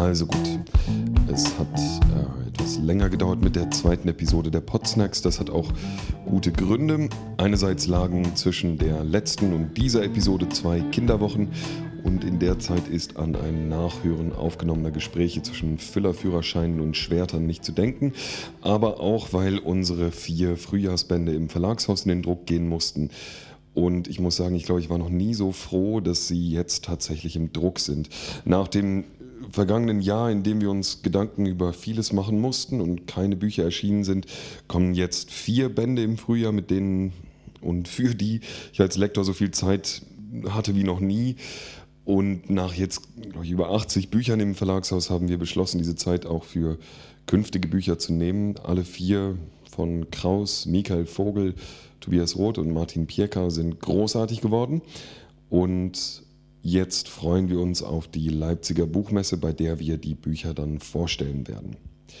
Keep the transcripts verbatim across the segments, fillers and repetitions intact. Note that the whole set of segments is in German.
Also gut, es hat äh, etwas länger gedauert mit der zweiten Episode der Podsnacks. Das hat auch gute Gründe. Einerseits lagen zwischen der letzten und dieser Episode zwei Kinderwochen und in der Zeit ist an ein Nachhören aufgenommener Gespräche zwischen Füllerführerscheinen und Schwertern nicht zu denken. Aber auch, weil unsere vier Frühjahrsbände im Verlagshaus in den Druck gehen mussten. Und ich muss sagen, ich glaube, ich war noch nie so froh, dass sie jetzt tatsächlich im Druck sind. Nach dem vergangenen Jahr, in dem wir uns Gedanken über vieles machen mussten und keine Bücher erschienen sind, kommen jetzt vier Bände im Frühjahr, mit denen und für die ich als Lektor so viel Zeit hatte wie noch nie. Und nach jetzt, glaube ich, über achtzig Büchern im Verlagshaus haben wir beschlossen, diese Zeit auch für künftige Bücher zu nehmen. Alle vier von Kraus, Michael Vogel, Tobias Roth und Martin Pieker sind großartig geworden. Und jetzt freuen wir uns auf die Leipziger Buchmesse, bei der wir die Bücher dann vorstellen werden.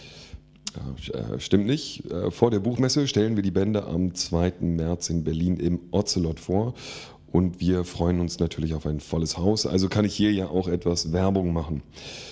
Äh, stimmt nicht. Äh, vor der Buchmesse stellen wir die Bände am zweiten März in Berlin im Ocelot vor. Und wir freuen uns natürlich auf ein volles Haus. Also kann ich hier ja auch etwas Werbung machen.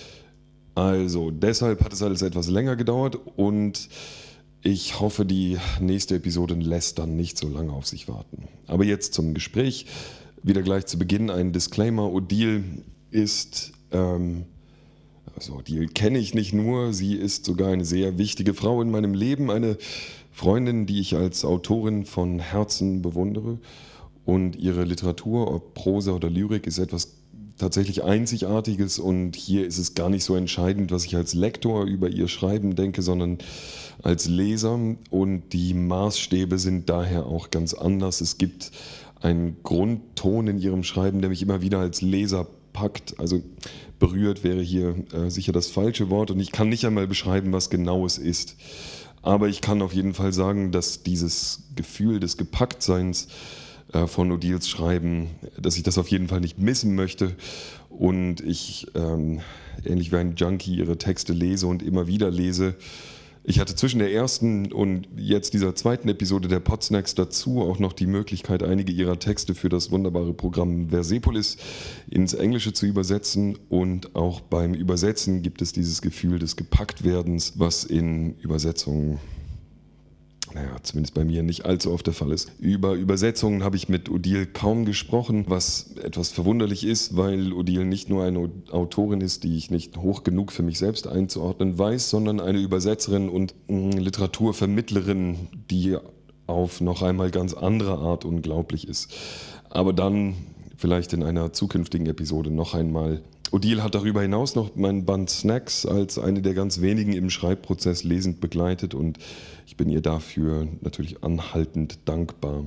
Also deshalb hat es alles etwas länger gedauert und ich hoffe, die nächste Episode lässt dann nicht so lange auf sich warten. Aber jetzt zum Gespräch. Wieder gleich zu Beginn ein Disclaimer. Odile ist, ähm, also Odile kenne ich nicht nur, sie ist sogar eine sehr wichtige Frau in meinem Leben. Eine Freundin, die ich als Autorin von Herzen bewundere. Und ihre Literatur, ob Prosa oder Lyrik, ist etwas tatsächlich Einzigartiges. Und hier ist es gar nicht so entscheidend, was ich als Lektor über ihr Schreiben denke, sondern als Leser. Und die Maßstäbe sind daher auch ganz anders. Es gibt einen Grundton in ihrem Schreiben, der mich immer wieder als Leser packt. Also berührt wäre hier äh, sicher das falsche Wort. Und ich kann nicht einmal beschreiben, was genau es ist. Aber ich kann auf jeden Fall sagen, dass dieses Gefühl des Gepacktseins äh, von Odiles Schreiben, dass ich das auf jeden Fall nicht missen möchte. Und ich, ähm, ähnlich wie ein Junkie, ihre Texte lese und immer wieder lese. Ich hatte zwischen der ersten und jetzt dieser zweiten Episode der Podsnacks dazu auch noch die Möglichkeit, einige ihrer Texte für das wunderbare Programm Versepolis ins Englische zu übersetzen. Und auch beim Übersetzen gibt es dieses Gefühl des Gepacktwerdens, was in Übersetzungen, naja, zumindest bei mir nicht allzu oft der Fall ist. Über Übersetzungen habe ich mit Odile kaum gesprochen, was etwas verwunderlich ist, weil Odile nicht nur eine Autorin ist, die ich nicht hoch genug für mich selbst einzuordnen weiß, sondern eine Übersetzerin und mh, Literaturvermittlerin, die auf noch einmal ganz andere Art unglaublich ist. Aber dann vielleicht in einer zukünftigen Episode noch einmal. Odile hat darüber hinaus noch meinen Band Snacks als eine der ganz wenigen im Schreibprozess lesend begleitet und ich bin ihr dafür natürlich anhaltend dankbar.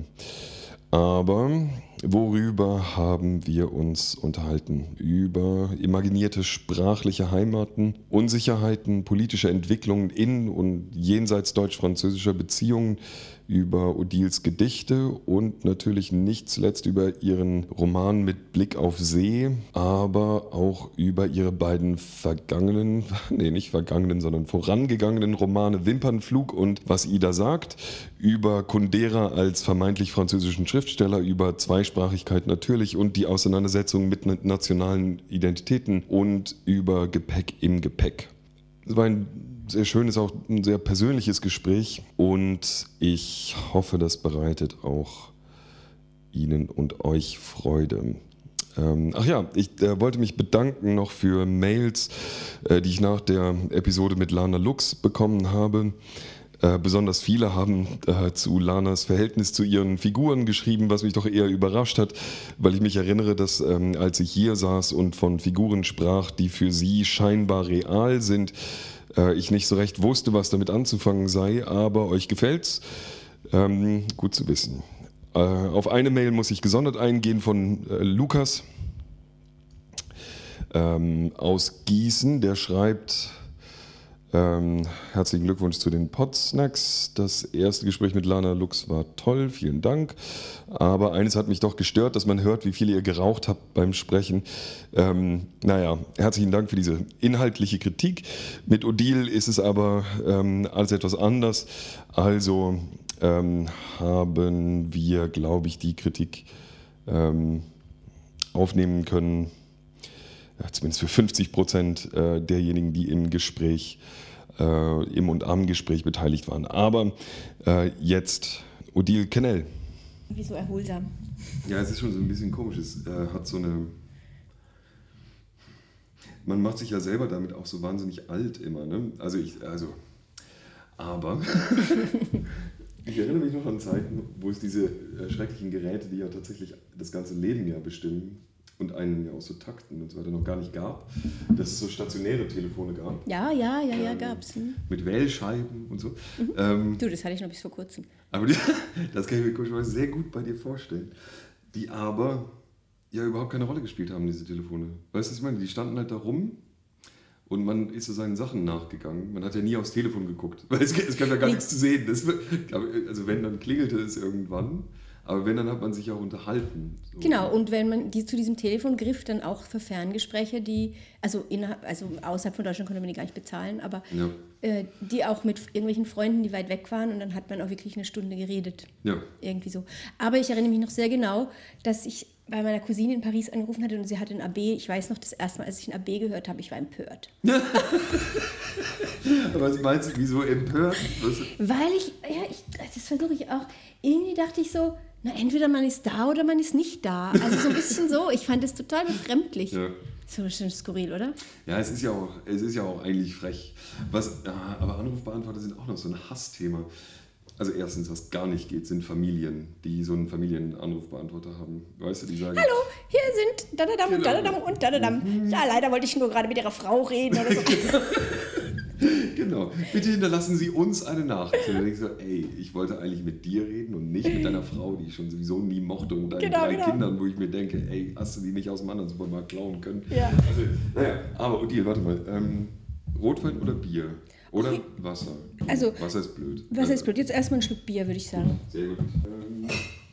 Aber worüber haben wir uns unterhalten? Über imaginierte sprachliche Heimaten, Unsicherheiten, politische Entwicklungen in und jenseits deutsch-französischer Beziehungen, über Odiles Gedichte und natürlich nicht zuletzt über ihren Roman mit Blick auf See, aber auch über ihre beiden vergangenen, nee, nicht vergangenen, sondern vorangegangenen Romane Wimpernflug und Was Ida sagt, über Kundera als vermeintlich französischen Schriftsteller, über Zweisprachigkeit natürlich und die Auseinandersetzung mit nationalen Identitäten und über Gepäck im Gepäck. Es war ein sehr schönes, auch ein sehr persönliches Gespräch und ich hoffe, das bereitet auch Ihnen und euch Freude. Ähm, ach ja, ich äh, wollte mich bedanken noch für Mails, äh, die ich nach der Episode mit Lana Lux bekommen habe. Äh, besonders viele haben äh, zu Lanas Verhältnis zu ihren Figuren geschrieben, was mich doch eher überrascht hat, weil ich mich erinnere, dass ähm, als ich hier saß und von Figuren sprach, die für sie scheinbar real sind, äh, ich nicht so recht wusste, was damit anzufangen sei, aber euch gefällt's? Ähm, gut zu wissen. Äh, auf eine Mail muss ich gesondert eingehen von äh, Lukas ähm, aus Gießen, der schreibt: Ähm, herzlichen Glückwunsch zu den Podsnacks. Das erste Gespräch mit Lana Lux war toll, vielen Dank. Aber eines hat mich doch gestört, dass man hört, wie viel ihr geraucht habt beim Sprechen. Ähm, naja, herzlichen Dank für diese inhaltliche Kritik. Mit Odile ist es aber ähm, alles etwas anders. Also ähm, haben wir, glaube ich, die Kritik ähm, aufnehmen können, ja, zumindest für fünfzig Prozent äh, derjenigen, die im Gespräch, äh, im und am Gespräch beteiligt waren. Aber äh, jetzt Odile Kennel. Wie so erholsam. Ja, es ist schon so ein bisschen komisch. Es äh, hat so eine... Man macht sich ja selber damit auch so wahnsinnig alt immer, ne? Also ich, also... Aber... Ich erinnere mich noch an Zeiten, wo es diese äh, schrecklichen Geräte, die ja tatsächlich das ganze Leben ja bestimmen und einen ja auch so takten und so weiter, noch gar nicht gab, dass es so stationäre Telefone gab. Ja, ja, ja, ja, ähm, gab's. Hm. Mit Wählscheiben und so. Mhm. Ähm, du, das hatte ich noch bis vor kurzem. Aber die, das kann ich mir komischerweise sehr gut bei dir vorstellen. Die aber ja überhaupt keine Rolle gespielt haben, diese Telefone. Weißt du, was ich meine? Die standen halt da rum. Und man ist so seinen Sachen nachgegangen. Man hat ja nie aufs Telefon geguckt, weil es, es gab ja gar nichts zu sehen. Das, also wenn, dann klingelte es irgendwann. Aber wenn, dann hat man sich auch unterhalten. So. Genau, und wenn man die, zu diesem Telefon griff, dann auch für Ferngespräche, die, also, innerhalb, also außerhalb von Deutschland konnte man die gar nicht bezahlen, aber ja. äh, die auch mit irgendwelchen Freunden, die weit weg waren, und dann hat man auch wirklich eine Stunde geredet. Ja. Irgendwie so. Aber ich erinnere mich noch sehr genau, dass ich bei meiner Cousine in Paris angerufen hatte und sie hatte ein A B. Ich weiß noch, das erste Mal, als ich ein A B gehört habe, ich war empört. Aber was meinst du, wieso empört? Was? Weil ich, ja, ich, das versuche ich auch, irgendwie dachte ich so, na, entweder man ist da oder man ist nicht da. Also so ein bisschen so, ich fand das total befremdlich. Ja. So schön skurril, oder? Ja, es ist ja auch, es ist ja auch eigentlich frech. Was, ja, aber Anrufbeantworter sind auch noch so ein Hassthema. Also erstens, was gar nicht geht, sind Familien, die so einen Familienanrufbeantworter haben. Weißt du, die sagen... Hallo, hier sind dadadam, genau. dadadam und dadadam. Mhm. Ja, leider wollte ich nur gerade mit Ihrer Frau reden oder so. Genau. Bitte hinterlassen Sie uns eine Nachricht. Und dann denke ich so, ey, ich wollte eigentlich mit dir reden und nicht mit deiner Frau, die ich schon sowieso nie mochte, und deinen genau, drei genau. Kindern, wo ich mir denke, ey, hast du die nicht aus dem anderen Supermarkt klauen können? Ja. Also, naja, aber Odile, warte mal. Ähm, Rotwein oder Bier? Oder okay. Wasser? Also, Wasser ist blöd. Wasser ist blöd. Jetzt erstmal einen Schluck Bier, würde ich sagen. Sehr gut. Ähm,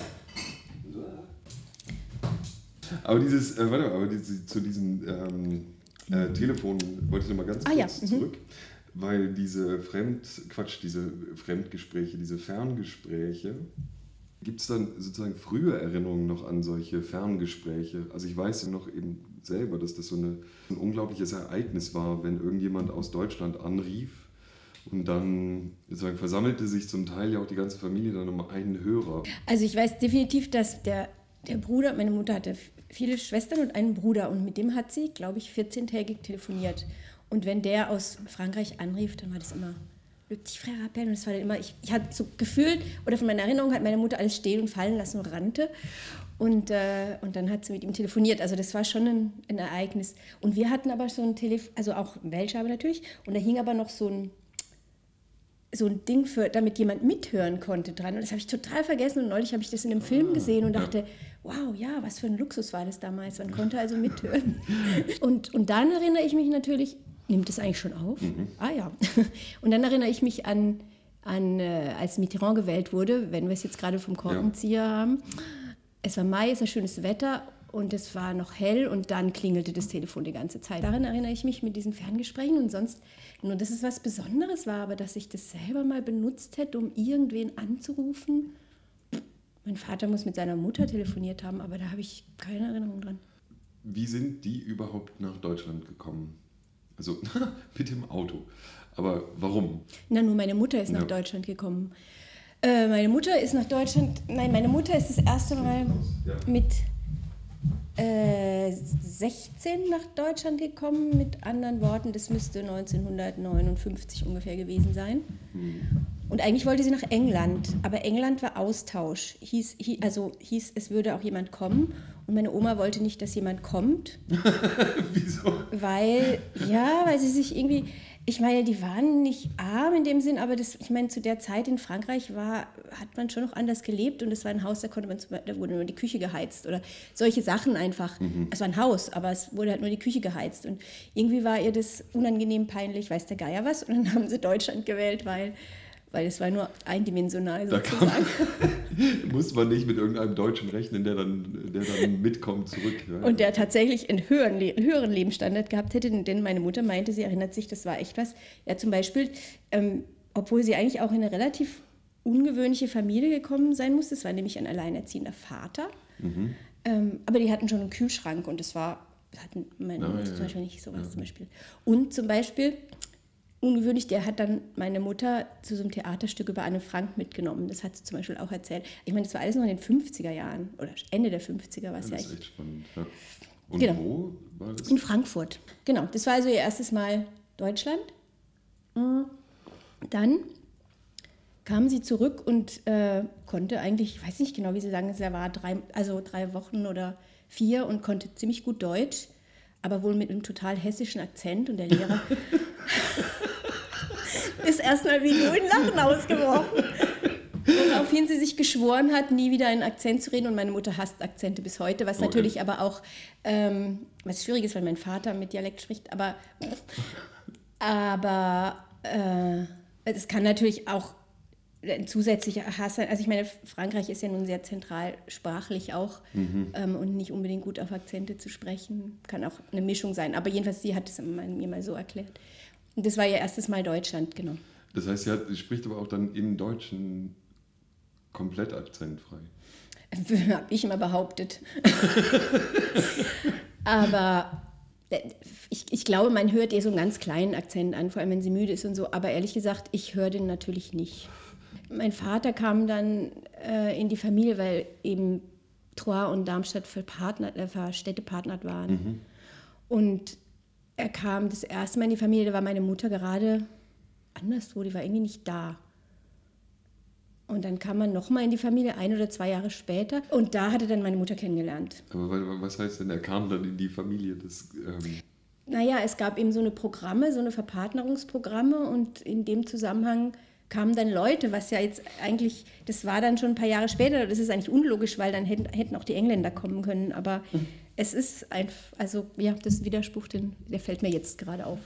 aber dieses, äh, warte mal, aber diese, zu diesem ähm, äh, Telefon wollte ich noch mal ganz kurz ah, ja. zurück. Mhm. Weil diese Fremd, Quatsch, diese Fremdgespräche, diese Ferngespräche, gibt es dann sozusagen frühe Erinnerungen noch an solche Ferngespräche? Also ich weiß ja noch eben selber, dass das so eine, ein unglaubliches Ereignis war, wenn irgendjemand aus Deutschland anrief und dann sozusagen versammelte sich zum Teil ja auch die ganze Familie dann um einen Hörer. Also ich weiß definitiv, dass der, der Bruder, meine Mutter hatte viele Schwestern und einen Bruder, und mit dem hat sie, glaube ich, vierzehntägig telefoniert. Und wenn der aus Frankreich anrief, dann war das immer Le petit frère appelle. Und das war dann immer, ich, ich hatte so gefühlt, oder von meiner Erinnerung hat meine Mutter alles stehen und fallen lassen und rannte. Und, äh, und dann hat sie mit ihm telefoniert. Also das war schon ein, ein Ereignis. Und wir hatten aber so ein Telefon, also auch Wählscheibe natürlich. Und da hing aber noch so ein, so ein Ding, für, damit jemand mithören konnte dran. Und das habe ich total vergessen. Und neulich habe ich das in einem Film gesehen und dachte, wow, ja, was für ein Luxus war das damals. Man konnte also mithören. Und, und dann erinnere ich mich natürlich, nimmt das eigentlich schon auf? Mhm. Ah ja. Und dann erinnere ich mich an, an äh, als Mitterrand gewählt wurde, wenn wir es jetzt gerade vom Korkenzieher ja. haben. Es war Mai, es war schönes Wetter und es war noch hell, und dann klingelte das Telefon die ganze Zeit. Daran erinnere ich mich mit diesen Ferngesprächen, und sonst, nur dass es was Besonderes war, aber dass ich das selber mal benutzt hätte, um irgendwen anzurufen. Mein Vater muss mit seiner Mutter telefoniert haben, aber da habe ich keine Erinnerung dran. Wie sind die überhaupt nach Deutschland gekommen? Also mit dem Auto. Aber warum? Na, nur meine Mutter ist ja. nach Deutschland gekommen. Äh, meine Mutter ist nach Deutschland, nein, meine Mutter ist das erste Mal ja. mit äh, sechzehn nach Deutschland gekommen. Mit anderen Worten, das müsste neunzehnhundertneunundfünfzig ungefähr gewesen sein. Mhm. Und eigentlich wollte sie nach England, aber England war Austausch. Hieß, hieß, also hieß, es würde auch jemand kommen. Und meine Oma wollte nicht, dass jemand kommt. Wieso? Weil, ja, weil sie sich irgendwie, ich meine, die waren nicht arm in dem Sinn, aber das, ich meine, zu der Zeit in Frankreich war, hat man schon noch anders gelebt, und es war ein Haus, da konnte man, da wurde nur die Küche geheizt oder solche Sachen einfach. Mhm. Es war ein Haus, aber es wurde halt nur die Küche geheizt, und irgendwie war ihr das unangenehm, peinlich, weiß der Geier was, und dann haben sie Deutschland gewählt, weil Weil es war nur eindimensional sozusagen. Da muss man nicht mit irgendeinem Deutschen rechnen, der dann, der dann mitkommt zurück. Ja. Und der tatsächlich einen höheren, einen höheren Lebensstandard gehabt hätte, denn meine Mutter meinte, sie erinnert sich, das war echt was. Ja, zum Beispiel, ähm, obwohl sie eigentlich auch in eine relativ ungewöhnliche Familie gekommen sein musste, es war nämlich ein alleinerziehender Vater, mhm. ähm, aber die hatten schon einen Kühlschrank, und es war hatten meine Ah, Mutter ja, zum ja. Beispiel nicht sowas Ja. zum Beispiel. Und zum Beispiel, ungewöhnlich, der hat dann meine Mutter zu so einem Theaterstück über Anne Frank mitgenommen. Das hat sie zum Beispiel auch erzählt. Ich meine, das war alles noch in den fünfziger Jahren oder Ende der fünfziger war es Ja, ja. das ist echt. echt spannend. Ja. Und Genau. wo war das? In Frankfurt. Genau, das war also ihr erstes Mal Deutschland. Dann kam sie zurück und äh, konnte eigentlich, ich weiß nicht genau, wie sie sagen, es war drei, also drei Wochen oder vier und konnte ziemlich gut Deutsch, aber wohl mit einem total hessischen Akzent. Und der Lehrer ist erstmal wie nur in Lachen ausgebrochen. Woraufhin sie sich geschworen hat, nie wieder einen Akzent zu reden. Und meine Mutter hasst Akzente bis heute, was Oh, natürlich echt? aber auch, ähm, was schwierig ist, weil mein Vater mit Dialekt spricht, aber, aber äh, es kann natürlich auch ein zusätzlicher Hass sein. Also ich meine, Frankreich ist ja nun sehr zentral sprachlich auch Mhm. ähm, und nicht unbedingt gut auf Akzente zu sprechen. Kann auch eine Mischung sein. Aber jedenfalls, sie hat es mir mal so erklärt. Und das war ihr erstes Mal Deutschland, genau. Das heißt, sie, hat, sie spricht aber auch dann im Deutschen komplett akzentfrei. Habe ich immer behauptet. Aber ich, ich glaube, man hört ihr so einen ganz kleinen Akzent an, vor allem wenn sie müde ist und so. Aber ehrlich gesagt, ich höre den natürlich nicht. Mein Vater kam dann äh, in die Familie, weil eben Troyes und Darmstadt verpartnert, äh, verstädtepartnert waren. Mhm. Und er kam das erste Mal in die Familie, da war meine Mutter gerade anderswo, die war irgendwie nicht da. Und dann kam man nochmal in die Familie, ein oder zwei Jahre später. Und da hatte dann meine Mutter kennengelernt. Aber was heißt denn, er kam dann in die Familie? Das, ähm Naja, es gab eben so eine Programme, so eine Verpartnerungsprogramme. Und in dem Zusammenhang kamen dann Leute, was ja jetzt eigentlich, das war dann schon ein paar Jahre später. Das ist eigentlich unlogisch, weil dann hätten, hätten auch die Engländer kommen können. Aber mhm. es ist einfach, also ja, das Widerspruch, den, der fällt mir jetzt gerade auf.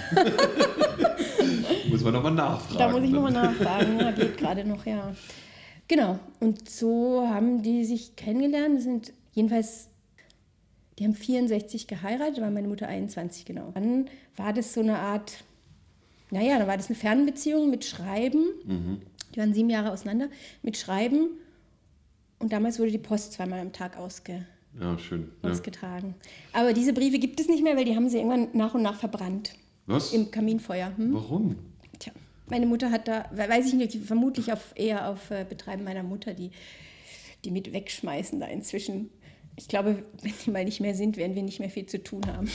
Muss man nochmal nachfragen. Da muss ich nochmal nachfragen, ja, geht gerade noch, ja. Genau, und so haben die sich kennengelernt, sind jedenfalls, die haben vierundsechzig geheiratet, da war meine Mutter einundzwanzig, genau. Dann war das so eine Art, naja, da war das eine Fernbeziehung mit Schreiben, mhm. die waren sieben Jahre auseinander, mit Schreiben und damals wurde die Post zweimal am Tag ausge, ja, schön. ausgetragen. Ja. Aber diese Briefe gibt es nicht mehr, weil die haben sie irgendwann nach und nach verbrannt. Was? Im Kaminfeuer. Hm? Warum? Tja, meine Mutter hat da, weiß ich nicht, vermutlich auf, eher auf äh, Betreiben meiner Mutter, die, die mit wegschmeißen da inzwischen. Ich glaube, wenn die mal nicht mehr sind, werden wir nicht mehr viel zu tun haben.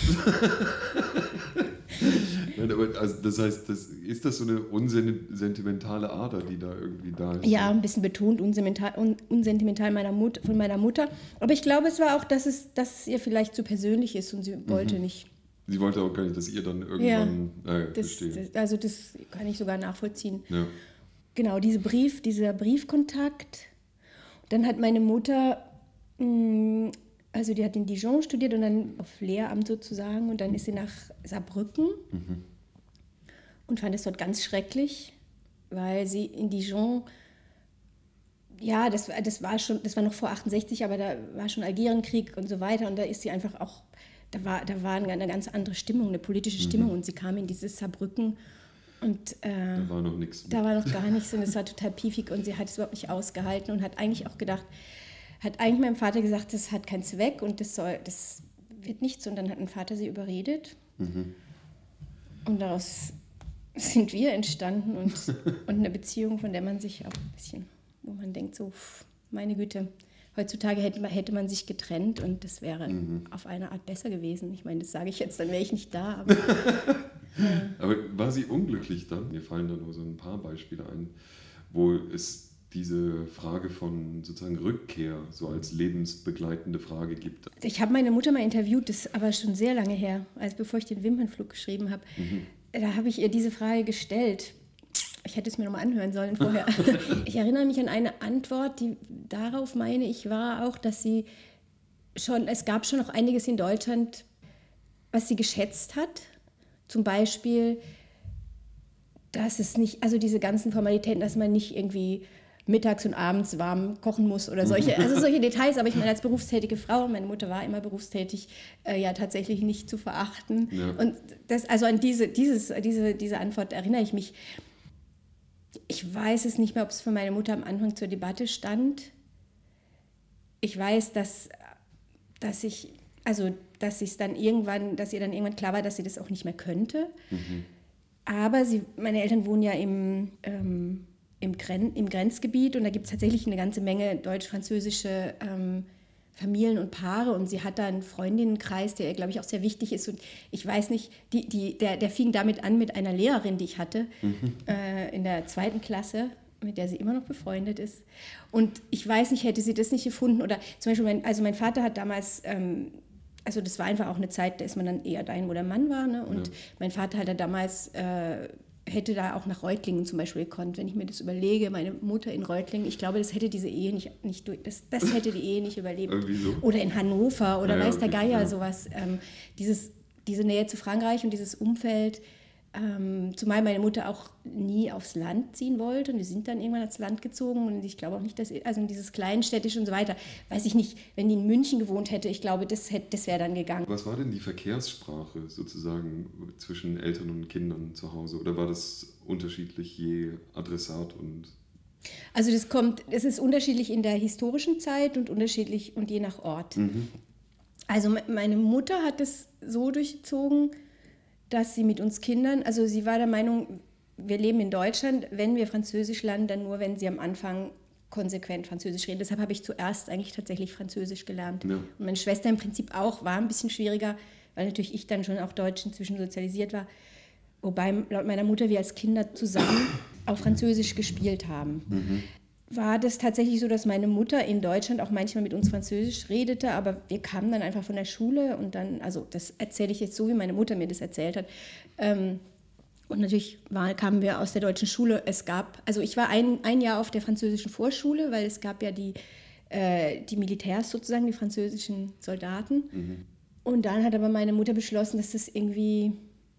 Nein, aber also das heißt, das, ist das so eine unsentimentale Ader, die da irgendwie da ist? Ja, ein bisschen betont unsentimental, un, unsentimental meiner Mut, von meiner Mutter. Aber ich glaube, es war auch, dass es, dass es ihr vielleicht zu persönlich ist und sie wollte mhm. nicht. Sie wollte auch gar nicht, dass ihr dann irgendwann ja, äh, das, das, also das kann ich sogar nachvollziehen. Ja. Genau, diese Brief, dieser Briefkontakt. Dann hat meine Mutter, mh, also die hat in Dijon studiert und dann auf Lehramt sozusagen und dann ist sie nach Saarbrücken mhm. und fand es dort ganz schrecklich, weil sie in Dijon, ja, das, das war schon, das war noch vor achtundsechzig, aber da war schon Algerienkrieg und so weiter und da ist sie einfach auch Da war, da war eine ganz andere Stimmung, eine politische Stimmung mhm. und sie kam in dieses Saarbrücken und äh, da war noch nichts. Da war noch gar nichts und es war total piefig und sie hat es überhaupt nicht ausgehalten und hat eigentlich auch gedacht, hat eigentlich meinem Vater gesagt, das hat keinen Zweck und das soll, das wird nichts und dann hat mein Vater sie überredet mhm. und daraus sind wir entstanden und, und eine Beziehung, von der man sich auch ein bisschen, wo man denkt so, meine Güte, heutzutage hätte man, hätte man sich getrennt und das wäre mhm. auf eine Art besser gewesen. Ich meine, das sage ich jetzt, dann wäre ich nicht da. Aber, ja. aber war sie unglücklich dann? Mir fallen da nur so ein paar Beispiele ein, wo es diese Frage von sozusagen Rückkehr so als lebensbegleitende Frage gibt. Ich habe meine Mutter mal interviewt, das ist aber schon sehr lange her, als bevor ich den Wimpernflug geschrieben habe. Mhm. Da habe ich ihr diese Frage gestellt. Ich hätte es mir nochmal anhören sollen vorher. Ich erinnere mich an eine Antwort, die darauf, meine ich, war auch, dass sie schon, es gab schon noch einiges in Deutschland, was sie geschätzt hat. Zum Beispiel, dass es nicht, also diese ganzen Formalitäten, dass man nicht irgendwie mittags und abends warm kochen muss oder solche, also solche Details. Aber ich meine, als berufstätige Frau, meine Mutter war immer berufstätig, äh, ja tatsächlich nicht zu verachten. Ja. Und das, also an diese, dieses, diese, diese Antwort erinnere ich mich. Ich weiß es nicht mehr, ob es für meine Mutter am Anfang zur Debatte stand. Ich weiß, dass, dass ich Also, dass sie es dann irgendwann, dass ihr dann irgendwann klar war, dass sie das auch nicht mehr könnte. Mhm. Aber sie, meine Eltern wohnen ja im, ähm, im, Gren, im Grenzgebiet und da gibt es tatsächlich eine ganze Menge deutsch-französische ähm, Familien und Paare und sie hat da einen Freundinnenkreis, der, glaube ich, auch sehr wichtig ist. Und ich weiß nicht, die, die, der, der fing damit an mit einer Lehrerin, die ich hatte, mhm. äh, in der zweiten Klasse, mit der sie immer noch befreundet ist. Und ich weiß nicht, hätte sie das nicht gefunden oder zum Beispiel, mein, also mein Vater hat damals, ähm, also das war einfach auch eine Zeit, da ist man dann eher dahin, wo der Mann war. Ne? Und ja. mein Vater hat da damals, äh, hätte da auch nach Reutlingen zum Beispiel gekonnt. Wenn ich mir das überlege, meine Mutter in Reutlingen, ich glaube, das hätte diese Ehe nicht, nicht durch, das, das hätte die Ehe nicht überlebt. So. Oder in Hannover oder ja, weiß okay, der Geier, ja. sowas. Ähm, dieses, diese Nähe zu Frankreich und dieses Umfeld, ähm, zumal meine Mutter auch nie aufs Land ziehen wollte und wir sind dann irgendwann ans Land gezogen und ich glaube auch nicht, dass, also dieses Kleinstädtische und so weiter, weiß ich nicht, wenn die in München gewohnt hätte, ich glaube, das, das wäre dann gegangen. Was war denn die Verkehrssprache sozusagen zwischen Eltern und Kindern zu Hause oder war das unterschiedlich je Adressat und... Also das kommt, es ist unterschiedlich in der historischen Zeit und unterschiedlich und je nach Ort. Mhm. Also meine Mutter hat es so durchzogen, dass sie mit uns Kindern, also sie war der Meinung, wir leben in Deutschland, wenn wir Französisch lernen, dann nur, wenn sie am Anfang konsequent Französisch reden. Deshalb habe ich zuerst eigentlich tatsächlich Französisch gelernt. Ja. Und meine Schwester im Prinzip auch, war ein bisschen schwieriger, weil natürlich ich dann schon auch Deutsch inzwischen sozialisiert war. Wobei laut meiner Mutter wir als Kinder zusammen auf Französisch gespielt haben. Mhm. War das tatsächlich so, dass meine Mutter in Deutschland auch manchmal mit uns Französisch redete, aber wir kamen dann einfach von der Schule und dann, also das erzähle ich jetzt so, wie meine Mutter mir das erzählt hat. Ähm, und natürlich war, kamen wir aus der deutschen Schule. Es gab, also ich war ein, ein Jahr auf der französischen Vorschule, weil es gab ja die, äh, die Militärs sozusagen, die französischen Soldaten. Mhm. Und dann hat aber meine Mutter beschlossen, dass das irgendwie...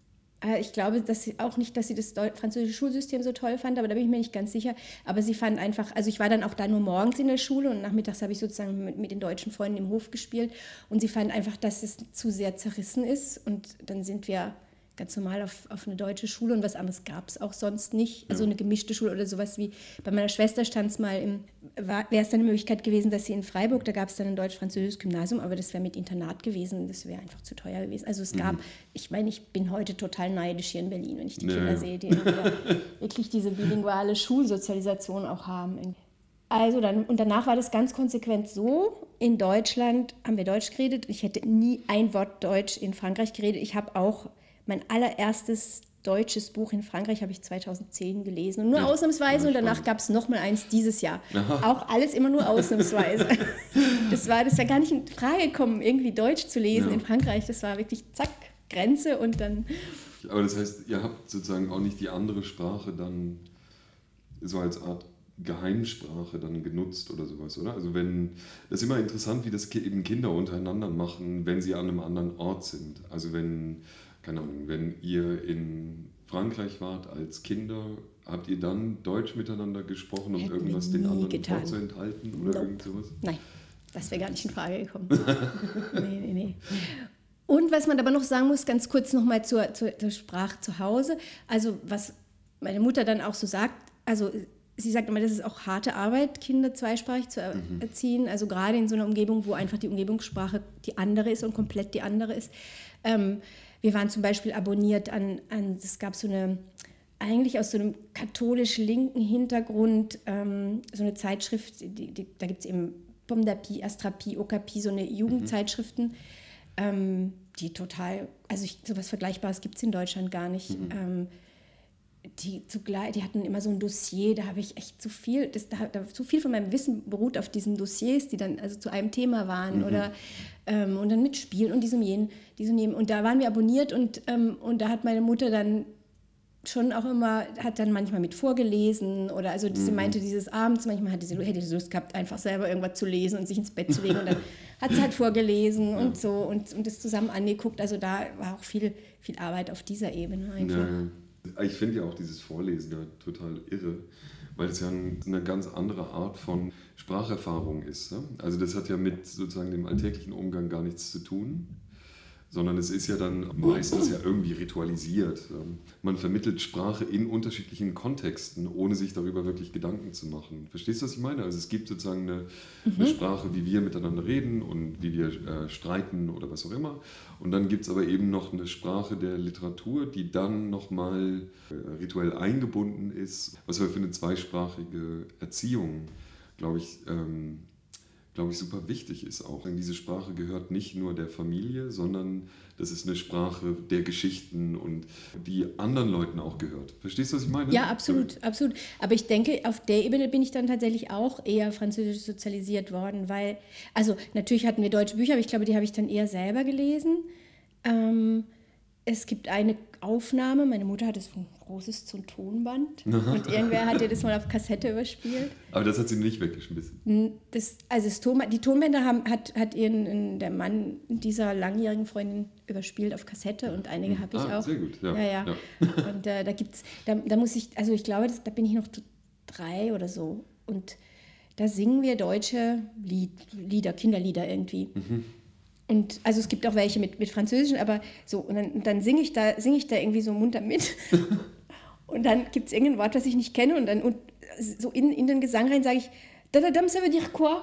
Ich glaube, dass sie auch nicht, dass sie das französische Schulsystem so toll fand, aber da bin ich mir nicht ganz sicher. Aber sie fand einfach, also ich war dann auch da nur morgens in der Schule und nachmittags habe ich sozusagen mit, mit den deutschen Freunden im Hof gespielt. Und sie fand einfach, dass es zu sehr zerrissen ist. Und dann sind wir ganz normal auf, auf eine deutsche Schule und was anderes gab es auch sonst nicht. Also eine gemischte Schule oder sowas wie, bei meiner Schwester stand es mal, im, wäre es dann eine Möglichkeit gewesen, dass sie in Freiburg, da gab es dann ein deutsch-französisches Gymnasium, aber das wäre mit Internat gewesen, das wäre einfach zu teuer gewesen. Also es gab, mhm. ich meine, ich bin heute total neidisch hier in Berlin, wenn ich die Kinder ja. sehe, die wirklich diese bilinguale Schulsozialisation auch haben. Also dann, und danach war das ganz konsequent so, in Deutschland haben wir Deutsch geredet, ich hätte nie ein Wort Deutsch in Frankreich geredet, ich habe auch mein allererstes deutsches Buch in Frankreich habe ich zweitausendzehn gelesen. Und nur ja, ausnahmsweise. Und danach gab es noch mal eins dieses Jahr. Aha. Auch alles immer nur ausnahmsweise. das war das war gar nicht in Frage gekommen, irgendwie Deutsch zu lesen ja. in Frankreich. Das war wirklich zack, Grenze und dann... Aber das heißt, ihr habt sozusagen auch nicht die andere Sprache dann so als Art Geheimsprache dann genutzt oder sowas, oder? Also wenn, das ist immer interessant, wie das eben Kinder untereinander machen, wenn sie an einem anderen Ort sind. Also wenn, keine Ahnung, wenn ihr in Frankreich wart als Kinder, habt ihr dann Deutsch miteinander gesprochen, um Hätten irgendwas den anderen getan. vorzuenthalten oder nope. irgend sowas? Nein, das wäre gar nicht in Frage gekommen. nee, nee, nee. Und was man aber noch sagen muss, ganz kurz nochmal zur, zur, zur Sprache zu Hause, also was meine Mutter dann auch so sagt, also sie sagt immer, das ist auch harte Arbeit, Kinder zweisprachig zu er- mhm. erziehen, also gerade in so einer Umgebung, wo einfach die Umgebungssprache die andere ist und komplett die andere ist. Ähm, wir waren zum Beispiel abonniert an, an es gab so eine, eigentlich aus so einem katholisch-linken Hintergrund, ähm, so eine Zeitschrift, die, die, da gibt es eben Pomme d'Api, Astrapi, Okapi, so eine Jugendzeitschriften, mhm. ähm, die total, also ich, sowas Vergleichbares gibt es in Deutschland gar nicht. Mhm. Ähm, Die, zugleich, die hatten immer so ein Dossier, da habe ich echt zu viel, das, da, da, zu viel von meinem Wissen beruht auf diesen Dossiers, die dann also zu einem Thema waren mhm. oder ähm, und dann mit Spielen und diesem jenen, diesem jenen. Und da waren wir abonniert und, ähm, und da hat meine Mutter dann schon auch immer, hat dann manchmal mit vorgelesen oder also sie mhm. meinte dieses Abends, manchmal hatte sie, hätte sie Lust gehabt, einfach selber irgendwas zu lesen und sich ins Bett zu legen und dann hat sie halt vorgelesen ja. und so und, und das zusammen angeguckt, also da war auch viel, viel Arbeit auf dieser Ebene einfach. Ja. Ich finde ja auch dieses Vorlesen ja total irre, weil es ja eine ganz andere Art von Spracherfahrung ist. Ne? Also das hat ja mit sozusagen dem alltäglichen Umgang gar nichts zu tun, sondern es ist ja dann meistens ja irgendwie ritualisiert. Man vermittelt Sprache in unterschiedlichen Kontexten, ohne sich darüber wirklich Gedanken zu machen. Verstehst du, was ich meine? Also es gibt sozusagen eine, mhm. eine Sprache, wie wir miteinander reden und wie wir äh, streiten oder was auch immer. Und dann gibt es aber eben noch eine Sprache der Literatur, die dann nochmal äh, rituell eingebunden ist, was aber für eine zweisprachige Erziehung, glaube ich, ähm, glaube ich, super wichtig ist auch. Denn diese Sprache gehört nicht nur der Familie, sondern das ist eine Sprache der Geschichten und die anderen Leuten auch gehört. Verstehst du, was ich meine? Ja, absolut, Sorry. absolut. Aber ich denke, auf der Ebene bin ich dann tatsächlich auch eher französisch sozialisiert worden, weil, also natürlich hatten wir deutsche Bücher, aber ich glaube, die habe ich dann eher selber gelesen. Ähm, es gibt eine Aufnahme, meine Mutter hatte so ein großes so ein Tonband und irgendwer hat ihr das mal auf Kassette überspielt. Aber das hat sie nicht weggeschmissen? Das, also das Ton, die Tonbänder haben, hat, hat ihren, der Mann dieser langjährigen Freundin überspielt auf Kassette und einige habe ich ah, auch. Sehr gut, ja. ja, ja. ja. Und äh, da gibt's, da, da muss ich, also ich glaube, das, da bin ich noch drei oder so und da singen wir deutsche Lied, Lieder, Kinderlieder irgendwie. Mhm. Und also es gibt auch welche mit, mit Französischen, aber so, und dann, und dann singe ich da, singe ich da irgendwie so munter mit. Und dann gibt es irgendein Wort, was ich nicht kenne, und dann und so in, in den Gesang rein sage ich, da da dam, ça veut dire quoi?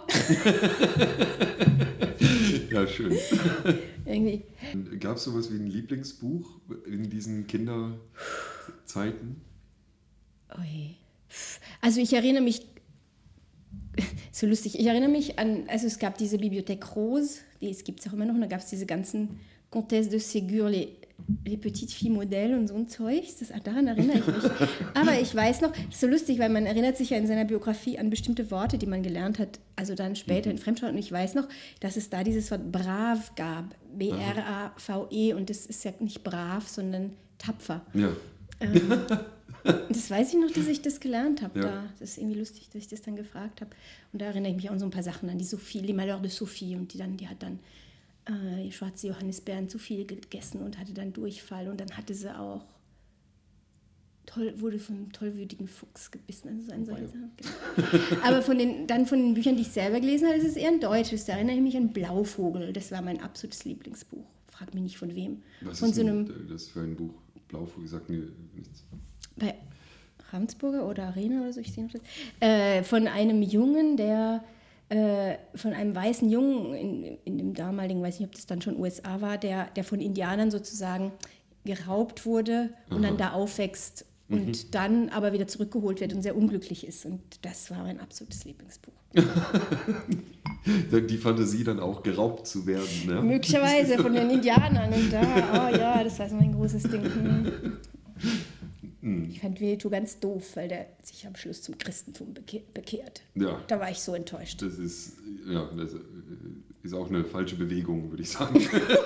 Ja, schön. Irgendwie. Gab es sowas wie ein Lieblingsbuch in diesen Kinderzeiten? Oh je. Also ich erinnere mich, so lustig, ich erinnere mich an, also es gab diese Bibliothèque Rose, die gibt es auch immer noch, und da gab es diese ganzen Comtesse de Ségur, les, les petites filles Modèles und so ein Zeug, das, daran erinnere ich mich. Aber ich weiß noch, das ist so lustig, weil man erinnert sich ja in seiner Biografie an bestimmte Worte, die man gelernt hat, also dann später mhm. in Fremdsprachen, und ich weiß noch, dass es da dieses Wort brav gab, B R A V E, und das ist ja nicht brav, sondern tapfer. Ja. Ähm, das weiß ich noch, dass ich das gelernt habe. Ja. Da. Das ist irgendwie lustig, dass ich das dann gefragt habe. Und da erinnere ich mich auch an so ein paar Sachen an die Sophie, Les Malheurs de Sophie. Und die, dann, die hat dann äh, schwarze Johannisbeeren zu viel gegessen und hatte dann Durchfall. Und dann hatte sie auch, toll, wurde von einem tollwütigen Fuchs gebissen. Also so ein solche Sachen. Genau. Aber von den, dann von den Büchern, die ich selber gelesen habe, ist es eher ein deutsches. Da erinnere ich mich an Blauvogel. Das war mein absolutes Lieblingsbuch. Frag mich nicht von wem. Was von ist so denn einem, das für ein Buch? Blauvogel sagt mir nichts. Bei Ravensburger oder Arena oder so, ich sehe noch das. Äh, von einem Jungen, der, äh, von einem weißen Jungen in, in dem damaligen, weiß nicht, ob das dann schon U S A war, der, der von Indianern sozusagen geraubt wurde und Aha. dann da aufwächst und mhm. dann aber wieder zurückgeholt wird und sehr unglücklich ist. Und das war mein absolutes Lieblingsbuch. Die Fantasie dann auch geraubt zu werden, ne? Möglicherweise von den Indianern. Und da, oh ja, das war so ein großes Ding. Hm. Ich fand Winnetou ganz doof, weil der sich am Schluss zum Christentum bekehrt. Ja. Da war ich so enttäuscht. Das ist, ja, das ist auch eine falsche Bewegung, würde ich sagen.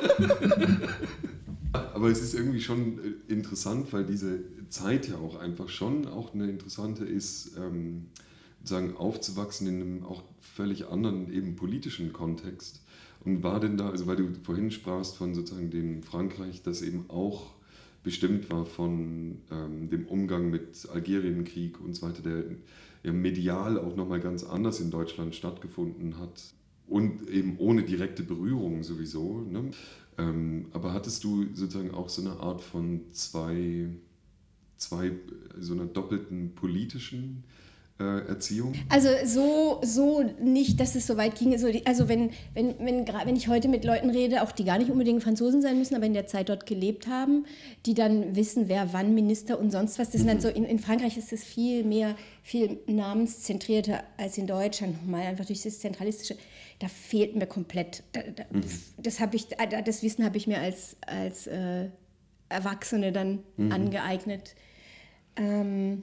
Aber es ist irgendwie schon interessant, weil diese Zeit ja auch einfach schon auch eine interessante ist, ähm, sozusagen aufzuwachsen in einem auch völlig anderen eben politischen Kontext. Und war denn da, also weil du vorhin sprachst von sozusagen dem Frankreich, das eben auch bestimmt war von ähm, dem Umgang mit Algerienkrieg und so weiter, der ja medial auch nochmal ganz anders in Deutschland stattgefunden hat und eben ohne direkte Berührung sowieso. Ne? Ähm, aber hattest du sozusagen auch so eine Art von zwei, zwei so einer doppelten politischen Äh, Erziehung? Also so, so nicht, dass es so weit ging. Also, die, also wenn, wenn, wenn, wenn ich heute mit Leuten rede, auch die gar nicht unbedingt Franzosen sein müssen, aber in der Zeit dort gelebt haben, die dann wissen, wer wann Minister und sonst was. Das sind mhm. dann so, in, in Frankreich ist das viel mehr, viel namenszentrierter als in Deutschland nochmal, einfach durch das Zentralistische. Da fehlt mir komplett. Da, da, mhm. Das, hab ich, das Wissen habe ich mir als, als äh, Erwachsene dann mhm. angeeignet. Ähm,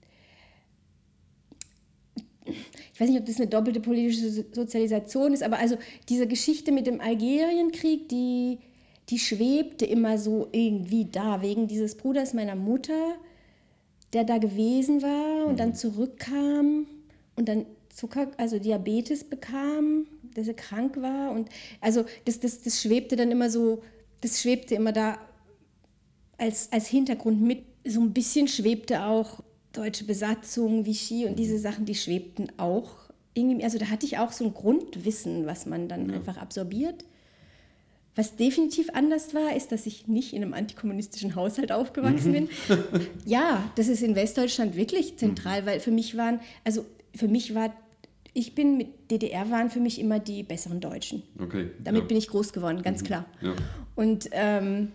Ich weiß nicht, ob das eine doppelte politische Sozialisation ist, aber also diese Geschichte mit dem Algerienkrieg, die, die schwebte immer so irgendwie da, wegen dieses Bruders meiner Mutter, der da gewesen war und dann zurückkam und dann Zucker, also Diabetes bekam, dass er krank war. Und also das, das, das schwebte dann immer so, das schwebte immer da als, als Hintergrund mit. So ein bisschen schwebte auch deutsche Besatzung, Vichy und diese Sachen, die schwebten auch irgendwie, also da hatte ich auch so ein Grundwissen, was man dann ja. einfach absorbiert. Was definitiv anders war, ist, dass ich nicht in einem antikommunistischen Haushalt aufgewachsen bin. Ja, das ist in Westdeutschland wirklich zentral, weil für mich waren, also für mich war, ich bin mit D D R waren für mich immer die besseren Deutschen. Okay. Damit ja. bin ich groß geworden, ganz klar. Ja. Und ähm,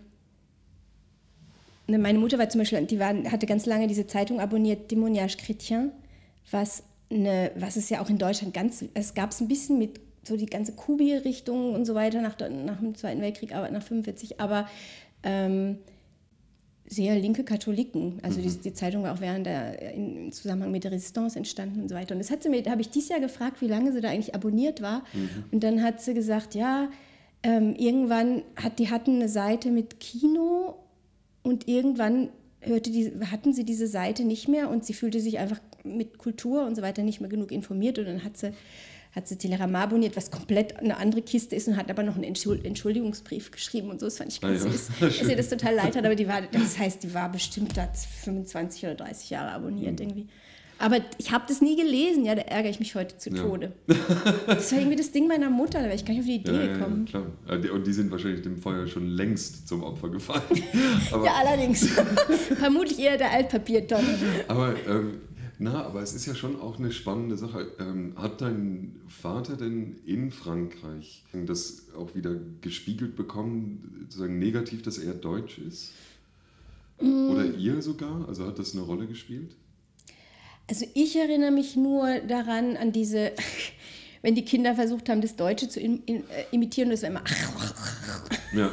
meine Mutter war zum Beispiel, die war, hatte ganz lange diese Zeitung abonniert, Témoignage Chrétien, was, eine, was es ja auch in Deutschland ganz, es gab es ein bisschen mit so die ganze Kubi-Richtung und so weiter nach, nach dem Zweiten Weltkrieg, aber nach fünfundvierzig, aber ähm, sehr linke Katholiken. Also mhm. die, die Zeitung war auch während der, im Zusammenhang mit der Resistance entstanden und so weiter. Und das hat sie mir, da habe ich dieses Jahr gefragt, wie lange sie da eigentlich abonniert war. Mhm. Und dann hat sie gesagt, ja, ähm, irgendwann hat die hatten eine Seite mit Kino und irgendwann hörte die, hatten sie diese Seite nicht mehr und sie fühlte sich einfach mit Kultur und so weiter nicht mehr genug informiert und dann hat sie hat sie Telerama abonniert, was komplett eine andere Kiste ist und hat aber noch einen Entschuldigungsbrief geschrieben und so. Das fand ich ganz ah, ja. süß, dass ihr das total leid hat, aber die war, das heißt, die war bestimmt da fünfundzwanzig oder dreißig Jahre abonniert mhm. irgendwie. Aber ich habe das nie gelesen, ja, da ärgere ich mich heute zu ja. Tode. Das war irgendwie das Ding meiner Mutter, da wäre ich gar nicht auf die Idee ja, gekommen. Ja, klar. Und die sind wahrscheinlich dem Feuer schon längst zum Opfer gefallen. Aber ja, allerdings. Vermutlich eher der Altpapiertonne. Aber ähm, Na, aber es ist ja schon auch eine spannende Sache. Ähm, hat dein Vater denn in Frankreich das auch wieder gespiegelt bekommen, sozusagen negativ, dass er deutsch ist? Mm. Oder ihr sogar? Also hat das eine Rolle gespielt? Also ich erinnere mich nur daran, an diese, wenn die Kinder versucht haben, das Deutsche zu in, in, äh, imitieren, das war immer ja.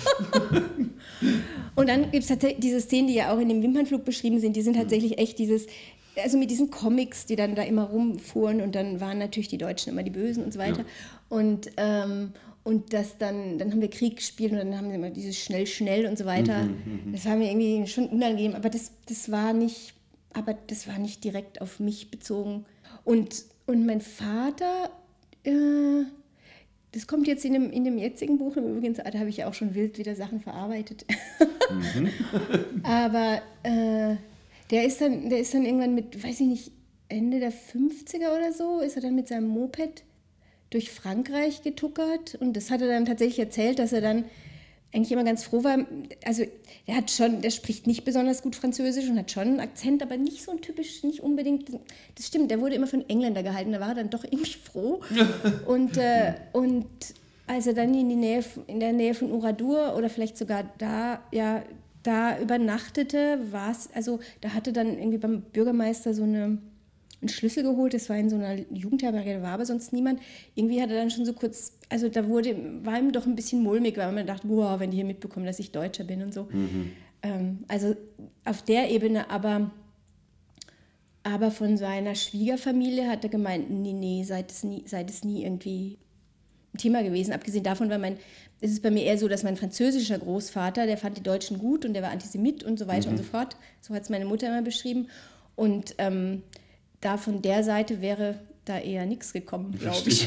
Und dann gibt es tatsächlich diese Szenen, die ja auch in dem Wimpernflug beschrieben sind, die sind tatsächlich echt dieses, also mit diesen Comics, die dann da immer rumfuhren und dann waren natürlich die Deutschen immer die Bösen und so weiter. Ja. Und, ähm, und das dann, dann haben wir Krieg gespielt und dann haben sie immer dieses schnell, schnell und so weiter. Mhm, das war mir irgendwie schon unangenehm, aber das, das war nicht, aber das war nicht direkt auf mich bezogen. Und, und mein Vater, äh, das kommt jetzt in dem, in dem jetzigen Buch, übrigens, da habe ich ja auch schon wild wieder Sachen verarbeitet. Mhm. Aber äh, der ist dann, der ist dann irgendwann mit, weiß ich nicht, Ende der fünfziger oder so, ist er dann mit seinem Moped durch Frankreich getuckert. Und das hat er dann tatsächlich erzählt, dass er dann eigentlich immer ganz froh war. Also der hat schon, der spricht nicht besonders gut Französisch und hat schon einen Akzent, aber nicht so ein typisch, nicht unbedingt, das stimmt, der wurde immer für einen Engländer gehalten, da war er dann doch irgendwie froh. und, äh, und als er dann in, die Nähe, in der Nähe von Oradour oder vielleicht sogar da, ja, da übernachtete, war es, also da hatte dann irgendwie beim Bürgermeister so eine, einen Schlüssel geholt, das war in so einer Jugendherberge, da war aber sonst niemand. Irgendwie hat er dann schon so kurz, also da wurde, war ihm doch ein bisschen mulmig, weil man dachte, boah, wenn die hier mitbekommen, dass ich Deutscher bin und so. Mhm. Ähm, also auf der Ebene, aber, aber von seiner Schwiegerfamilie hat er gemeint, nee, nee, sei es nie, sei es nie irgendwie ein Thema gewesen. Abgesehen davon war mein, es ist bei mir eher so, dass mein französischer Großvater, der fand die Deutschen gut und der war Antisemit und so weiter mhm. und so fort. So hat es meine Mutter immer beschrieben. Und ähm, da von der Seite wäre da eher nichts gekommen, glaube ich.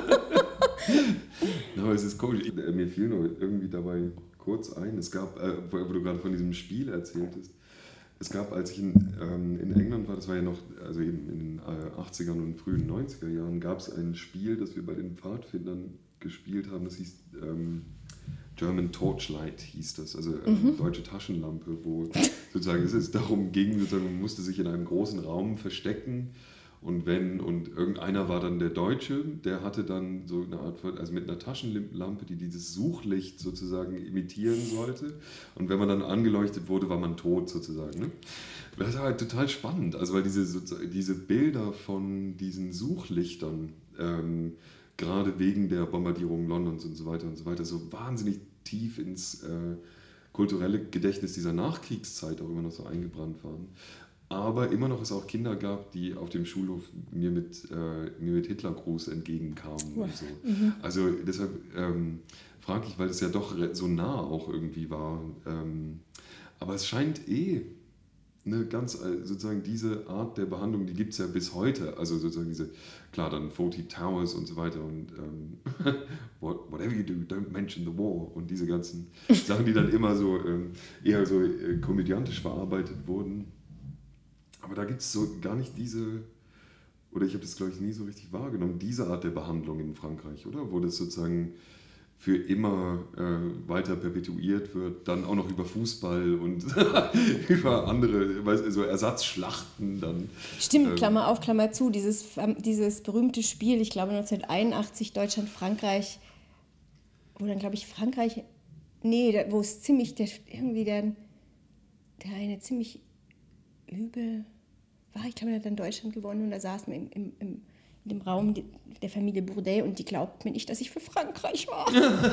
Ja, aber es ist komisch. Mir fiel nur irgendwie dabei kurz ein, es gab, äh, wo, wo du gerade von diesem Spiel erzähltest, es gab, als ich in, ähm, in England war, das war ja noch, also eben in den äh, achtzigern und frühen neunziger Jahren, gab es ein Spiel, das wir bei den Pfadfindern gespielt haben, das hieß ähm, German Torchlight hieß das, also äh, mhm. deutsche Taschenlampe, wo sozusagen es ist darum ging, sozusagen, man musste sich in einem großen Raum verstecken und wenn, und irgendeiner war dann der Deutsche, der hatte dann so eine Art, also mit einer Taschenlampe, die dieses Suchlicht sozusagen imitieren sollte und wenn man dann angeleuchtet wurde, war man tot sozusagen. Ne? Das war halt total spannend, also weil diese, diese Bilder von diesen Suchlichtern, ähm, gerade wegen der Bombardierung Londons und so weiter und so weiter, so wahnsinnig tief ins äh, kulturelle Gedächtnis dieser Nachkriegszeit auch immer noch so eingebrannt waren. Aber immer noch es auch Kinder gab, die auf dem Schulhof mir mit, äh, mir mit Hitlergruß entgegenkamen und so. Mhm. Also deshalb ähm, frage ich, weil es ja doch so nah auch irgendwie war. Ähm, aber es scheint eh eine ganz, sozusagen diese Art der Behandlung, die gibt es ja bis heute. Also sozusagen diese, klar, dann Fawlty Towers und so weiter und ähm, what, whatever you do, don't mention the war und diese ganzen Sachen, die dann immer so ähm, eher so äh, komödiantisch verarbeitet wurden. Aber da gibt es so gar nicht diese, oder ich habe das glaube ich nie so richtig wahrgenommen, diese Art der Behandlung in Frankreich, oder? Wo das sozusagen für immer äh, weiter perpetuiert wird, dann auch noch über Fußball und über andere, weißt, so Ersatzschlachten dann. Stimmt, ähm, Klammer auf, Klammer zu, dieses, dieses berühmte Spiel, ich glaube neunzehnhunderteinundachtzig, Deutschland-Frankreich, wo dann, glaube ich, Frankreich, nee, da, wo es ziemlich, der, irgendwie der, der eine ziemlich übel war, ich glaube, da hat dann Deutschland gewonnen und da saßen wir im, im, im in dem Raum der Familie Bourdet und die glaubten mir nicht, dass ich für Frankreich war.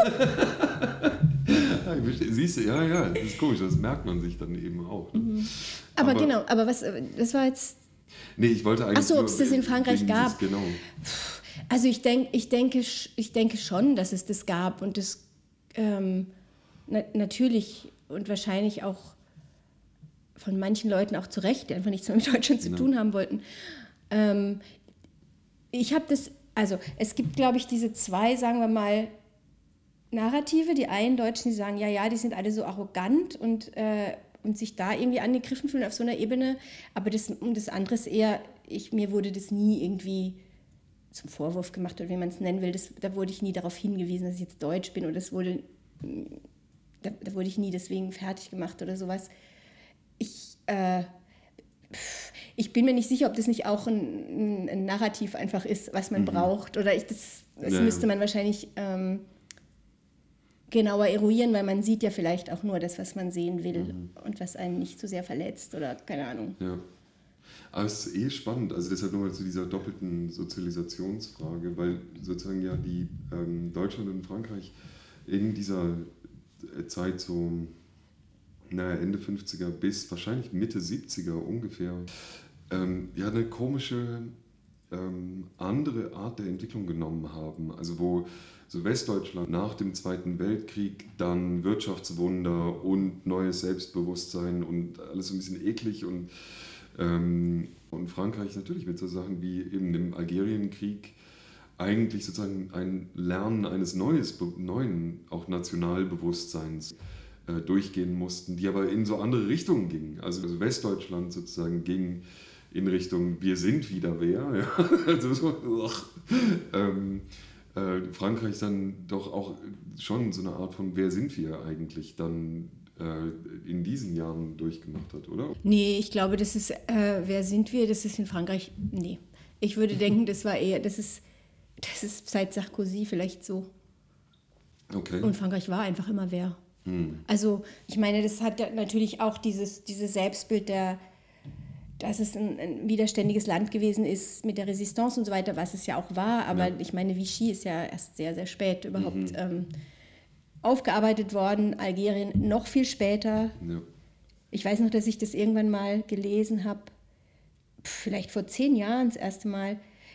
Siehst du, ja, ja, das ist komisch, das merkt man sich dann eben auch. Ne? Mhm. Aber, aber genau, aber was, das war jetzt... Nee, ich wollte eigentlich... Ach so, ob es das in Frankreich gab. Dieses, genau. Also ich, denk, ich, denke, ich denke schon, dass es das gab und das ähm, na, natürlich und wahrscheinlich auch von manchen Leuten auch zu Recht, die einfach nichts mehr mit Deutschland zu ja. tun haben wollten. Ähm, Ich habe das, also es gibt, glaube ich, diese zwei, sagen wir mal, Narrative. Die einen Deutschen, die sagen, ja, ja, die sind alle so arrogant und, äh, und sich da irgendwie angegriffen fühlen auf so einer Ebene. Aber das, und das andere ist eher, ich, mir wurde das nie irgendwie zum Vorwurf gemacht oder wie man es nennen will. Das, da wurde ich nie darauf hingewiesen, dass ich jetzt Deutsch bin oder das wurde, da, da wurde ich nie deswegen fertig gemacht oder sowas. Ich, äh, Ich bin mir nicht sicher, ob das nicht auch ein, ein Narrativ einfach ist, was man mhm. braucht. Oder ich, das, das ja, müsste man wahrscheinlich ähm, genauer eruieren, weil man sieht ja vielleicht auch nur das, was man sehen will mhm. und was einen nicht so sehr verletzt oder keine Ahnung. Ja, aber es ist eh spannend. Also deshalb nochmal zu dieser doppelten Sozialisationsfrage, weil sozusagen ja die ähm, Deutschland und Frankreich in dieser Zeit so... naja, Ende fünfziger bis wahrscheinlich Mitte siebziger ungefähr, ähm, ja, eine komische ähm, andere Art der Entwicklung genommen haben. Also wo so Westdeutschland nach dem Zweiten Weltkrieg dann Wirtschaftswunder und neues Selbstbewusstsein und alles so ein bisschen eklig und, ähm, und Frankreich natürlich mit so Sachen wie eben dem Algerienkrieg eigentlich sozusagen ein Lernen eines neues, neuen, auch Nationalbewusstseins durchgehen mussten, die aber in so andere Richtungen gingen. Also Westdeutschland sozusagen ging in Richtung wir sind wieder wer. Ja. Also so, ähm, äh, Frankreich dann doch auch schon so eine Art von wer sind wir eigentlich dann äh, in diesen Jahren durchgemacht hat, oder? Nee, ich glaube, das ist, äh, wer sind wir, das ist in Frankreich, nee. Ich würde denken, das war eher, das ist, das ist seit Sarkozy vielleicht so. Okay. Und Frankreich war einfach immer wer. Also ich meine, das hat ja natürlich auch dieses, dieses Selbstbild, der, dass es ein, ein widerständiges Land gewesen ist mit der Resistance und so weiter, was es ja auch war. Aber ja. ich meine, Vichy ist ja erst sehr, sehr spät überhaupt mhm. ähm, aufgearbeitet worden. Algerien noch viel später. Ja. Ich weiß noch, dass ich das irgendwann mal gelesen habe, vielleicht vor zehn Jahren das erste Mal.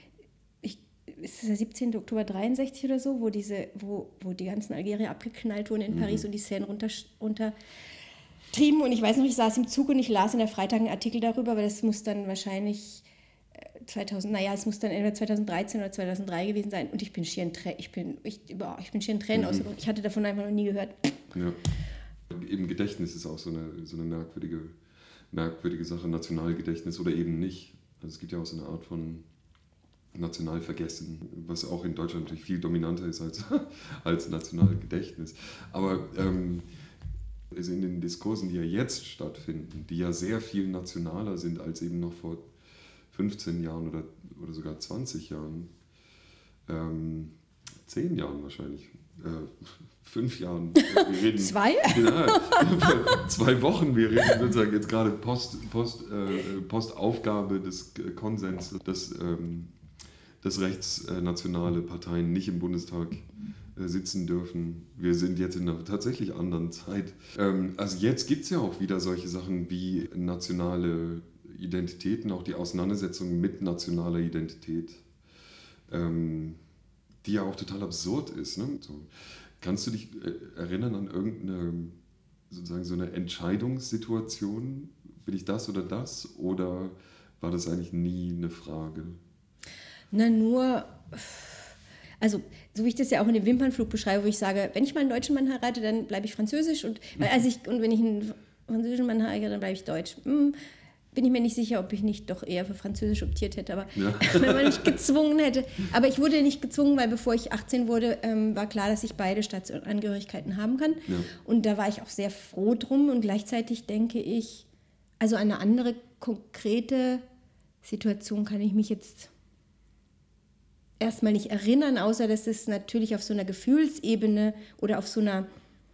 Ist das der siebzehnten Oktober dreiundsechzig oder so, wo, diese, wo, wo die ganzen Algerier abgeknallt wurden in mhm. Paris und die Seine runter, runtertrieben. Und ich weiß noch, ich saß im Zug und ich las in der Freitag einen Artikel darüber, aber das muss dann wahrscheinlich zweitausend, naja, es muss dann entweder zweitausenddreizehn oder zweitausenddrei gewesen sein. Und ich bin schier in Tränen, ich bin, ich, ich bin schier in Tränen mhm. ausgebrochen. Ich hatte davon einfach noch nie gehört. Ja. Eben Gedächtnis ist auch so eine, so eine merkwürdige, merkwürdige Sache, Nationalgedächtnis oder eben nicht. Also es gibt ja auch so eine Art von Nationalvergessen, was auch in Deutschland natürlich viel dominanter ist als, als Nationalgedächtnis. Aber ähm, also in den Diskursen, die ja jetzt stattfinden, die ja sehr viel nationaler sind als eben noch vor fünfzehn Jahren oder, oder sogar zwanzig Jahren, ähm, zehn Jahren wahrscheinlich, äh, fünf Jahren. Wir reden, zwei? Ja, zwei Wochen. Wir reden sozusagen jetzt gerade Post, Post, äh, Postaufgabe des Konsens, dass ähm, dass rechtsnationale Parteien nicht im Bundestag äh, sitzen dürfen. Wir sind jetzt in einer tatsächlich anderen Zeit. Ähm, also jetzt gibt es ja auch wieder solche Sachen wie nationale Identitäten, auch die Auseinandersetzung mit nationaler Identität, ähm, die ja auch total absurd ist. Ne? So, kannst du dich äh, erinnern an irgendeine, sozusagen so eine Entscheidungssituation? Bin ich das oder das? Oder war das eigentlich nie eine Frage? Na nur, also so wie ich das ja auch in dem Wimpernflug beschreibe, wo ich sage, wenn ich mal einen deutschen Mann heirate, dann bleibe ich französisch und, weil, also ich, und wenn ich einen französischen Mann heirate, dann bleibe ich deutsch. bin ich mir nicht sicher, ob ich nicht doch eher für Französisch optiert hätte, aber Ja. wenn man mich gezwungen hätte. Aber ich wurde nicht gezwungen, weil bevor ich achtzehn wurde, ähm, war klar, dass ich beide Staatsangehörigkeiten haben kann. Ja. Und da war ich auch sehr froh drum. Und gleichzeitig denke ich, also an eine andere konkrete Situation kann ich mich jetzt erstmal nicht erinnern, außer dass es natürlich auf so einer Gefühlsebene oder auf so einer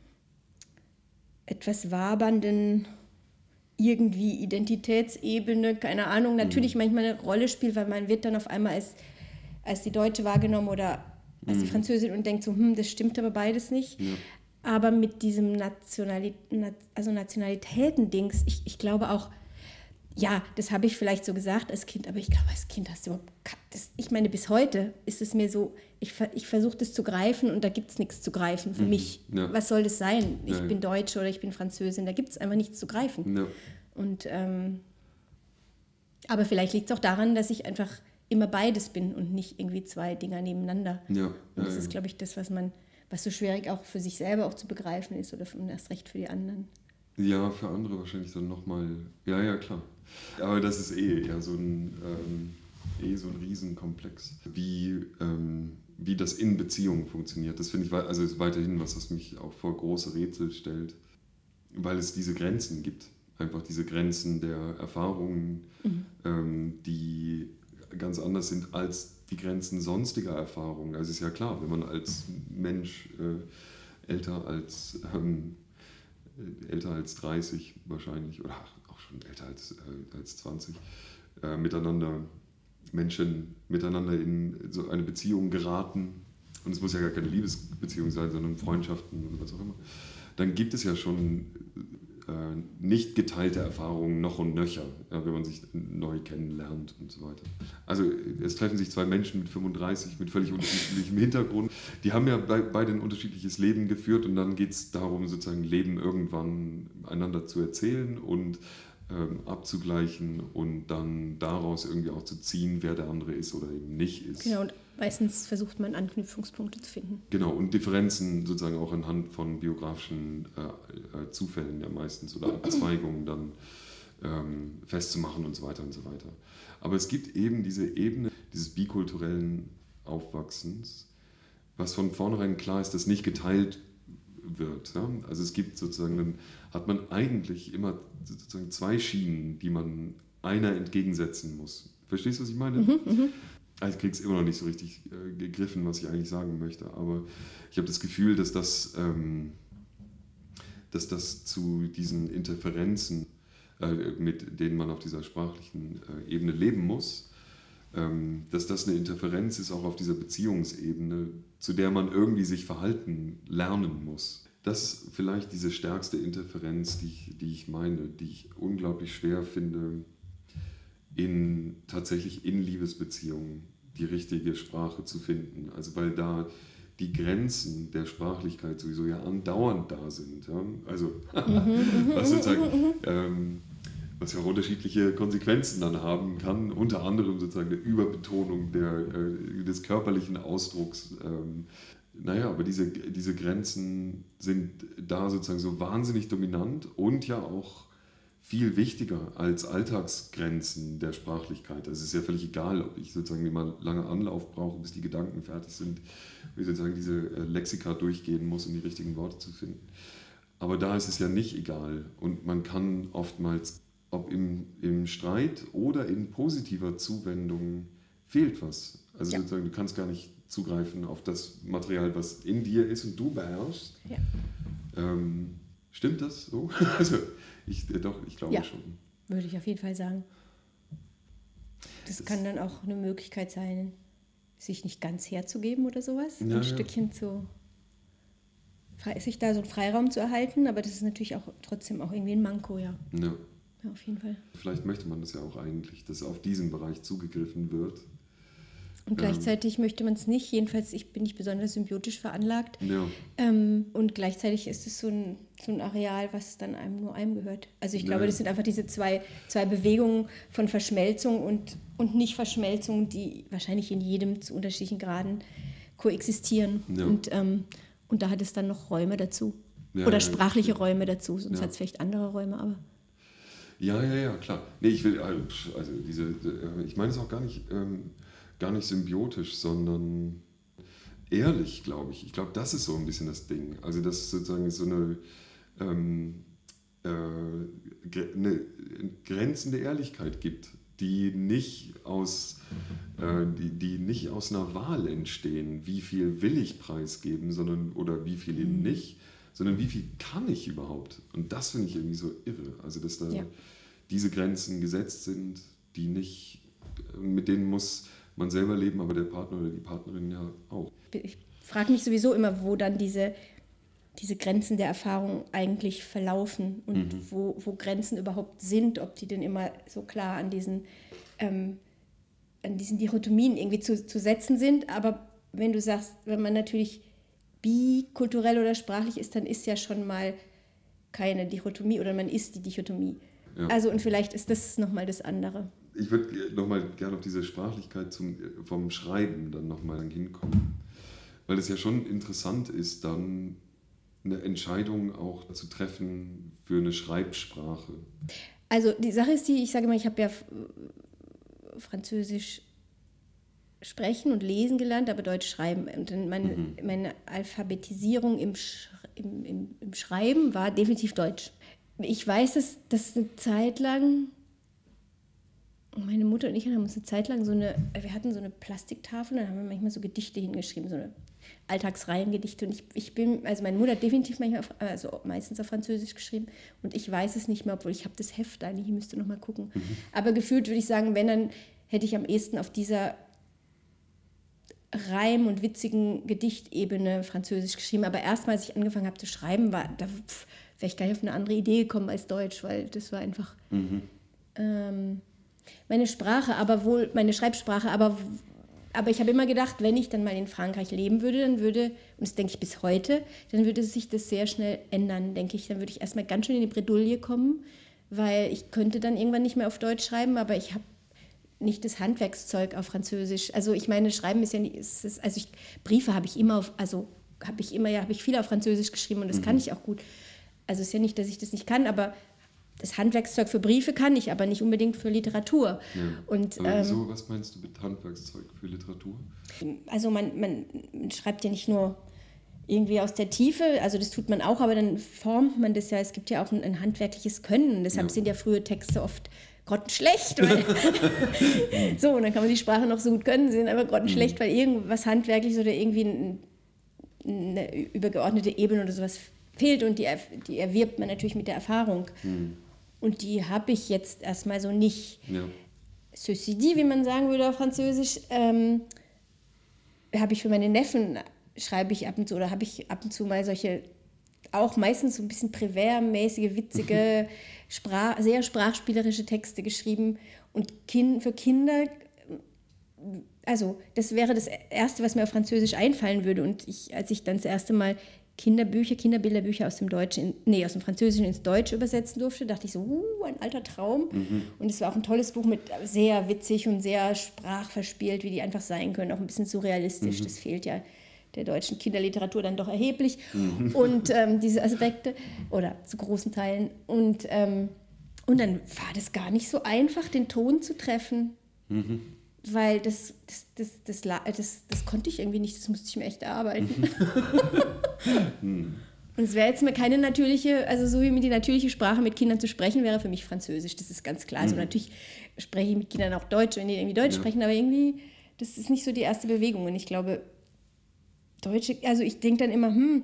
etwas wabernden irgendwie Identitätsebene, keine Ahnung, natürlich mhm. manchmal eine Rolle spielt, weil man wird dann auf einmal als, als die Deutsche wahrgenommen oder als mhm. die Französin und denkt so, hm, das stimmt aber beides nicht. Ja. Aber mit diesem Nationali- also Nationalitäten-Dings, ich, ich glaube auch, ja, das habe ich vielleicht so gesagt als Kind, aber ich glaube, als Kind hast du überhaupt, das, ich meine, bis heute ist es mir so, ich, ich versuche das zu greifen und da gibt es nichts zu greifen für mhm. mich. Ja. Was soll das sein? Ich ja, bin ja. Deutsche oder ich bin Französin, da gibt es einfach nichts zu greifen. Ja. Und, ähm, aber vielleicht liegt es auch daran, dass ich einfach immer beides bin und nicht irgendwie zwei Dinger nebeneinander. Ja. Und das ja, ist, glaube ich, das, was man, was so schwierig auch für sich selber auch zu begreifen ist oder erst recht für die anderen. Ja, für andere wahrscheinlich dann nochmal, ja, ja, klar. Aber das ist eh ja so ein, ähm, eh so ein Riesenkomplex, wie, ähm, wie das in Beziehungen funktioniert. Das finde ich, also ist weiterhin was, was mich auch vor große Rätsel stellt, weil es diese Grenzen gibt. Einfach diese Grenzen der Erfahrungen, mhm. ähm, die ganz anders sind als die Grenzen sonstiger Erfahrungen. Also ist ja klar, wenn man als Mensch äh, älter als... Ähm, älter als dreißig wahrscheinlich, oder auch schon älter als, äh, als zwanzig, äh, miteinander, Menschen miteinander in so eine Beziehung geraten, und es muss ja gar keine Liebesbeziehung sein, sondern Freundschaften oder was auch immer, dann gibt es ja schon äh, nicht geteilte Erfahrungen noch und nöcher, ja, wenn man sich neu kennenlernt und so weiter. Also es treffen sich zwei Menschen mit fünfunddreißig, mit völlig unterschiedlichem Hintergrund. Die haben ja bei, beide ein unterschiedliches Leben geführt und dann geht es darum, sozusagen Leben irgendwann einander zu erzählen und ähm, abzugleichen und dann daraus irgendwie auch zu ziehen, wer der andere ist oder eben nicht ist. Genau, und meistens versucht man Anknüpfungspunkte zu finden. Genau, und Differenzen sozusagen auch anhand von biografischen äh, äh, Zufällen ja meistens oder Abzweigungen dann ähm, festzumachen und so weiter und so weiter. Aber es gibt eben diese Ebene dieses bikulturellen Aufwachsens, was von vornherein klar ist, dass nicht geteilt wird. Ja? Also es gibt sozusagen, dann hat man eigentlich immer sozusagen zwei Schienen, die man einer entgegensetzen muss. Verstehst du, was ich meine? Mhm, ich kriege es immer noch nicht so richtig äh, gegriffen, was ich eigentlich sagen möchte, aber ich habe das Gefühl, dass das, ähm, dass das zu diesen Interferenzen, äh, mit denen man auf dieser sprachlichen äh, Ebene leben muss, ähm, dass das eine Interferenz ist auch auf dieser Beziehungsebene, zu der man irgendwie sich verhalten lernen muss. Das ist vielleicht diese stärkste Interferenz, die ich, die ich meine, die ich unglaublich schwer finde, in, tatsächlich in Liebesbeziehungen die richtige Sprache zu finden. Also weil da die Grenzen der Sprachlichkeit sowieso ja andauernd da sind. Ja? Also was sozusagen, ähm, was ja auch unterschiedliche Konsequenzen dann haben kann, unter anderem sozusagen eine Überbetonung der, äh, des körperlichen Ausdrucks. Ähm, naja, aber diese, diese Grenzen sind da sozusagen so wahnsinnig dominant und ja auch viel wichtiger als Alltagsgrenzen der Sprachlichkeit. Also es ist ja völlig egal, ob ich sozusagen immer lange Anlauf brauche, bis die Gedanken fertig sind, wie sozusagen diese Lexika durchgehen muss, um die richtigen Worte zu finden. Aber da ist es ja nicht egal und man kann oftmals, ob im, im Streit oder in positiver Zuwendung, fehlt was. Also ja. sozusagen, du kannst gar nicht zugreifen auf das Material, was in dir ist und du beherrschst. Ja. Ähm, stimmt das so? Also ich, äh, doch, ich glaube ja, schon. Würde ich auf jeden Fall sagen. Das, das kann dann auch eine Möglichkeit sein, sich nicht ganz herzugeben oder sowas. Ja, ein ja. Stückchen zu, sich da so einen Freiraum zu erhalten, aber das ist natürlich auch trotzdem auch irgendwie ein Manko, ja. Ja. Ja, auf jeden Fall. Vielleicht möchte man das ja auch eigentlich, dass auf diesen Bereich zugegriffen wird. Und gleichzeitig ähm, möchte man es nicht, jedenfalls ich bin nicht besonders symbiotisch veranlagt. Ja. Ähm, und gleichzeitig ist es so ein, so ein Areal, was dann einem nur einem gehört. Also ich glaube, ja. das sind einfach diese zwei, zwei Bewegungen von Verschmelzung und, und Nicht-Verschmelzung, die wahrscheinlich in jedem zu unterschiedlichen Graden koexistieren. Ja. Und, ähm, und da hat es dann noch Räume dazu. Ja, Oder sprachliche ja, Räume dazu, sonst ja. hat es vielleicht andere Räume, aber... Ja, ja, ja, klar. Nee, ich will, also diese, ich meine es auch gar nicht, ähm, gar nicht symbiotisch, sondern ehrlich, glaube ich. Ich glaube, das ist so ein bisschen das Ding. Also, dass sozusagen so eine, ähm, äh, eine grenzende Ehrlichkeit gibt, die nicht aus, äh, die, die nicht aus einer Wahl entstehen, wie viel will ich preisgeben, sondern oder wie viel eben nicht, sondern wie viel kann ich überhaupt? Und das finde ich irgendwie so irre. Also, dass da ja. diese Grenzen gesetzt sind, die nicht, mit denen muss man selber leben, aber der Partner oder die Partnerin ja auch. Ich frage mich sowieso immer, wo dann diese, diese Grenzen der Erfahrung eigentlich verlaufen und mhm. wo, wo Grenzen überhaupt sind, ob die denn immer so klar an diesen, ähm, an diesen Dichotomien irgendwie zu, zu setzen sind. Aber wenn du sagst, wenn man natürlich bikulturell oder sprachlich ist, dann ist ja schon mal keine Dichotomie oder man ist die Dichotomie. Ja. Also und vielleicht ist das nochmal das andere. Ich würde nochmal gerne auf diese Sprachlichkeit zum, vom Schreiben dann nochmal hinkommen. Weil es ja schon interessant ist, dann eine Entscheidung auch zu treffen für eine Schreibsprache. Also die Sache ist die, ich sage mal, ich habe ja Französisch sprechen und lesen gelernt, aber Deutsch schreiben. Und meine, mhm. meine Alphabetisierung im, Sch- im, im, im Schreiben war definitiv Deutsch. Ich weiß, dass, dass eine Zeit lang, meine Mutter und ich haben uns eine Zeit lang so eine, wir hatten so eine Plastiktafel, da haben wir manchmal so Gedichte hingeschrieben, so eine Alltagsreihengedichte. Und ich, ich bin, also meine Mutter hat definitiv manchmal, auf, also meistens auf Französisch geschrieben und ich weiß es nicht mehr, obwohl ich habe das Heft eigentlich, ich müsste noch mal gucken. Mhm. Aber gefühlt würde ich sagen, wenn, dann hätte ich am ehesten auf dieser Reim- und witzigen Gedichtebene Französisch geschrieben. Aber erst mal, als ich angefangen habe zu schreiben, war, da wäre ich gar nicht auf eine andere Idee gekommen als Deutsch, weil das war einfach mhm. ähm, meine Sprache, aber wohl meine Schreibsprache. Aber, aber ich habe immer gedacht, wenn ich dann mal in Frankreich leben würde, dann würde, und das denke ich bis heute, dann würde sich das sehr schnell ändern, denke ich. Dann würde ich erstmal ganz schön in die Bredouille kommen, weil ich könnte dann irgendwann nicht mehr auf Deutsch schreiben, aber ich habe nicht das Handwerkszeug auf Französisch. Also ich meine, Schreiben ist ja nicht, ist, ist, also ich, Briefe habe ich immer auf, also habe ich immer, ja, habe ich viel auf Französisch geschrieben und das mhm. kann ich auch gut. Also es ist ja nicht, dass ich das nicht kann, aber das Handwerkszeug für Briefe kann ich, aber nicht unbedingt für Literatur. Ja. Und, aber wieso, ähm, was meinst du mit Handwerkszeug für Literatur? Also man, man, man schreibt ja nicht nur irgendwie aus der Tiefe, also das tut man auch, aber dann formt man das ja, es gibt ja auch ein, ein handwerkliches Können, deshalb ja. sind ja frühe Texte oft grottenschlecht. Weil so, und dann kann man die Sprache noch so gut können, sind aber grottenschlecht, mhm. weil irgendwas Handwerkliches oder irgendwie ein, eine übergeordnete Ebene oder sowas fehlt und die, die erwirbt man natürlich mit der Erfahrung. Mhm. Und die habe ich jetzt erstmal so nicht. Ja. Ceci dit, wie man sagen würde auf Französisch, ähm, habe ich für meine Neffen, schreibe ich ab und zu, oder habe ich ab und zu mal solche, auch meistens so ein bisschen Prévert-mäßige, witzige, Sprach, sehr sprachspielerische Texte geschrieben. Und kind, für Kinder, also das wäre das Erste, was mir auf Französisch einfallen würde. Und ich, als ich dann das erste Mal Kinderbücher, Kinderbilderbücher aus dem Deutschen, in, nee, aus dem Französischen ins Deutsche übersetzen durfte, dachte ich so, uh, ein alter Traum. Mhm. Und es war auch ein tolles Buch mit sehr witzig und sehr sprachverspielt, wie die einfach sein können, auch ein bisschen surrealistisch. Mhm. Das fehlt ja der deutschen Kinderliteratur dann doch erheblich. Mhm. Und ähm, diese Aspekte, oder zu großen Teilen. Und, ähm, und dann war das gar nicht so einfach, den Ton zu treffen. Mhm. Weil das, das, das, das, das, das, das konnte ich irgendwie nicht, das musste ich mir echt erarbeiten. Und es wäre jetzt mal keine natürliche, also so wie mir die natürliche Sprache mit Kindern zu sprechen, wäre für mich Französisch, das ist ganz klar. Also mhm. natürlich spreche ich mit Kindern auch Deutsch, wenn die irgendwie Deutsch ja. sprechen, aber irgendwie, das ist nicht so die erste Bewegung. Und ich glaube, Deutsche, also ich denke dann immer, hm,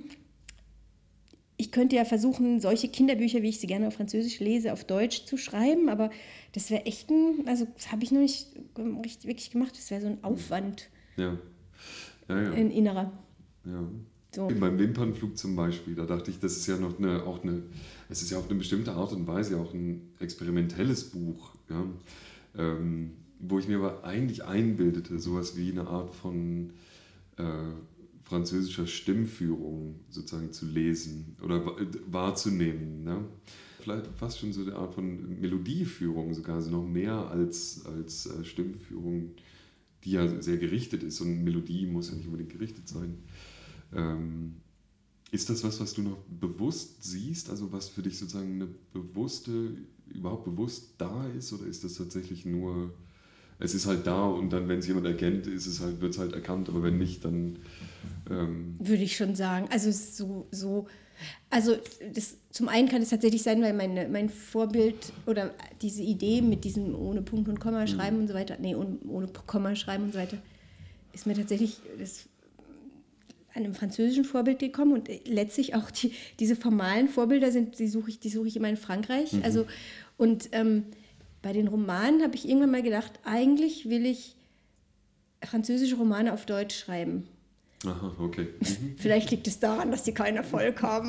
ich könnte ja versuchen, solche Kinderbücher, wie ich sie gerne auf Französisch lese, auf Deutsch zu schreiben, aber das wäre echt ein, also das habe ich noch nicht richtig, wirklich gemacht, das wäre so ein Aufwand. Ja. Ja, ja. Ein innerer. Ja. So. Beim Wimpernflug zum Beispiel, da dachte ich, das ist ja noch eine, auch eine, es ist ja auf eine bestimmte Art und Weise auch ein experimentelles Buch, ja, ähm, wo ich mir aber eigentlich einbildete, sowas wie eine Art von äh, französischer Stimmführung sozusagen zu lesen oder wahrzunehmen. Ne? Vielleicht fast schon so eine Art von Melodieführung sogar, also noch mehr als, als Stimmführung, die ja sehr gerichtet ist. Und Melodie muss ja nicht unbedingt gerichtet sein. Ähm, Ist das was, was du noch bewusst siehst? Also was für dich sozusagen eine bewusste, überhaupt bewusst da ist? Oder ist das tatsächlich nur, es ist halt da und dann, wenn es jemand erkennt, ist es halt, wird es halt erkannt, aber wenn nicht, dann... Ähm Würde ich schon sagen. Also so, so also das, zum einen kann es tatsächlich sein, weil meine, mein Vorbild oder diese Idee mit diesem ohne Punkt und Komma schreiben mhm. und so weiter, nee, ohne, ohne Komma schreiben und so weiter, ist mir tatsächlich das an einem französischen Vorbild gekommen und letztlich auch die, diese formalen Vorbilder sind, die suche ich, die suche ich immer in Frankreich. Mhm. Also, und ähm, bei den Romanen habe ich irgendwann mal gedacht, eigentlich will ich französische Romane auf Deutsch schreiben. Aha, okay. Mhm. Vielleicht liegt es daran, dass die keinen Erfolg haben.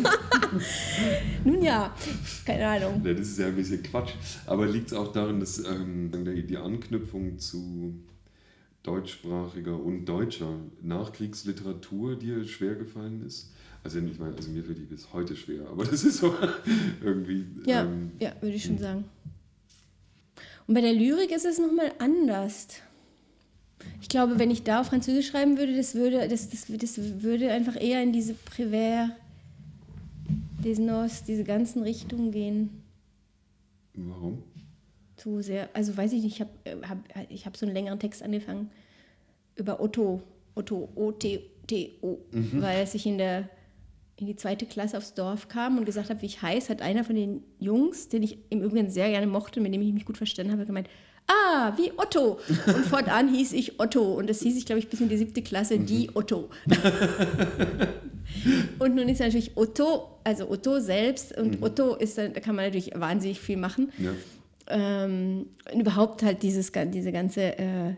Nun ja, keine Ahnung. Ja, das ist ja ein bisschen Quatsch. Aber liegt es auch daran, dass ähm, die Anknüpfung zu deutschsprachiger und deutscher Nachkriegsliteratur dir schwer gefallen ist? Also ich meine, also mir fällt die bis heute schwer, aber das ist so irgendwie... Ja, ähm, ja, würde ich schon mh. sagen. Und bei der Lyrik ist es nochmal anders. Ich glaube, wenn ich da auf Französisch schreiben würde, das würde, das, das, das würde einfach eher in diese Prévert, des Nos, diese ganzen Richtungen gehen. Warum? Zu sehr, also weiß ich nicht, ich habe hab, ich hab so einen längeren Text angefangen über Otto, Otto, O T T O, mhm. weil als ich in, der, in die zweite Klasse aufs Dorf kam und gesagt habe, wie ich heiße, hat einer von den Jungs, den ich im Übrigen sehr gerne mochte, mit dem ich mich gut verstanden habe, gemeint, ah, wie Otto. Und fortan hieß ich Otto. Und das hieß ich, glaube ich, bis in die siebte Klasse, mhm. die Otto. Und nun ist natürlich Otto, also Otto selbst. Und mhm. Otto ist, da kann man natürlich wahnsinnig viel machen. Ja. Ähm, und überhaupt halt dieses, diese ganze äh,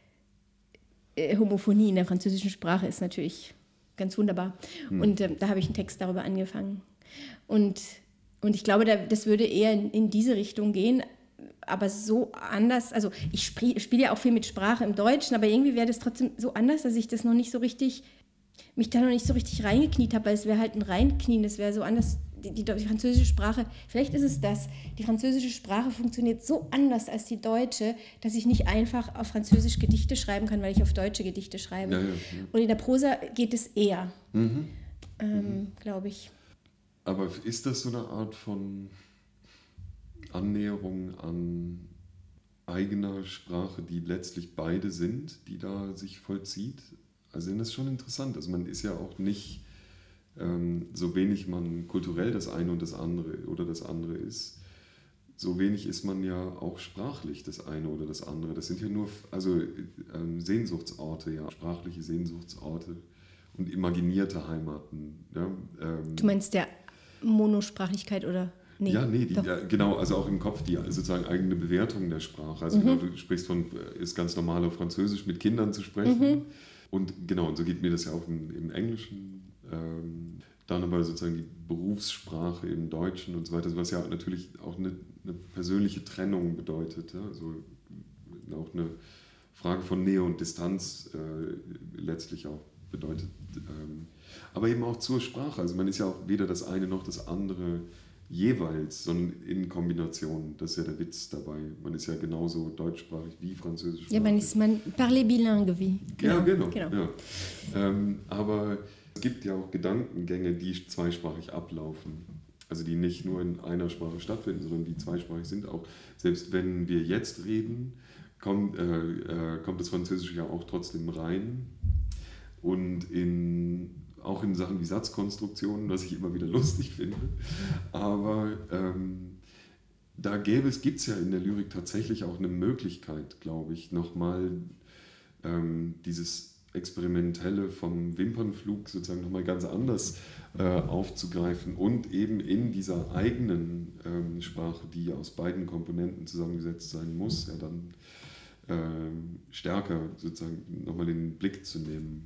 Homophonie in der französischen Sprache ist natürlich ganz wunderbar. Mhm. Und äh, da habe ich einen Text darüber angefangen. Und, und ich glaube, da, das würde eher in, in diese Richtung gehen, aber so anders, also ich spiele spiel ja auch viel mit Sprache im Deutschen, aber irgendwie wäre das trotzdem so anders, dass ich das noch nicht so richtig, mich da noch nicht so richtig reingekniet habe, weil es wäre halt ein Reinknien, das wäre so anders, die, die, die französische Sprache, vielleicht ist es das, die französische Sprache funktioniert so anders als die deutsche, dass ich nicht einfach auf Französisch Gedichte schreiben kann, weil ich auf deutsche Gedichte schreibe. Ja, ja, ja. Und in der Prosa geht es eher, mhm. ähm, mhm. glaube ich. Aber ist das so eine Art von Annäherung an eigener Sprache, die letztlich beide sind, die da sich vollzieht? Also das ist schon interessant. Also man ist ja auch nicht, ähm, so wenig man kulturell das eine und das andere oder das andere ist, so wenig ist man ja auch sprachlich das eine oder das andere. Das sind ja nur also ähm, Sehnsuchtsorte, ja, sprachliche Sehnsuchtsorte und imaginierte Heimaten. Ja, ähm, du meinst der Monosprachlichkeit oder? Nee, ja, nee, die, ja, genau, also auch im Kopf die sozusagen eigene Bewertung der Sprache. Also mhm. genau, du sprichst von, ist ganz normal auf Französisch mit Kindern zu sprechen. Mhm. Und genau, und so geht mir das ja auch im, im Englischen. Ähm, dann aber sozusagen die Berufssprache im Deutschen und so weiter, was ja natürlich auch eine, eine persönliche Trennung bedeutet. Ja? Also auch eine Frage von Nähe und Distanz äh, letztlich auch bedeutet. Ähm, aber eben auch zur Sprache. Also man ist ja auch weder das eine noch das andere jeweils, sondern in Kombination. Das ist ja der Witz dabei. Man ist ja genauso deutschsprachig wie französischsprachig. Ja, man ist man parle bilingue wie. Genau. Ja, genau. genau. Ja. Ähm, aber es gibt ja auch Gedankengänge, die zweisprachig ablaufen. Also die nicht nur in einer Sprache stattfinden, sondern die zweisprachig sind auch. Selbst wenn wir jetzt reden, kommt, äh, äh, kommt das Französische ja auch trotzdem rein. Und in auch in Sachen wie Satzkonstruktionen, was ich immer wieder lustig finde. Aber ähm, da gäbe es, gibt es ja in der Lyrik tatsächlich auch eine Möglichkeit, glaube ich, nochmal ähm, dieses Experimentelle vom Wimpernflug sozusagen nochmal ganz anders äh, aufzugreifen und eben in dieser eigenen ähm, Sprache, die aus beiden Komponenten zusammengesetzt sein muss, ja dann äh, stärker sozusagen nochmal in den Blick zu nehmen.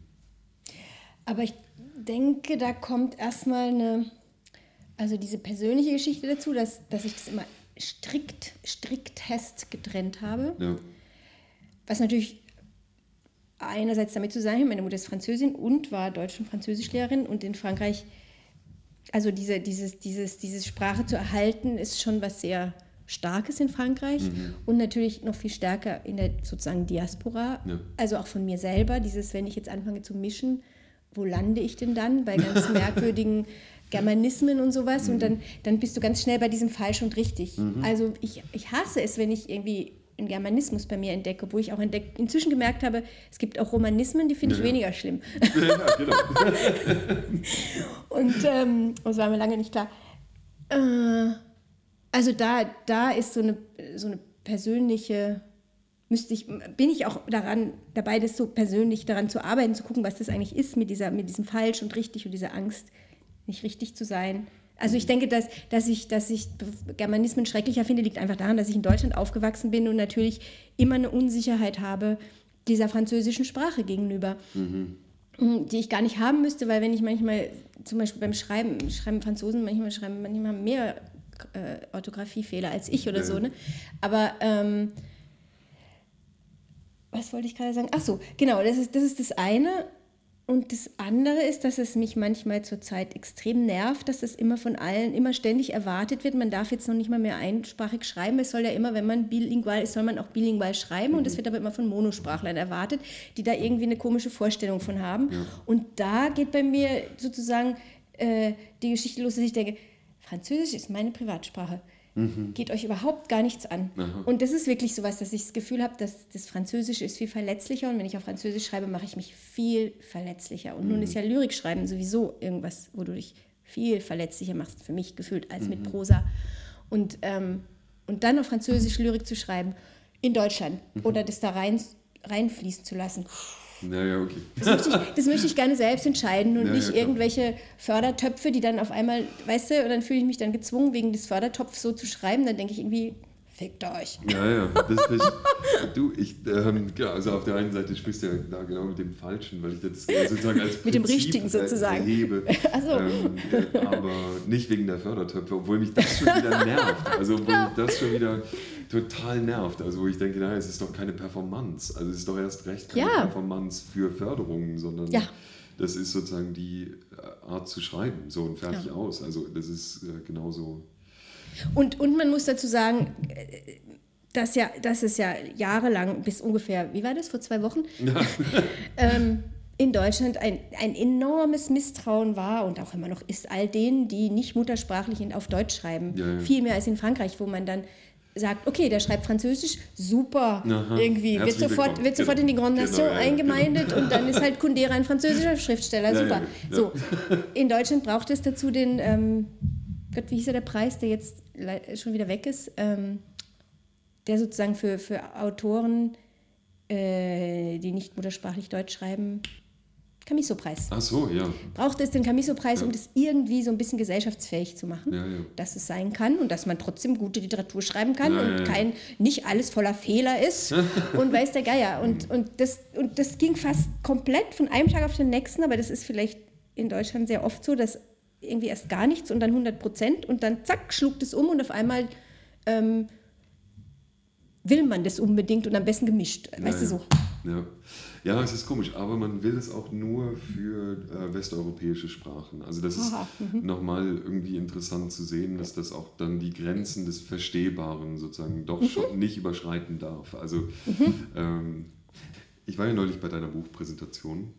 Aber ich denke, da kommt erstmal eine, also diese persönliche Geschichte dazu, dass, dass ich das immer strikt, striktest getrennt habe. Ja. Was natürlich einerseits damit zusammenhängt, meine Mutter ist Französin und war Deutsch- und Französischlehrerin und in Frankreich, also diese, dieses, dieses, diese Sprache zu erhalten, ist schon was sehr Starkes in Frankreich mhm. und natürlich noch viel stärker in der sozusagen Diaspora, ja. Also auch von mir selber, dieses, wenn ich jetzt anfange zu mischen, wo lande ich denn dann? Bei ganz merkwürdigen Germanismen und sowas. Mhm. Und dann, dann bist du ganz schnell bei diesem falsch und richtig. Mhm. Also ich, ich hasse es, wenn ich irgendwie einen Germanismus bei mir entdecke, obwohl ich auch entdeck, inzwischen gemerkt habe, es gibt auch Romanismen, die finde ich ja. weniger schlimm. Ja, genau. Und ähm, das war mir lange nicht klar. Äh, also da, da ist so eine, so eine persönliche, müsste ich, bin ich auch daran, dabei, das so persönlich daran zu arbeiten, zu gucken, was das eigentlich ist mit, dieser, mit diesem Falsch und Richtig und dieser Angst, nicht richtig zu sein. Also ich denke, dass, dass, ich, dass ich Germanismen schrecklicher finde, liegt einfach daran, dass ich in Deutschland aufgewachsen bin und natürlich immer eine Unsicherheit habe dieser französischen Sprache gegenüber, mhm. die ich gar nicht haben müsste, weil wenn ich manchmal, zum Beispiel beim Schreiben, schreiben Franzosen, manchmal schreiben manchmal mehr äh, Orthographiefehler als ich oder ja. so, ne? Aber ähm, was wollte ich gerade sagen? Ach so, genau, das ist, das ist das eine. Und das andere ist, dass es mich manchmal zurzeit extrem nervt, dass das immer von allen, immer ständig erwartet wird. Man darf jetzt noch nicht mal mehr einsprachig schreiben. Es soll ja immer, wenn man bilingual ist, soll man auch bilingual schreiben. Mhm. Und das wird aber immer von Monosprachlern erwartet, die da irgendwie eine komische Vorstellung von haben. Ja. Und da geht bei mir sozusagen äh, die Geschichte los, dass ich denke, Französisch ist meine Privatsprache. Mhm. Geht euch überhaupt gar nichts an. Aha. Und das ist wirklich sowas, dass ich das Gefühl habe, dass das Französische ist viel verletzlicher und wenn ich auf Französisch schreibe, mache ich mich viel verletzlicher. Und mhm. nun ist ja Lyrik schreiben sowieso irgendwas, wo du dich viel verletzlicher machst, für mich gefühlt, als mhm. mit Prosa. Und, ähm, und dann auf Französisch Lyrik zu schreiben, in Deutschland, mhm. oder das da rein, reinfließen zu lassen. Naja, okay. Das möchte, ich, das möchte ich gerne selbst entscheiden und ja, nicht ja, irgendwelche Fördertöpfe, die dann auf einmal, weißt du, und dann fühle ich mich dann gezwungen, wegen des Fördertopfs so zu schreiben, dann denke ich irgendwie, fickt euch. Ja, ja, das ich, du, ich, ähm, ja, also auf der einen Seite sprichst du ja da genau mit dem Falschen, weil ich das sozusagen als Prinzip mit dem Richtigen sozusagen erhebe, so. ähm, aber nicht wegen der Fördertöpfe, obwohl mich das schon wieder nervt, also obwohl mich das schon wieder total nervt, also wo ich denke, naja, es ist doch keine Performance, also es ist doch erst recht keine ja. Performance für Förderungen, sondern ja. das ist sozusagen die Art zu schreiben, so und fertig ja. aus, also das ist äh, genauso. Und, und man muss dazu sagen, dass, ja, dass es ja jahrelang, bis ungefähr, wie war das, vor zwei Wochen, ja. ähm, in Deutschland ein, ein enormes Misstrauen war und auch immer noch ist all denen, die nicht muttersprachlich auf Deutsch schreiben. Ja, ja. Viel mehr als in Frankreich, wo man dann sagt, okay, der schreibt Französisch, super, Aha. irgendwie, wird sofort, wird sofort in die Grande Nation genau, ja, eingemeindet genau. und dann ist halt Kundera ein französischer Schriftsteller, ja, super. Ja, ja. So, in Deutschland braucht es dazu den, ähm, Gott, wie hieß der Preis, der jetzt schon wieder weg ist, ähm, der sozusagen für, für Autoren, äh, die nicht muttersprachlich Deutsch schreiben, Camisso-Preis. Ach so, ja. Braucht es den Camisso-Preis, ja. um das irgendwie so ein bisschen gesellschaftsfähig zu machen, ja, ja. dass es sein kann und dass man trotzdem gute Literatur schreiben kann ja, und ja, ja. kein, nicht alles voller Fehler ist und weiß der Geier. Und, und, das, und das ging fast komplett von einem Tag auf den nächsten, aber das ist vielleicht in Deutschland sehr oft so, dass irgendwie erst gar nichts und dann hundert Prozent und dann zack, schlug das um und auf einmal ähm, will man das unbedingt und am besten gemischt, ja, weißt ja. du so. Ja. ja, es ist komisch, aber man will es auch nur für äh, westeuropäische Sprachen. Also das ist mhm. nochmal irgendwie interessant zu sehen, dass das auch dann die Grenzen des Verstehbaren sozusagen doch mhm. schon nicht überschreiten darf. Also mhm. ähm, ich war ja neulich bei deiner Buchpräsentation.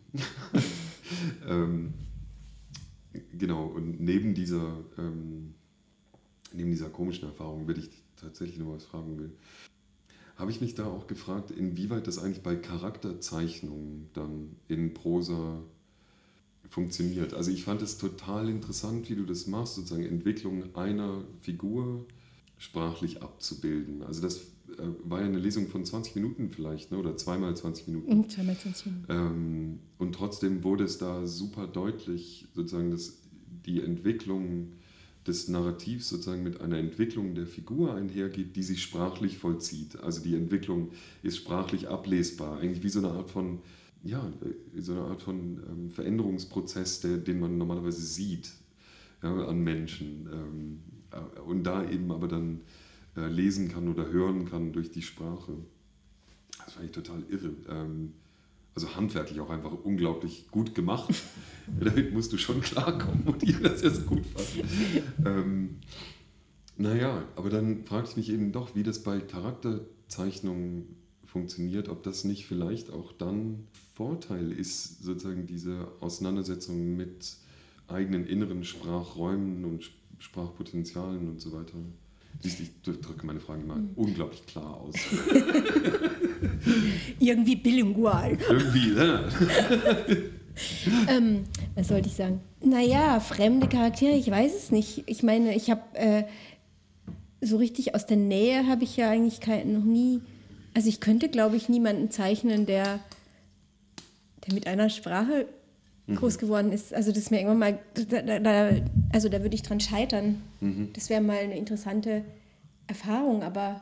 ähm, Genau, und neben dieser, ähm, neben dieser komischen Erfahrung, wenn ich dich tatsächlich noch was fragen will, habe ich mich da auch gefragt, inwieweit das eigentlich bei Charakterzeichnungen dann in Prosa funktioniert. Also ich fand es total interessant, wie du das machst, sozusagen Entwicklung einer Figur sprachlich abzubilden. Also das äh, war ja eine Lesung von zwanzig Minuten vielleicht, ne? Oder zweimal zwanzig Minuten. Mhm, zweimal zwanzig Minuten. Ähm, und trotzdem wurde es da super deutlich, sozusagen, dass die Entwicklung des Narrativs sozusagen mit einer Entwicklung der Figur einhergeht, die sich sprachlich vollzieht. Also die Entwicklung ist sprachlich ablesbar, eigentlich wie so eine Art von, ja, so eine Art von ähm, Veränderungsprozess, der, den man normalerweise sieht, ja, an Menschen. Ähm, und da eben aber dann äh, lesen kann oder hören kann durch die Sprache. Das fand ich total irre. Ähm, also handwerklich auch einfach unglaublich gut gemacht. Damit musst du schon klarkommen und ihr das jetzt gut fand. Ähm, naja, aber dann fragte ich mich eben doch, wie das bei Charakterzeichnungen funktioniert, ob das nicht vielleicht auch dann Vorteil ist, sozusagen diese Auseinandersetzung mit eigenen inneren Sprachräumen und Sprachpotenzialen und so weiter. Siehst, ich drücke meine Fragen mal mhm. unglaublich klar aus. Irgendwie bilingual. Irgendwie, ja. ähm, was sollte ich sagen? Naja, fremde Charaktere, ich weiß es nicht. Ich meine, ich habe äh, so richtig aus der Nähe habe ich ja eigentlich kein, noch nie, also ich könnte, glaube ich, niemanden zeichnen, der, der mit einer Sprache mhm. groß geworden ist. Also das ist mir irgendwann mal, da, da, also da würde ich dran scheitern. Mhm. Das wäre mal eine interessante Erfahrung, aber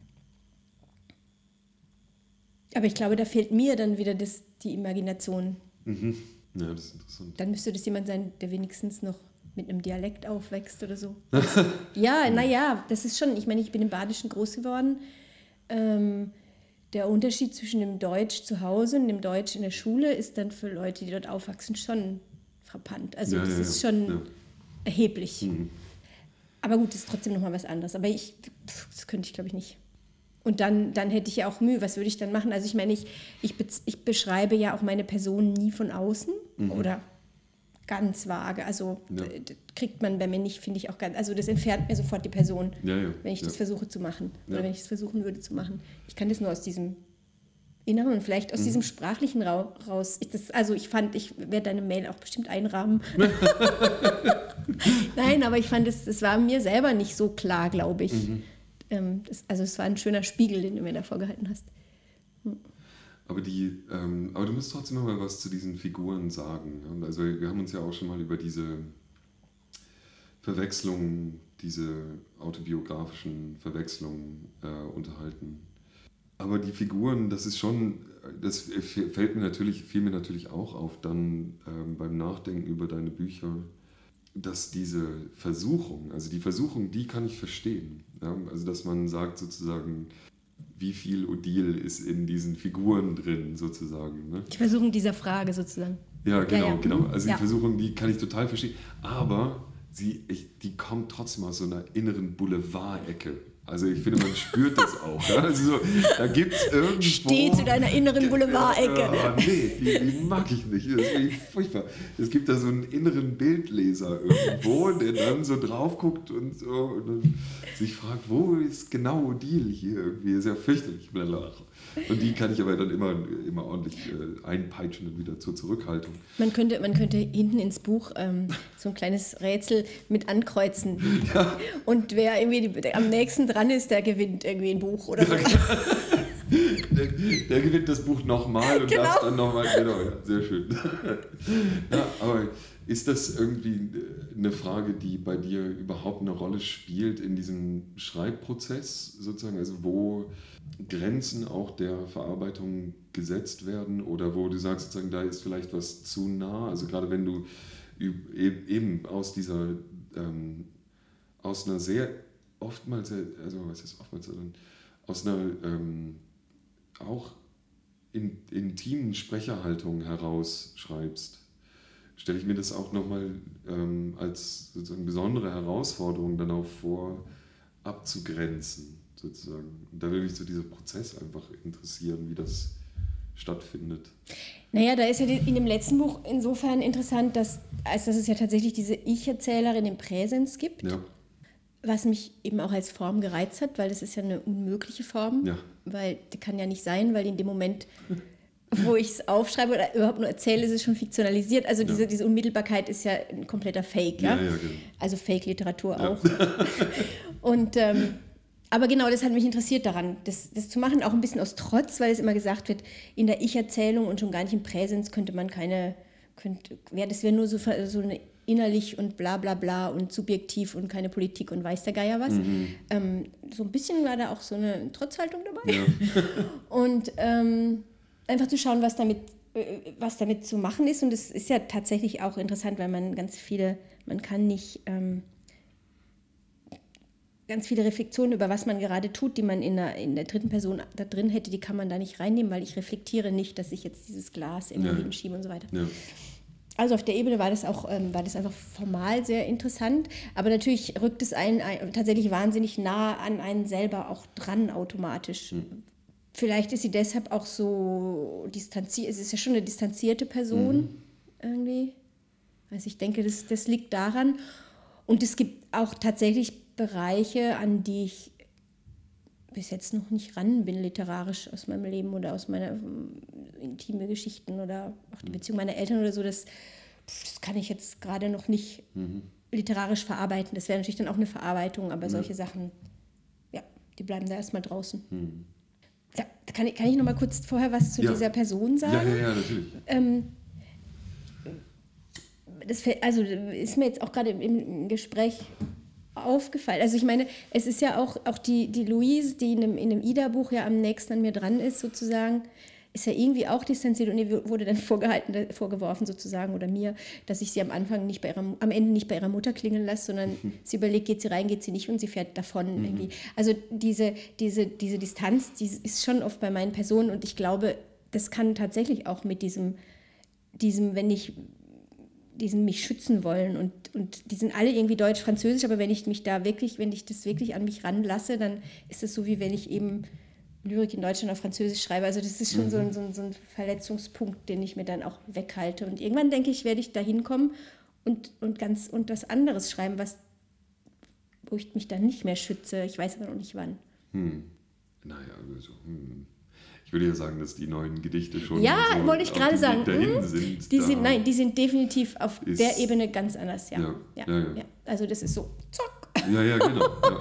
aber ich glaube, da fehlt mir dann wieder das, die Imagination. Mhm. Ja, das ist interessant. Dann müsste das jemand sein, der wenigstens noch mit einem Dialekt aufwächst oder so. Ja, naja, das ist schon, ich meine, ich bin im Badischen groß geworden. Ähm, der Unterschied zwischen dem Deutsch zu Hause und dem Deutsch in der Schule ist dann für Leute, die dort aufwachsen, schon frappant. Also ja, das ja, ist schon ja. erheblich. Mhm. Aber gut, das ist trotzdem nochmal was anderes. Aber ich, das könnte ich, glaube ich, nicht. Und dann, dann hätte ich ja auch Mühe, was würde ich dann machen? Also ich meine, ich, ich, be- ich beschreibe ja auch meine Person nie von außen mhm. oder ganz vage. Also ja. d- kriegt man bei mir nicht, finde ich auch ganz, also das entfernt mir sofort die Person, ja, ja, wenn ich ja. das versuche zu machen oder ja. wenn ich es versuchen würde zu machen. Ich kann das nur aus diesem Inneren und vielleicht aus mhm. diesem sprachlichen Ra- raus. Ich das, also ich fand, ich werde deine Mail auch bestimmt einrahmen. Nein, aber ich fand, es das war mir selber nicht so klar, glaube ich. Mhm. Das, also es war ein schöner Spiegel, den du mir da vorgehalten hast. Hm. Aber, die, ähm, aber du musst trotzdem noch mal was zu diesen Figuren sagen. Also wir haben uns ja auch schon mal über diese Verwechslungen, diese autobiografischen Verwechslungen äh, unterhalten. Aber die Figuren, das ist schon, das fällt mir natürlich, fiel mir natürlich auch auf dann ähm, beim Nachdenken über deine Bücher, dass diese Versuchung, also die Versuchung, die kann ich verstehen. Ja? Also dass man sagt sozusagen, wie viel Odile ist in diesen Figuren drin sozusagen. Ne? Die Versuchung dieser Frage sozusagen. Ja, genau, ja, ja. genau. Also ja. die Versuchung, die kann ich total verstehen. Aber sie, ich, die kommt trotzdem aus so einer inneren Boulevard-Ecke. Also ich finde, man spürt das auch. Ja? Also so, da gibt es irgendwo... Steh zu deiner inneren Boulevard-Ecke. Ja, nee, die, die mag ich nicht. Das ist furchtbar. Es gibt da so einen inneren Bildleser irgendwo, der dann so drauf guckt und, so, und dann sich fragt, wo ist genau Odile hier irgendwie? Das ist ja fürchterlich. Und die kann ich aber dann immer, immer ordentlich äh, einpeitschen und wieder zur Zurückhaltung. Man könnte, man könnte hinten ins Buch ähm, so ein kleines Rätsel mit ankreuzen. Ja. Und wer irgendwie die, am nächsten dran ist, der gewinnt irgendwie ein Buch oder so. der, der gewinnt das Buch nochmal und genau. darf dann nochmal, genau, ja, sehr schön. Ja, aber ist das irgendwie eine Frage, die bei dir überhaupt eine Rolle spielt in diesem Schreibprozess sozusagen? Also wo Grenzen auch der Verarbeitung gesetzt werden oder wo du sagst sozusagen, da ist vielleicht was zu nah? Also gerade wenn du eben aus dieser, ähm, aus einer sehr oftmals, also was ist oftmals, aus einer ähm, auch in, intimen Sprecherhaltung heraus schreibst, stelle ich mir das auch nochmal ähm, als sozusagen besondere Herausforderung dann auch vor, abzugrenzen sozusagen. Und da würde mich so dieser Prozess einfach interessieren, wie das stattfindet. Naja, da ist ja in dem letzten Buch insofern interessant, dass, als dass es ja tatsächlich diese Ich-Erzählerin im Präsens gibt. Ja. Was mich eben auch als Form gereizt hat, weil das ist ja eine unmögliche Form, ja. weil die kann ja nicht sein, weil in dem Moment, wo ich es aufschreibe oder überhaupt nur erzähle, ist es schon fiktionalisiert. Also diese, ja. diese Unmittelbarkeit ist ja ein kompletter Fake, ja, ja? Ja, genau. Also Fake-Literatur ja. auch. Und ähm, aber genau, das hat mich interessiert daran, das, das zu machen, auch ein bisschen aus Trotz, weil es immer gesagt wird, in der Ich-Erzählung und schon gar nicht im Präsens könnte man keine, könnte, ja, das wäre nur so, so eine innerlich und bla bla bla und subjektiv und keine Politik und weiß der Geier was. Mhm. Ähm, so ein bisschen war da auch so eine Trotzhaltung dabei. Ja. Und ähm, einfach zu schauen, was damit, äh, was damit zu machen ist. Und es ist ja tatsächlich auch interessant, weil man ganz viele, man kann nicht ähm, ganz viele Reflexionen über was man gerade tut, die man in der, in der dritten Person da drin hätte, die kann man da nicht reinnehmen, weil ich reflektiere nicht, dass ich jetzt dieses Glas immer ja. hinschiebe und so weiter. Ja. Also auf der Ebene war das auch ähm, war das einfach formal sehr interessant, aber natürlich rückt es einen ein, tatsächlich wahnsinnig nah an einen selber auch dran automatisch, mhm. vielleicht ist sie deshalb auch so distanziert. Es ist ja schon eine distanzierte Person mhm. irgendwie. Also ich denke, das, das liegt daran. Und es gibt auch tatsächlich Bereiche, an die ich bis jetzt noch nicht ran bin, literarisch aus meinem Leben oder aus meiner intime Geschichten oder auch die Beziehung meiner Eltern oder so. Das, das kann ich jetzt gerade noch nicht mhm. literarisch verarbeiten. Das wäre natürlich dann auch eine Verarbeitung, aber mhm. solche Sachen, ja, die bleiben da erstmal draußen. Mhm. Ja, kann ich, kann ich noch mal kurz vorher was zu ja. dieser Person sagen? Ja, ja, ja, natürlich. Ähm, das, also ist mir jetzt auch gerade im, im Gespräch aufgefallen. Also ich meine, es ist ja auch, auch die, die Louise, die in einem, in einem Ida-Buch ja am nächsten an mir dran ist, sozusagen, ist ja irgendwie auch distanziert und ihr wurde dann vorgehalten, vorgeworfen sozusagen oder mir, dass ich sie am Anfang nicht bei ihrer, am Ende nicht bei ihrer Mutter klingeln lasse, sondern mhm. sie überlegt, geht sie rein, geht sie nicht und sie fährt davon mhm. irgendwie. Also diese, diese, diese Distanz, die ist schon oft bei meinen Personen und ich glaube, das kann tatsächlich auch mit diesem, diesem, wenn ich diesen mich schützen wollen und, und die sind alle irgendwie deutsch-französisch, aber wenn ich mich da wirklich, wenn ich das wirklich an mich ranlasse, dann ist es so, wie wenn ich eben Lyrik in Deutsch und auf Französisch schreibe. Also das ist schon mhm. so, ein, so, ein, so ein Verletzungspunkt, den ich mir dann auch weghalte. Und irgendwann denke ich, werde ich da hinkommen und, und ganz und was anderes schreiben, was, wo ich mich dann nicht mehr schütze. Ich weiß aber noch nicht wann. Hm. Naja, also, hm. Ich würde ja sagen, dass die neuen Gedichte schon ja, so wollte ich gerade sagen. dahin hm, sind. Die da sind. Nein, die sind definitiv auf der Ebene ganz anders. Ja. Ja, ja, ja, ja. ja. Also das ist so, zack. Ja, ja, genau. Ja.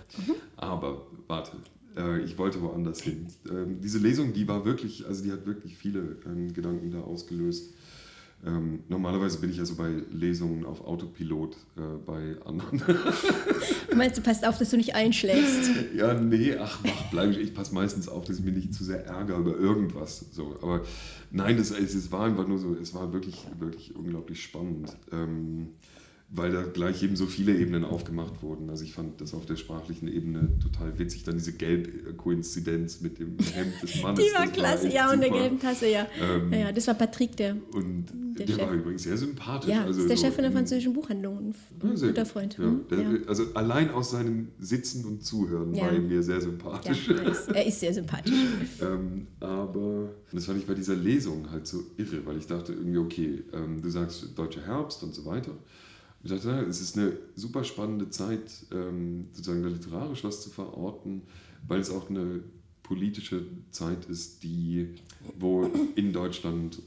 Aber warte, äh, ich wollte woanders hin. Ähm, diese Lesung, die war wirklich, also die hat wirklich viele ähm, Gedanken da ausgelöst. Ähm, normalerweise bin ich also bei Lesungen auf Autopilot äh, bei anderen. Du meinst, du passt auf, dass du nicht einschläfst? Ja, nee, ach, mach, bleib ich. Ich passe meistens auf, dass ich mich nicht zu sehr ärgere über irgendwas. So. Aber nein, das, es war einfach nur so, es war wirklich, wirklich unglaublich spannend. Ähm, weil da gleich eben so viele Ebenen aufgemacht wurden. Also ich fand das auf der sprachlichen Ebene total witzig. Dann diese Gelb-Koinzidenz mit dem Hemd des Mannes. Die war klasse, war ja, super. Und der gelben Tasse, ja. Ähm, ja, das war Patrick, der Und der, der war übrigens sehr sympathisch. Ja, also ist der so Chef von der französischen Buchhandlung, ein ja, guter Freund. Ja. Mhm, Der, ja. Also allein aus seinem Sitzen und Zuhören ja. war er mir sehr sympathisch. Ja, er, ist, er ist sehr sympathisch. ähm, aber das fand ich bei dieser Lesung halt so irre, weil ich dachte irgendwie, okay, ähm, du sagst Deutscher Herbst und so weiter. Ich dachte, ja, es ist eine super spannende Zeit, ähm, sozusagen da literarisch was zu verorten, weil es auch eine politische Zeit ist, die, wo in Deutschland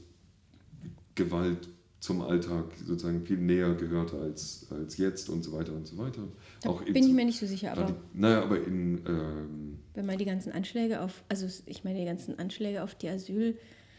Gewalt zum Alltag sozusagen viel näher gehörte als, als jetzt und so weiter und so weiter. Da auch bin in, ich mir nicht so sicher, aber... Die, naja, aber in... Ähm, wenn man die ganzen Anschläge auf, also ich meine die ganzen Anschläge auf die Asyl...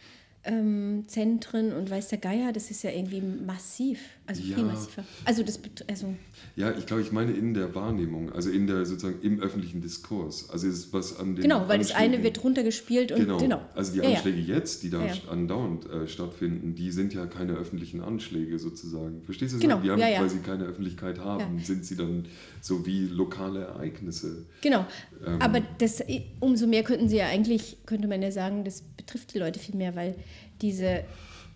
Ähm, Zentren und weiß der Geier, das ist ja irgendwie massiv, also ja, viel massiver. Also das, also ja, ich glaube, ich meine in der Wahrnehmung, also in der sozusagen im öffentlichen Diskurs. Also ist was an den genau, weil Anschlägen, das eine wird runtergespielt und genau. genau. Also die ja, Anschläge ja. jetzt, die da ja, ja. andauernd äh, stattfinden, die sind ja keine öffentlichen Anschläge sozusagen. Verstehst du? Genau. Die haben, ja, ja. weil sie keine Öffentlichkeit haben, ja. sind sie dann so wie lokale Ereignisse. Genau. Ähm, Aber das, umso mehr könnten sie ja eigentlich, könnte man ja sagen, das betrifft die Leute viel mehr, weil diese, äh,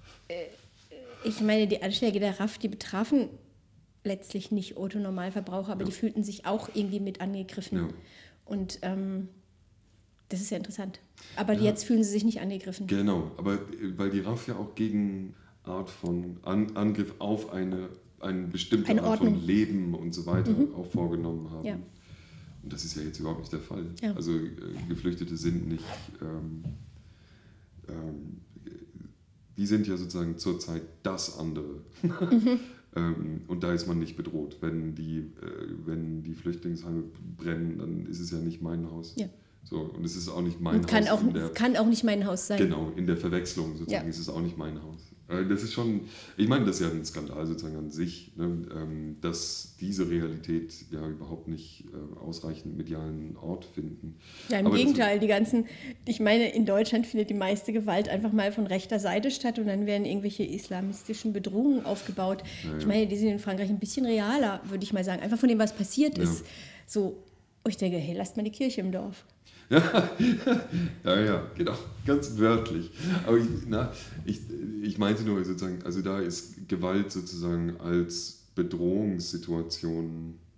ich meine, die Anschläge der R A F, die betrafen letztlich nicht Otto-Normalverbraucher, aber ja. die fühlten sich auch irgendwie mit angegriffen. Ja. Und ähm, das ist ja interessant. Aber ja. jetzt fühlen sie sich nicht angegriffen. Genau, aber weil die R A F ja auch gegen Art von An- Angriff auf eine, eine bestimmte eine Art Ordnung. von Leben und so weiter mhm. auch vorgenommen haben. Ja. Und das ist ja jetzt überhaupt nicht der Fall. Ja. Also äh, Geflüchtete sind nicht... Ähm, ähm, die sind ja sozusagen zurzeit das andere. Mhm. ähm, und da ist man nicht bedroht. Wenn die, äh, wenn die Flüchtlingsheime brennen, dann ist es ja nicht mein Haus. Ja. So, und es ist auch nicht mein und kann Haus. Auch, in der, kann auch nicht mein Haus sein. Genau, in der Verwechslung sozusagen ja. ist es auch nicht mein Haus. Äh, das ist schon, ich meine, das ist ja ein Skandal sozusagen an sich, ne? ähm, dass diese Realität ja überhaupt nicht äh, ausreichend medialen Ort finden. Ja, im Aber Gegenteil, die ganzen, ich meine, in Deutschland findet die meiste Gewalt einfach mal von rechter Seite statt und dann werden irgendwelche islamistischen Bedrohungen aufgebaut. Ja, ja. Ich meine, die sind in Frankreich ein bisschen realer, würde ich mal sagen, einfach von dem, was passiert ja. ist. So, ich denke, hey, lasst mal die Kirche im Dorf. Ja, ja, ja, genau, ganz wörtlich. Aber ich, na, ich, ich meinte nur sozusagen, also da ist Gewalt sozusagen als Bedrohungssituation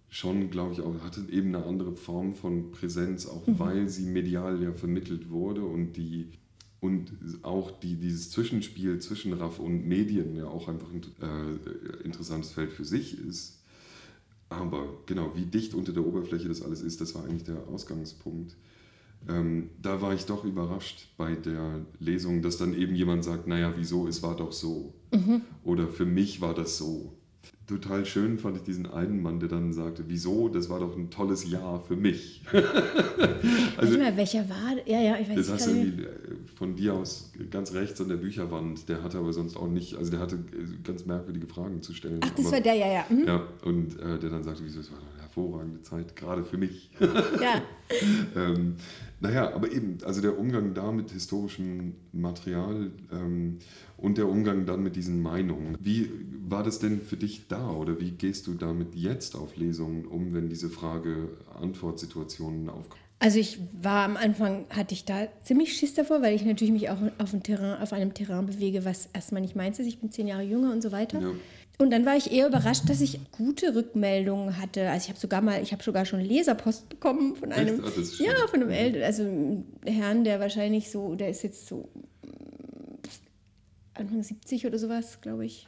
schon, glaube ich, auch hatte eben eine andere Form von Präsenz, auch mhm. weil sie medial ja vermittelt wurde und die und auch die, dieses Zwischenspiel zwischen Raff und Medien ja auch einfach ein äh, interessantes Feld für sich ist. Aber genau, wie dicht unter der Oberfläche das alles ist, das war eigentlich der Ausgangspunkt. Ähm, da war ich doch überrascht bei der Lesung, dass dann eben jemand sagt, naja, wieso, es war doch so. Mhm. Oder für mich war das so. Total schön fand ich diesen einen Mann, der dann sagte, wieso, das war doch ein tolles Jahr für mich. Also, mal, welcher war? Ja, ja, ich weiß das nicht. Das hast du irgendwie von dir aus ganz rechts an der Bücherwand, der hatte aber sonst auch nicht, also der hatte ganz merkwürdige Fragen zu stellen. Ach, das aber, war der, ja, ja. Mhm. Ja, und äh, der dann sagte, wieso, es war eine hervorragende Zeit, gerade für mich. Ja. ähm, naja, aber eben, also der Umgang da mit historischem Material ähm, und der Umgang dann mit diesen Meinungen. Wie war das denn für dich da oder wie gehst du damit jetzt auf Lesungen um, wenn diese Frage-Antwort-Situationen aufkommen? Also ich war am Anfang, hatte ich da ziemlich Schiss davor, weil ich natürlich mich auch auf, ein Terrain, auf einem Terrain bewege, was erstmal nicht meins ist. Ich bin zehn Jahre jünger und so weiter. Ja. Und dann war ich eher überrascht, dass ich gute Rückmeldungen hatte. Also ich habe sogar mal, ich habe sogar schon Leserpost bekommen von einem, Ach, ja, von einem Eltern, also einem Herrn, der wahrscheinlich so, der ist jetzt so Anfang siebzig oder sowas, glaube ich.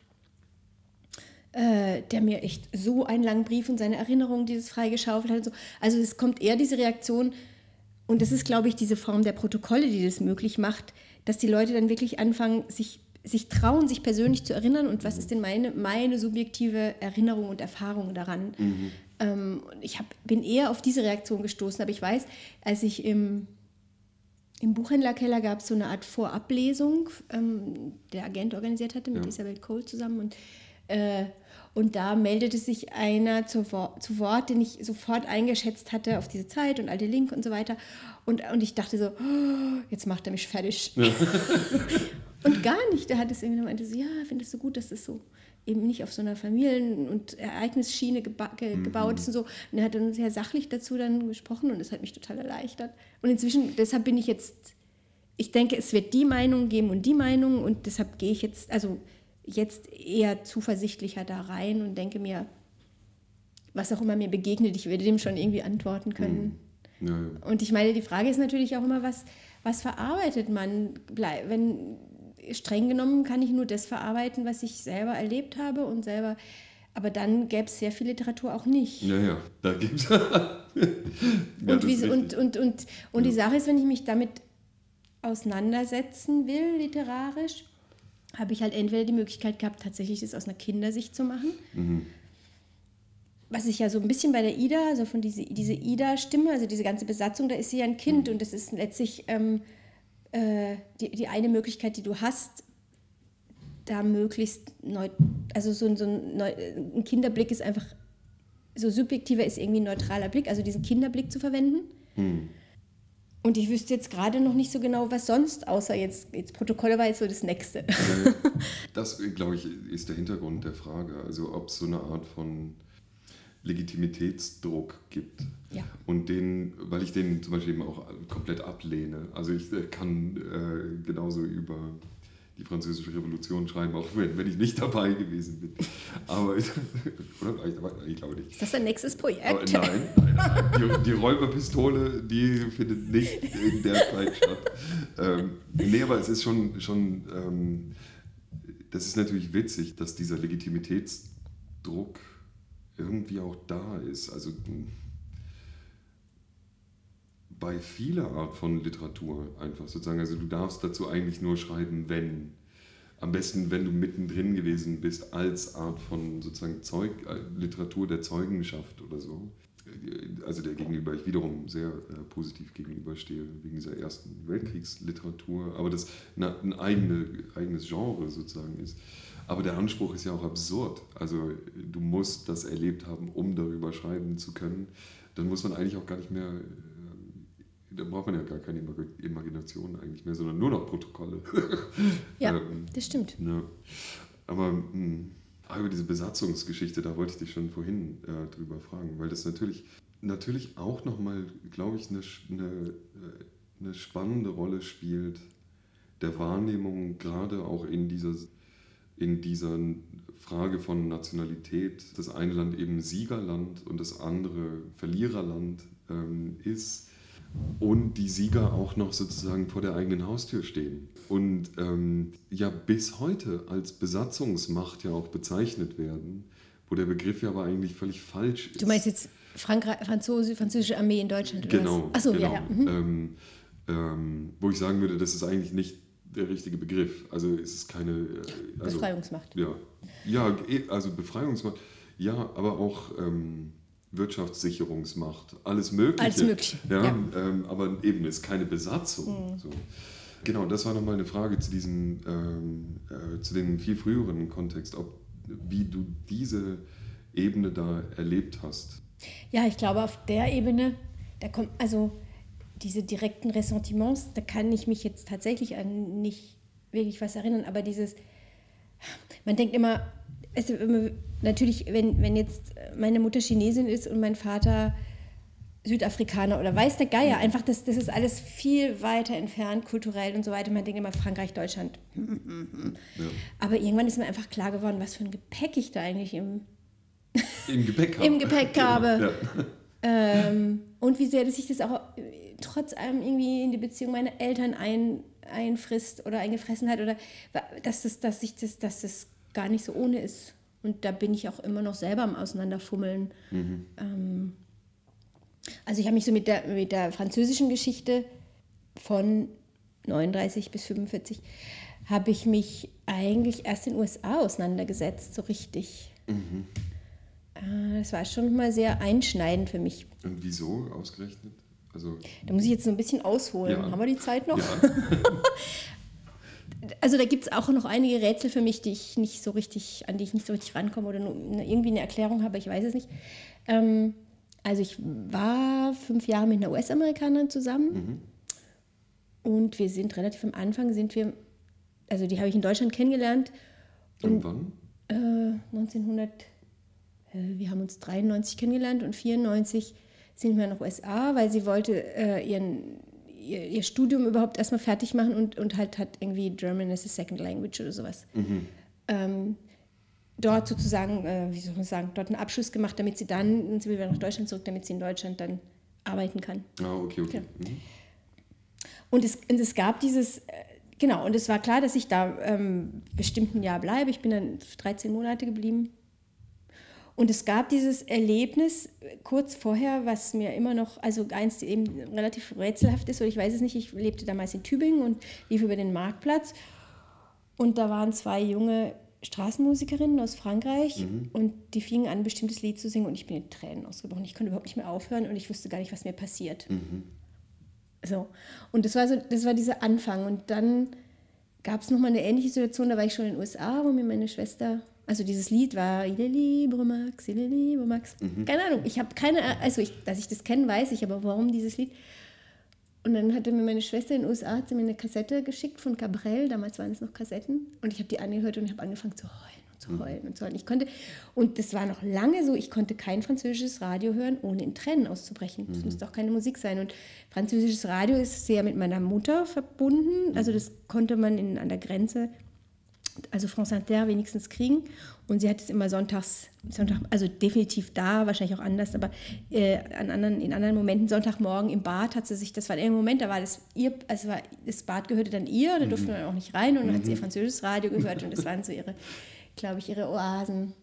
Äh, der mir echt so einen langen Brief und seine Erinnerungen dieses freigeschaufelt hat. Und so. Also es kommt eher diese Reaktion, und das ist, glaube ich, diese Form der Protokolle, die das möglich macht, dass die Leute dann wirklich anfangen, sich, sich trauen, sich persönlich zu erinnern und was ist denn meine, meine subjektive Erinnerung und Erfahrung daran. Mhm. Ähm, ich hab, bin eher auf diese Reaktion gestoßen, aber ich weiß, als ich im, im Buchhändlerkeller gab es so eine Art Vorablesung, ähm, der Agent organisiert hatte mit ja. Isabel Cole zusammen und äh, Und da meldete sich einer zu, Wo- zu Wort, den ich sofort eingeschätzt hatte auf diese Zeit und alte Link und so weiter. Und, und ich dachte so, oh, jetzt macht er mich fertig. Ja. Und gar nicht. Der hat es irgendwie meinte so, ja, ich finde es so gut, dass das so eben nicht auf so einer Familien- und Ereignisschiene geba- ge- mhm. gebaut ist und so. Und er hat dann sehr sachlich dazu dann gesprochen und das hat mich total erleichtert. Und inzwischen, deshalb bin ich jetzt, ich denke, es wird die Meinung geben und die Meinung und deshalb gehe ich jetzt, also jetzt eher zuversichtlicher da rein und denke mir, was auch immer mir begegnet, ich werde dem schon irgendwie antworten können. Mhm. Ja, ja. Und ich meine, die Frage ist natürlich auch immer, was, was verarbeitet man? Wenn, streng genommen kann ich nur das verarbeiten, was ich selber erlebt habe und selber, aber dann gäbe es sehr viel Literatur auch nicht. Ja, ja, da gibt es. ja, und, wie, und, und, und, und ja. die Sache ist, wenn ich mich damit auseinandersetzen will, literarisch, habe ich halt entweder die Möglichkeit gehabt, tatsächlich das aus einer Kindersicht zu machen. Mhm. Was ich ja so ein bisschen bei der Ida, also von diese, diese Ida-Stimme, also diese ganze Besatzung, da ist sie ja ein Kind mhm. und das ist letztlich ähm, äh, die, die eine Möglichkeit, die du hast, da möglichst neu, also so, so ein, neu, ein Kinderblick ist einfach, so subjektiver ist irgendwie ein neutraler Blick, also diesen Kinderblick zu verwenden. Mhm. Und ich wüsste jetzt gerade noch nicht so genau, was sonst, außer jetzt, jetzt Protokolle war jetzt so das Nächste. Das, glaube ich, ist der Hintergrund der Frage. Also ob es so eine Art von Legitimitätsdruck gibt. Ja. Und den, weil ich den zum Beispiel eben auch komplett ablehne. Also ich kann äh, genauso über die Französische Revolution schreiben, auch wenn, wenn ich nicht dabei gewesen bin. Aber oder? Ich, ich glaube nicht. Ist das ein nächstes Projekt? Aber nein, nein, nein. Die, die Räuberpistole, die findet nicht in der Zeit statt. Ähm, nee, aber es ist schon, schon ähm, das ist natürlich witzig, dass dieser Legitimitätsdruck irgendwie auch da ist. Also bei vieler Art von Literatur einfach sozusagen. Also du darfst dazu eigentlich nur schreiben, wenn. Am besten, wenn du mittendrin gewesen bist, als Art von sozusagen Zeug, Literatur der Zeugenschaft oder so. Also der gegenüber ich wiederum sehr äh, positiv gegenüberstehe, wegen dieser Ersten Weltkriegsliteratur, aber das eine, ein eigene, eigenes Genre sozusagen ist. Aber der Anspruch ist ja auch absurd. Also du musst das erlebt haben, um darüber schreiben zu können. Dann muss man eigentlich auch gar nicht mehr... Da braucht man ja gar keine Imagination eigentlich mehr, sondern nur noch Protokolle. Ja, ähm, das stimmt. Ja. Aber mh, über diese Besatzungsgeschichte, da wollte ich dich schon vorhin äh, drüber fragen, weil das natürlich, natürlich auch nochmal, glaube ich, eine, eine, eine spannende Rolle spielt, der Wahrnehmung, gerade auch in dieser, in dieser Frage von Nationalität, das eine Land eben Siegerland und das andere Verliererland ähm, ist und die Sieger auch noch sozusagen vor der eigenen Haustür stehen und ähm, ja bis heute als Besatzungsmacht ja auch bezeichnet werden, wo der Begriff ja aber eigentlich völlig falsch ist. Du meinst jetzt Frankreich, Franzose, französische Armee in Deutschland? Oder genau. Was? Ach so, genau. ja, ja. Mhm. Ähm, ähm, wo ich sagen würde, das ist eigentlich nicht der richtige Begriff. Also es ist keine... Äh, also, Befreiungsmacht. Ja, ja, also Befreiungsmacht, ja, aber auch ähm, Wirtschaftssicherungsmacht, alles Mögliche. Alles Mögliche, ja. ja. Ähm, aber eben ist keine Besatzung. Mhm. So. Genau, das war nochmal eine Frage zu diesem, ähm, äh, zu dem viel früheren Kontext, ob, wie du diese Ebene da erlebt hast. Ja, ich glaube, auf der Ebene, da kommt, also diese direkten Ressentiments, da kann ich mich jetzt tatsächlich an nicht wirklich was erinnern, aber dieses, man denkt immer, es ist immer natürlich, wenn, wenn jetzt meine Mutter Chinesin ist und mein Vater Südafrikaner oder weiß der Geier, einfach, das, das ist alles viel weiter entfernt, kulturell und so weiter. Man denkt immer Frankreich, Deutschland. Ja. Aber irgendwann ist mir einfach klar geworden, was für ein Gepäck ich da eigentlich im, Im Gepäck habe. Im Gepäck habe. Ja. Ähm, und wie sehr, dass sich das auch trotz allem irgendwie in die Beziehung meiner Eltern ein, einfrisst oder eingefressen hat oder dass das, dass ich das, dass das gar nicht so ohne ist. Und da bin ich auch immer noch selber am Auseinanderfummeln. Mhm. Ähm, also ich habe mich so mit der, mit der französischen Geschichte von neununddreißig bis fünfundvierzig habe ich mich eigentlich erst in den U S A auseinandergesetzt, so richtig. Mhm. Äh, das war schon mal sehr einschneidend für mich. Und wieso ausgerechnet? Also, da muss ich jetzt so ein bisschen ausholen. Ja. Haben wir die Zeit noch? Ja. Also da gibt es auch noch einige Rätsel für mich, die ich nicht so richtig, an die ich nicht so richtig rankomme oder nur irgendwie eine Erklärung habe, ich weiß es nicht. Ähm, also ich war fünf Jahre mit einer U S-Amerikanerin zusammen mhm. und wir sind relativ am Anfang, sind wir, also die habe ich in Deutschland kennengelernt. Und, und wann? Äh, neunzehnhundert, äh, wir haben uns dreiundneunzig kennengelernt und vierundneunzig sind wir nach U S A, weil sie wollte äh, ihren, ihr, ihr Studium überhaupt erstmal fertig machen und, und halt hat irgendwie German as a Second Language oder sowas. Mhm. Ähm, dort sozusagen, äh, wie soll man sagen, dort einen Abschluss gemacht, damit sie dann, und sie will wieder nach Deutschland zurück, damit sie in Deutschland dann arbeiten kann. Ah, okay, okay. Ja. Mhm. Und, es, und es gab dieses, äh, genau, und es war klar, dass ich da ähm, bestimmt ein Jahr bleibe. Ich bin dann dreizehn Monate geblieben. Und es gab dieses Erlebnis kurz vorher, was mir immer noch, also eins eben relativ rätselhaft ist, oder ich weiß es nicht, ich lebte damals in Tübingen und lief über den Marktplatz und da waren zwei junge Straßenmusikerinnen aus Frankreich mhm. und die fingen an, ein bestimmtes Lied zu singen und ich bin in Tränen ausgebrochen. Ich konnte überhaupt nicht mehr aufhören und ich wusste gar nicht, was mir passiert. Mhm. So. Und das war so, das war dieser Anfang und dann gab es nochmal eine ähnliche Situation, da war ich schon in den U S A, wo mir meine Schwester... Also dieses Lied war Il est libre, Max, il est libre, Max. Mhm. Keine Ahnung, ich habe keine, also ich, dass ich das kenne, weiß ich, aber warum dieses Lied? Und dann hatte mir meine Schwester in den U S A, hat sie mir eine Kassette geschickt von Cabrel, damals waren es noch Kassetten, und ich habe die angehört und ich habe angefangen zu heulen und zu heulen mhm. und zu heulen. Ich konnte, und das war noch lange so, ich konnte kein französisches Radio hören, ohne in Tränen auszubrechen. Das mhm. musste auch keine Musik sein. Und französisches Radio ist sehr mit meiner Mutter verbunden, mhm. also das konnte man in, an der Grenze, also France Inter wenigstens kriegen und sie hat es immer sonntags, Sonntag, also definitiv da, wahrscheinlich auch anders, aber äh, an anderen, in anderen Momenten, Sonntagmorgen im Bad hat sie sich, das war der Moment, da war das ihr, also war, das Bad gehörte dann ihr, da durfte man auch nicht rein und dann hat sie ihr französisches Radio gehört und das waren so ihre, glaube ich, ihre Oasen.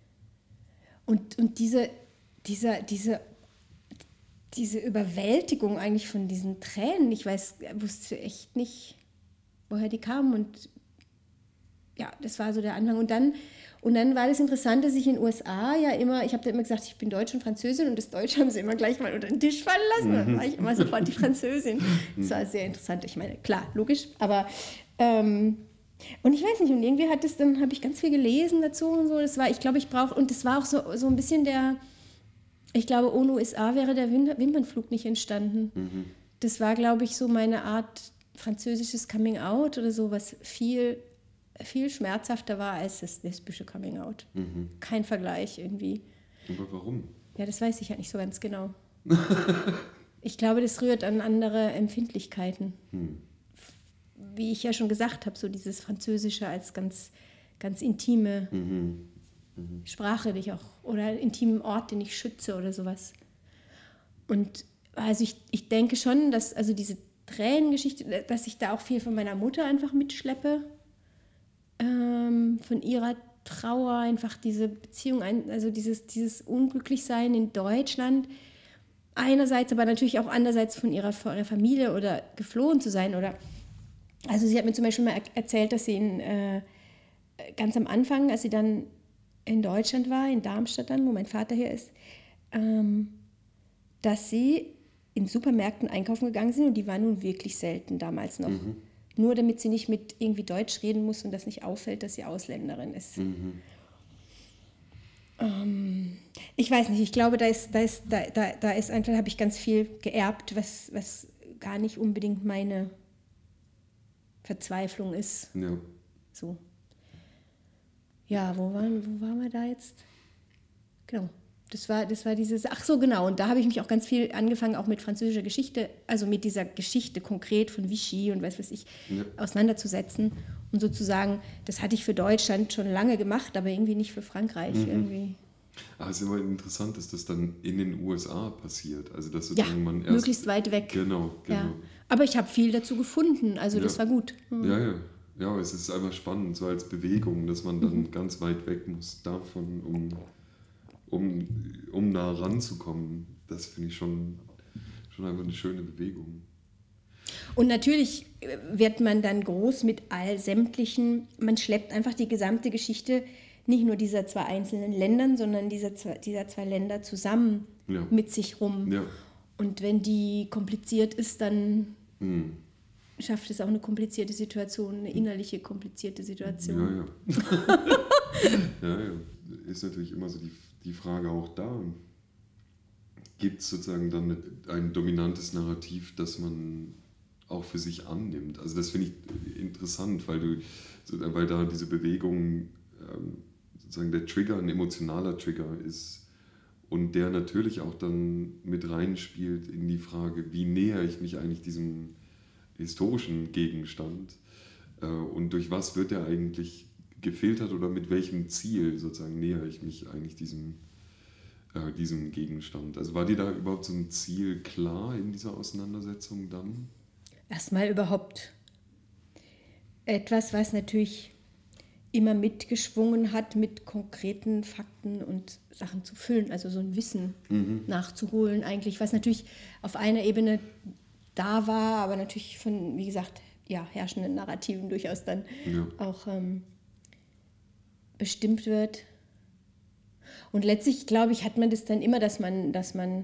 Und, und diese, diese, diese, diese Überwältigung eigentlich von diesen Tränen, ich weiß, wusste echt nicht, woher die kamen und ja, das war so der Anfang. Und dann, und dann war das Interessante, dass ich in den U S A ja immer, ich habe da immer gesagt, ich bin Deutsch und Französin und das Deutsche haben sie immer gleich mal unter den Tisch fallen lassen. Mhm. Dann war ich immer sofort die Französin. Das war sehr interessant. Ich meine, klar, logisch, aber ähm, und ich weiß nicht, und irgendwie hat das, dann habe ich ganz viel gelesen dazu und so. Das war, ich glaube, ich brauche, und das war auch so, so ein bisschen der, ich glaube, ohne U S A wäre der Wimpernflug nicht entstanden. Mhm. Das war, glaube ich, so meine Art französisches Coming-out oder so, was viel viel schmerzhafter war als das lesbische Coming-out. Mhm. Kein Vergleich irgendwie. Aber warum? Ja, das weiß ich halt nicht so ganz genau. Ich glaube, das rührt an andere Empfindlichkeiten. Hm. Wie ich ja schon gesagt habe, so dieses Französische als ganz, ganz intime, mhm. mhm. Sprache, die ich auch, oder einen intimen Ort, den ich schütze oder sowas. Und also ich, ich denke schon, dass also diese Tränengeschichte, dass ich da auch viel von meiner Mutter einfach mitschleppe, ähm, von ihrer Trauer, einfach diese Beziehung, also dieses, dieses Unglücklichsein in Deutschland, einerseits, aber natürlich auch andererseits von ihrer, von ihrer Familie oder geflohen zu sein. Oder also sie hat mir zum Beispiel mal erzählt, dass sie in, äh, ganz am Anfang, als sie dann in Deutschland war, in Darmstadt dann, wo mein Vater hier ist, ähm, dass sie in Supermärkten einkaufen gegangen sind und die waren nun wirklich selten damals noch. Mhm. Nur damit sie nicht mit irgendwie Deutsch reden muss und das nicht auffällt, dass sie Ausländerin ist. Mhm. Ähm, ich weiß nicht, ich glaube, da ist, da ist, da, da, da ist einfach, habe ich ganz viel geerbt, was, was gar nicht unbedingt meine Verzweiflung ist. Ja. So. Ja, wo waren, wo waren wir da jetzt? Genau. Das war, das war dieses, ach so, genau, und da habe ich mich auch ganz viel angefangen, auch mit französischer Geschichte, also mit dieser Geschichte konkret von Vichy und was weiß ich, ja. auseinanderzusetzen und sozusagen, das hatte ich für Deutschland schon lange gemacht, aber irgendwie nicht für Frankreich. Mhm. Irgendwie. Aber es ist immer interessant, dass das dann in den U S A passiert, also dass ja, man erst möglichst weit weg. Genau, genau. Ja. Aber ich habe viel dazu gefunden, also ja. das war gut. Mhm. Ja, ja. Ja, es ist einfach spannend, so als Bewegung, dass man dann mhm. ganz weit weg muss davon, um... Um, um nah ranzukommen, das finde ich schon, schon einfach eine schöne Bewegung. Und natürlich wird man dann groß mit all sämtlichen, man schleppt einfach die gesamte Geschichte nicht nur dieser zwei einzelnen Ländern, sondern dieser zwei, dieser zwei Länder zusammen ja. mit sich rum. Ja. Und wenn die kompliziert ist, dann hm. schafft es auch eine komplizierte Situation, eine innerliche komplizierte Situation. Ja, ja. ja, ja. Ist natürlich immer so die Die Frage auch da, gibt es sozusagen dann ein dominantes Narrativ, das man auch für sich annimmt? Also das finde ich interessant, weil, du, weil da diese Bewegung, sozusagen der Trigger, ein emotionaler Trigger ist und der natürlich auch dann mit reinspielt in die Frage, wie näher ich mich eigentlich diesem historischen Gegenstand und durch was wird er eigentlich gefiltert oder mit welchem Ziel sozusagen nähere ich mich eigentlich diesem, äh, diesem Gegenstand? Also war dir da überhaupt so ein Ziel klar in dieser Auseinandersetzung dann? Erstmal überhaupt etwas, was natürlich immer mitgeschwungen hat, mit konkreten Fakten und Sachen zu füllen, also so ein Wissen mhm. nachzuholen eigentlich, was natürlich auf einer Ebene da war, aber natürlich von, wie gesagt, ja, herrschenden Narrativen durchaus dann ja. auch ähm, bestimmt wird. Und letztlich, glaube ich, hat man das dann immer, dass man, dass man,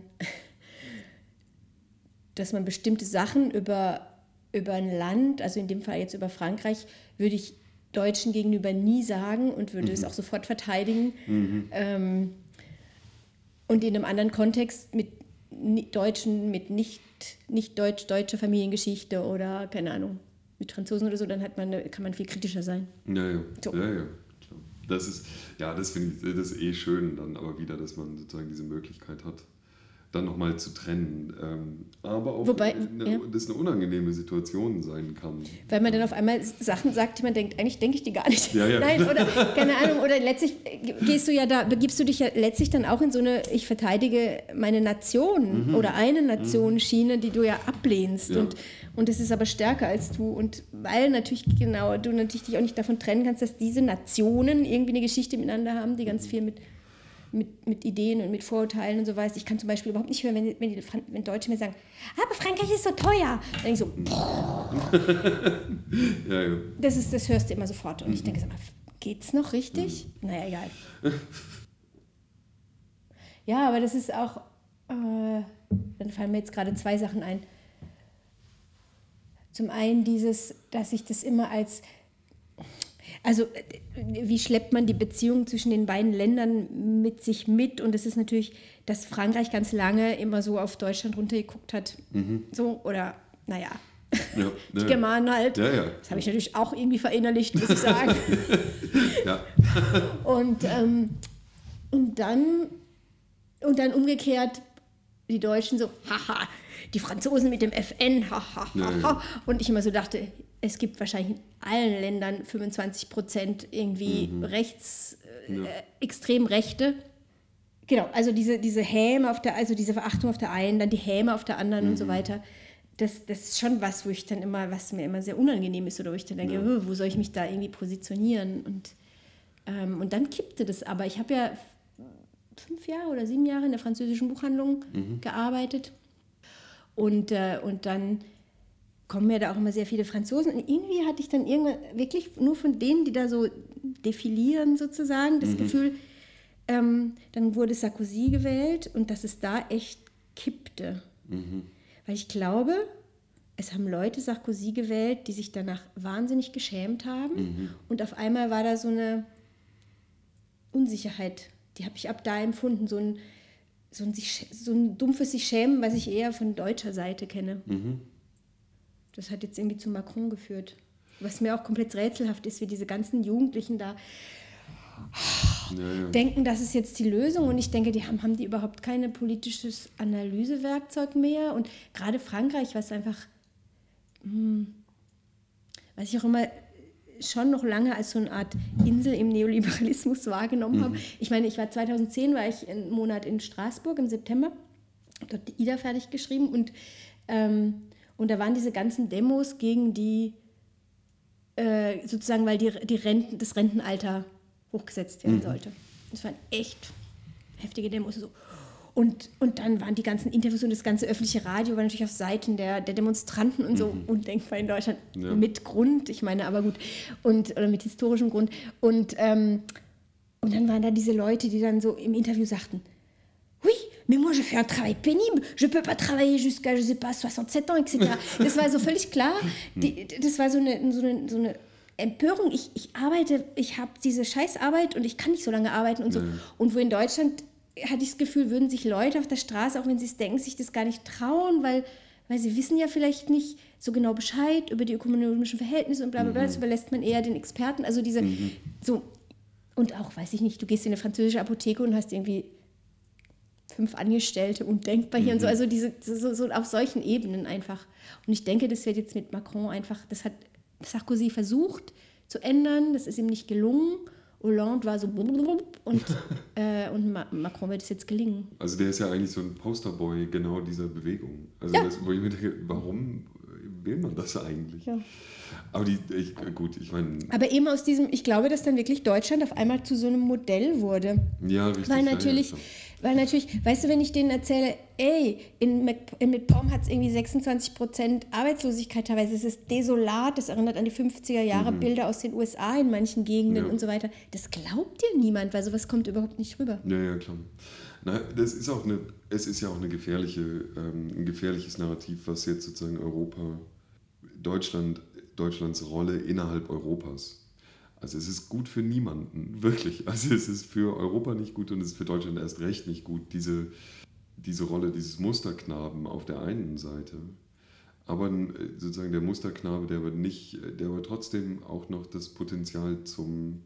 dass man bestimmte Sachen über, über ein Land, also in dem Fall jetzt über Frankreich, würde ich Deutschen gegenüber nie sagen und würde es mhm. auch sofort verteidigen. Mhm. Ähm, und in einem anderen Kontext mit Deutschen, mit nicht, nicht deutsch, deutscher Familiengeschichte oder, keine Ahnung, mit Franzosen oder so, dann hat man, kann man viel kritischer sein. Ja, ja. So. ja, ja. Das ist, ja, das finde ich, das ist eh schön dann, aber wieder, dass man sozusagen diese Möglichkeit hat, dann nochmal zu trennen. Ähm, aber auch, Wobei, eine, ja. das eine unangenehme Situation sein kann. Weil man dann auf einmal Sachen sagt, die man denkt, eigentlich denke ich die gar nicht. Ja, ja. Nein, oder keine Ahnung, oder letztlich gehst du ja da, begibst du dich ja letztlich dann auch in so eine, ich verteidige meine Nation mhm. oder eine Nation Schiene, die du ja ablehnst. Ja. Und Und es ist aber stärker als du. Und weil natürlich, genau, du natürlich dich auch nicht davon trennen kannst, dass diese Nationen irgendwie eine Geschichte miteinander haben, die ganz viel mit, mit, mit Ideen und mit Vorurteilen und so weiß. Ich kann zum Beispiel überhaupt nicht hören, wenn, wenn, die, wenn Deutsche mir sagen, aber Frankreich ist so teuer. Dann denke ich so, ja, ja. Das, ist, das hörst du immer sofort. Und ich denke, sag mal, geht's noch richtig? Mhm. Naja, egal. Ja, aber das ist auch, äh, dann fallen mir jetzt gerade zwei Sachen ein. Zum einen dieses, dass ich das immer als, also wie schleppt man die Beziehung zwischen den beiden Ländern mit sich mit? Und es ist natürlich, dass Frankreich ganz lange immer so auf Deutschland runtergeguckt hat. Mhm. So, oder, naja, ja, die ja, Germanen halt. Ja, ja. Das habe ich natürlich auch irgendwie verinnerlicht, muss ich sagen. ja. Und, ähm, und, dann, und dann umgekehrt, die Deutschen so, haha, die Franzosen mit dem F N, haha, ja, ja. Und ich immer so dachte, es gibt wahrscheinlich in allen Ländern fünfundzwanzig Prozent irgendwie mhm. rechts, äh, ja. extrem Rechte. Genau, also diese, diese Häme auf der, also diese Verachtung auf der einen, dann die Häme auf der anderen mhm. und so weiter. Das, das ist schon was, wo ich dann immer, was mir immer sehr unangenehm ist oder wo ich dann denke, ja. wo soll ich mich da irgendwie positionieren? Und, ähm, und dann kippte das aber. Ich habe ja fünf Jahre oder sieben Jahre in der französischen Buchhandlung mhm. gearbeitet und, äh, und dann kommen mir da auch immer sehr viele Franzosen und irgendwie hatte ich dann irgendwann wirklich nur von denen, die da so defilieren sozusagen, das mhm. Gefühl, ähm, dann wurde Sarkozy gewählt und dass es da echt kippte. Mhm. Weil ich glaube, es haben Leute Sarkozy gewählt, die sich danach wahnsinnig geschämt haben mhm. und auf einmal war da so eine Unsicherheit. Die habe ich ab da empfunden, so ein, so, ein sich, so ein dumpfes sich schämen, was ich eher von deutscher Seite kenne. Mhm. Das hat jetzt irgendwie zu Macron geführt. Was mir auch komplett rätselhaft ist, wie diese ganzen Jugendlichen da ja, ja. denken, das ist jetzt die Lösung. Und ich denke, die haben, haben die überhaupt kein politisches Analysewerkzeug mehr. Und gerade Frankreich, was einfach, hm, was ich auch immer schon noch lange als so eine Art Insel im Neoliberalismus wahrgenommen mhm. habe. Ich meine, ich war zweitausendzehn, war ich einen Monat in Straßburg im September, habe dort die Ida fertig geschrieben und, ähm, und da waren diese ganzen Demos gegen die, äh, sozusagen, weil die, die Renten, das Rentenalter hochgesetzt werden mhm. sollte. Das waren echt heftige Demos und so. Und, und dann waren die ganzen Interviews und das ganze öffentliche Radio war natürlich auf Seiten der, der Demonstranten und so mhm. undenkbar in Deutschland. Ja. Mit Grund, ich meine, aber gut. Und, oder mit historischem Grund. Und, ähm, und dann waren da diese Leute, die dann so im Interview sagten, oui, mais moi je fais un travail pénible, je peux pas travailler jusqu'à, je sais pas, soixante-sept ans, et cetera. Das war so völlig klar. Die, das war so eine, so eine, so eine Empörung. Ich, ich arbeite, ich habe diese Scheißarbeit und ich kann nicht so lange arbeiten und so. Ja. Und wo in Deutschland hatte ich das Gefühl, würden sich Leute auf der Straße, auch wenn sie es denken, sich das gar nicht trauen, weil, weil sie wissen ja vielleicht nicht so genau Bescheid über die ökonomischen Verhältnisse und bla bla bla. Das überlässt man eher den Experten. Also diese, mhm. so, und auch, weiß ich nicht, du gehst in eine französische Apotheke und hast irgendwie fünf Angestellte undenkbar hier mhm. und so. Also diese, so, so auf solchen Ebenen einfach. Und ich denke, das wird jetzt mit Macron einfach, das hat Sarkozy versucht zu ändern, das ist ihm nicht gelungen. Hollande war so und, äh, und Macron wird es jetzt gelingen. Also der ist ja eigentlich so ein Posterboy genau dieser Bewegung. Also ja. das, wo ich mir denke, warum will man das eigentlich? Ja. Aber die, ich, gut, ich meine... Aber eben aus diesem, ich glaube, dass dann wirklich Deutschland auf einmal zu so einem Modell wurde. Ja, richtig. Weil natürlich, ja, ja. weil natürlich, weißt du, wenn ich denen erzähle, ey, in MacPom hat es irgendwie sechsundzwanzig Prozent Arbeitslosigkeit teilweise, es ist desolat, das erinnert an die fünfziger Jahre mhm. Bilder aus den U S A in manchen Gegenden ja. und so weiter. Das glaubt dir niemand, weil sowas kommt überhaupt nicht rüber. Ja, ja, klar. Na, das ist auch eine, es ist ja auch eine gefährliche, ähm, ein gefährliches Narrativ, was jetzt sozusagen Europa, Deutschland, Deutschlands Rolle innerhalb Europas. Also es ist gut für niemanden, wirklich. Also es ist für Europa nicht gut und es ist für Deutschland erst recht nicht gut, diese, diese Rolle dieses Musterknaben auf der einen Seite. Aber sozusagen der Musterknabe, der aber nicht, der aber trotzdem auch noch das Potenzial zum,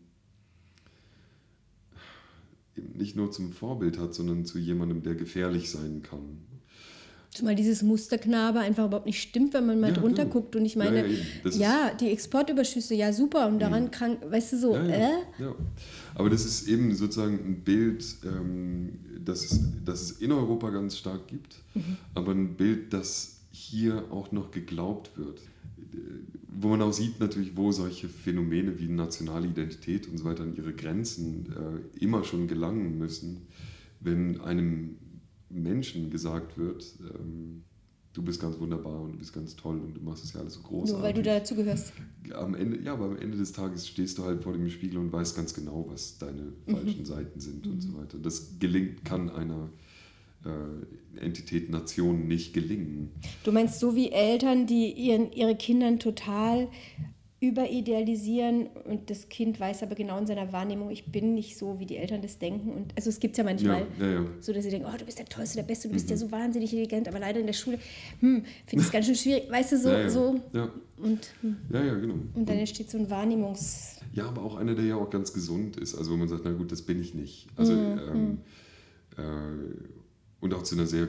nicht nur zum Vorbild hat, sondern zu jemandem, der gefährlich sein kann. Zumal dieses Musterknabe einfach überhaupt nicht stimmt, wenn man mal ja, drunter genau. guckt. Und ich meine, ja, ja, ja die Exportüberschüsse, ja super, und daran mhm. krank, weißt du so, ja, ja, äh? Ja. Aber das ist eben sozusagen ein Bild, ähm, das, es, das es in Europa ganz stark gibt, mhm. aber ein Bild, das hier auch noch geglaubt wird. Wo man auch sieht natürlich, wo solche Phänomene wie nationale Identität und so weiter an ihre Grenzen äh, immer schon gelangen müssen, wenn einem Menschen gesagt wird, ähm, du bist ganz wunderbar und du bist ganz toll und du machst es ja alles so großartig. Nur weil du dazugehörst. Am Ende, ja, aber am Ende des Tages stehst du halt vor dem Spiegel und weißt ganz genau, was deine mhm. falschen Seiten sind mhm. und so weiter. Das gelingt, kann einer äh, Entität Nation nicht gelingen. Du meinst so wie Eltern, die ihren, ihre Kindern total überidealisieren und das Kind weiß aber genau in seiner Wahrnehmung, ich bin nicht so, wie die Eltern das denken. Und also es gibt es ja manchmal, ja, ja, ja. so dass sie denken, oh, du bist der Tollste, der Beste, du bist mhm. ja so wahnsinnig intelligent, aber leider in der Schule, hm, finde ich es ganz schön schwierig, weißt du, so. Ja, ja. so ja. Und, hm. ja, ja, genau. Und dann entsteht so ein Wahrnehmungs... Ja, aber auch einer, der ja auch ganz gesund ist, also wo man sagt, na gut, das bin ich nicht. Also, mhm. ähm, äh, und auch zu einer sehr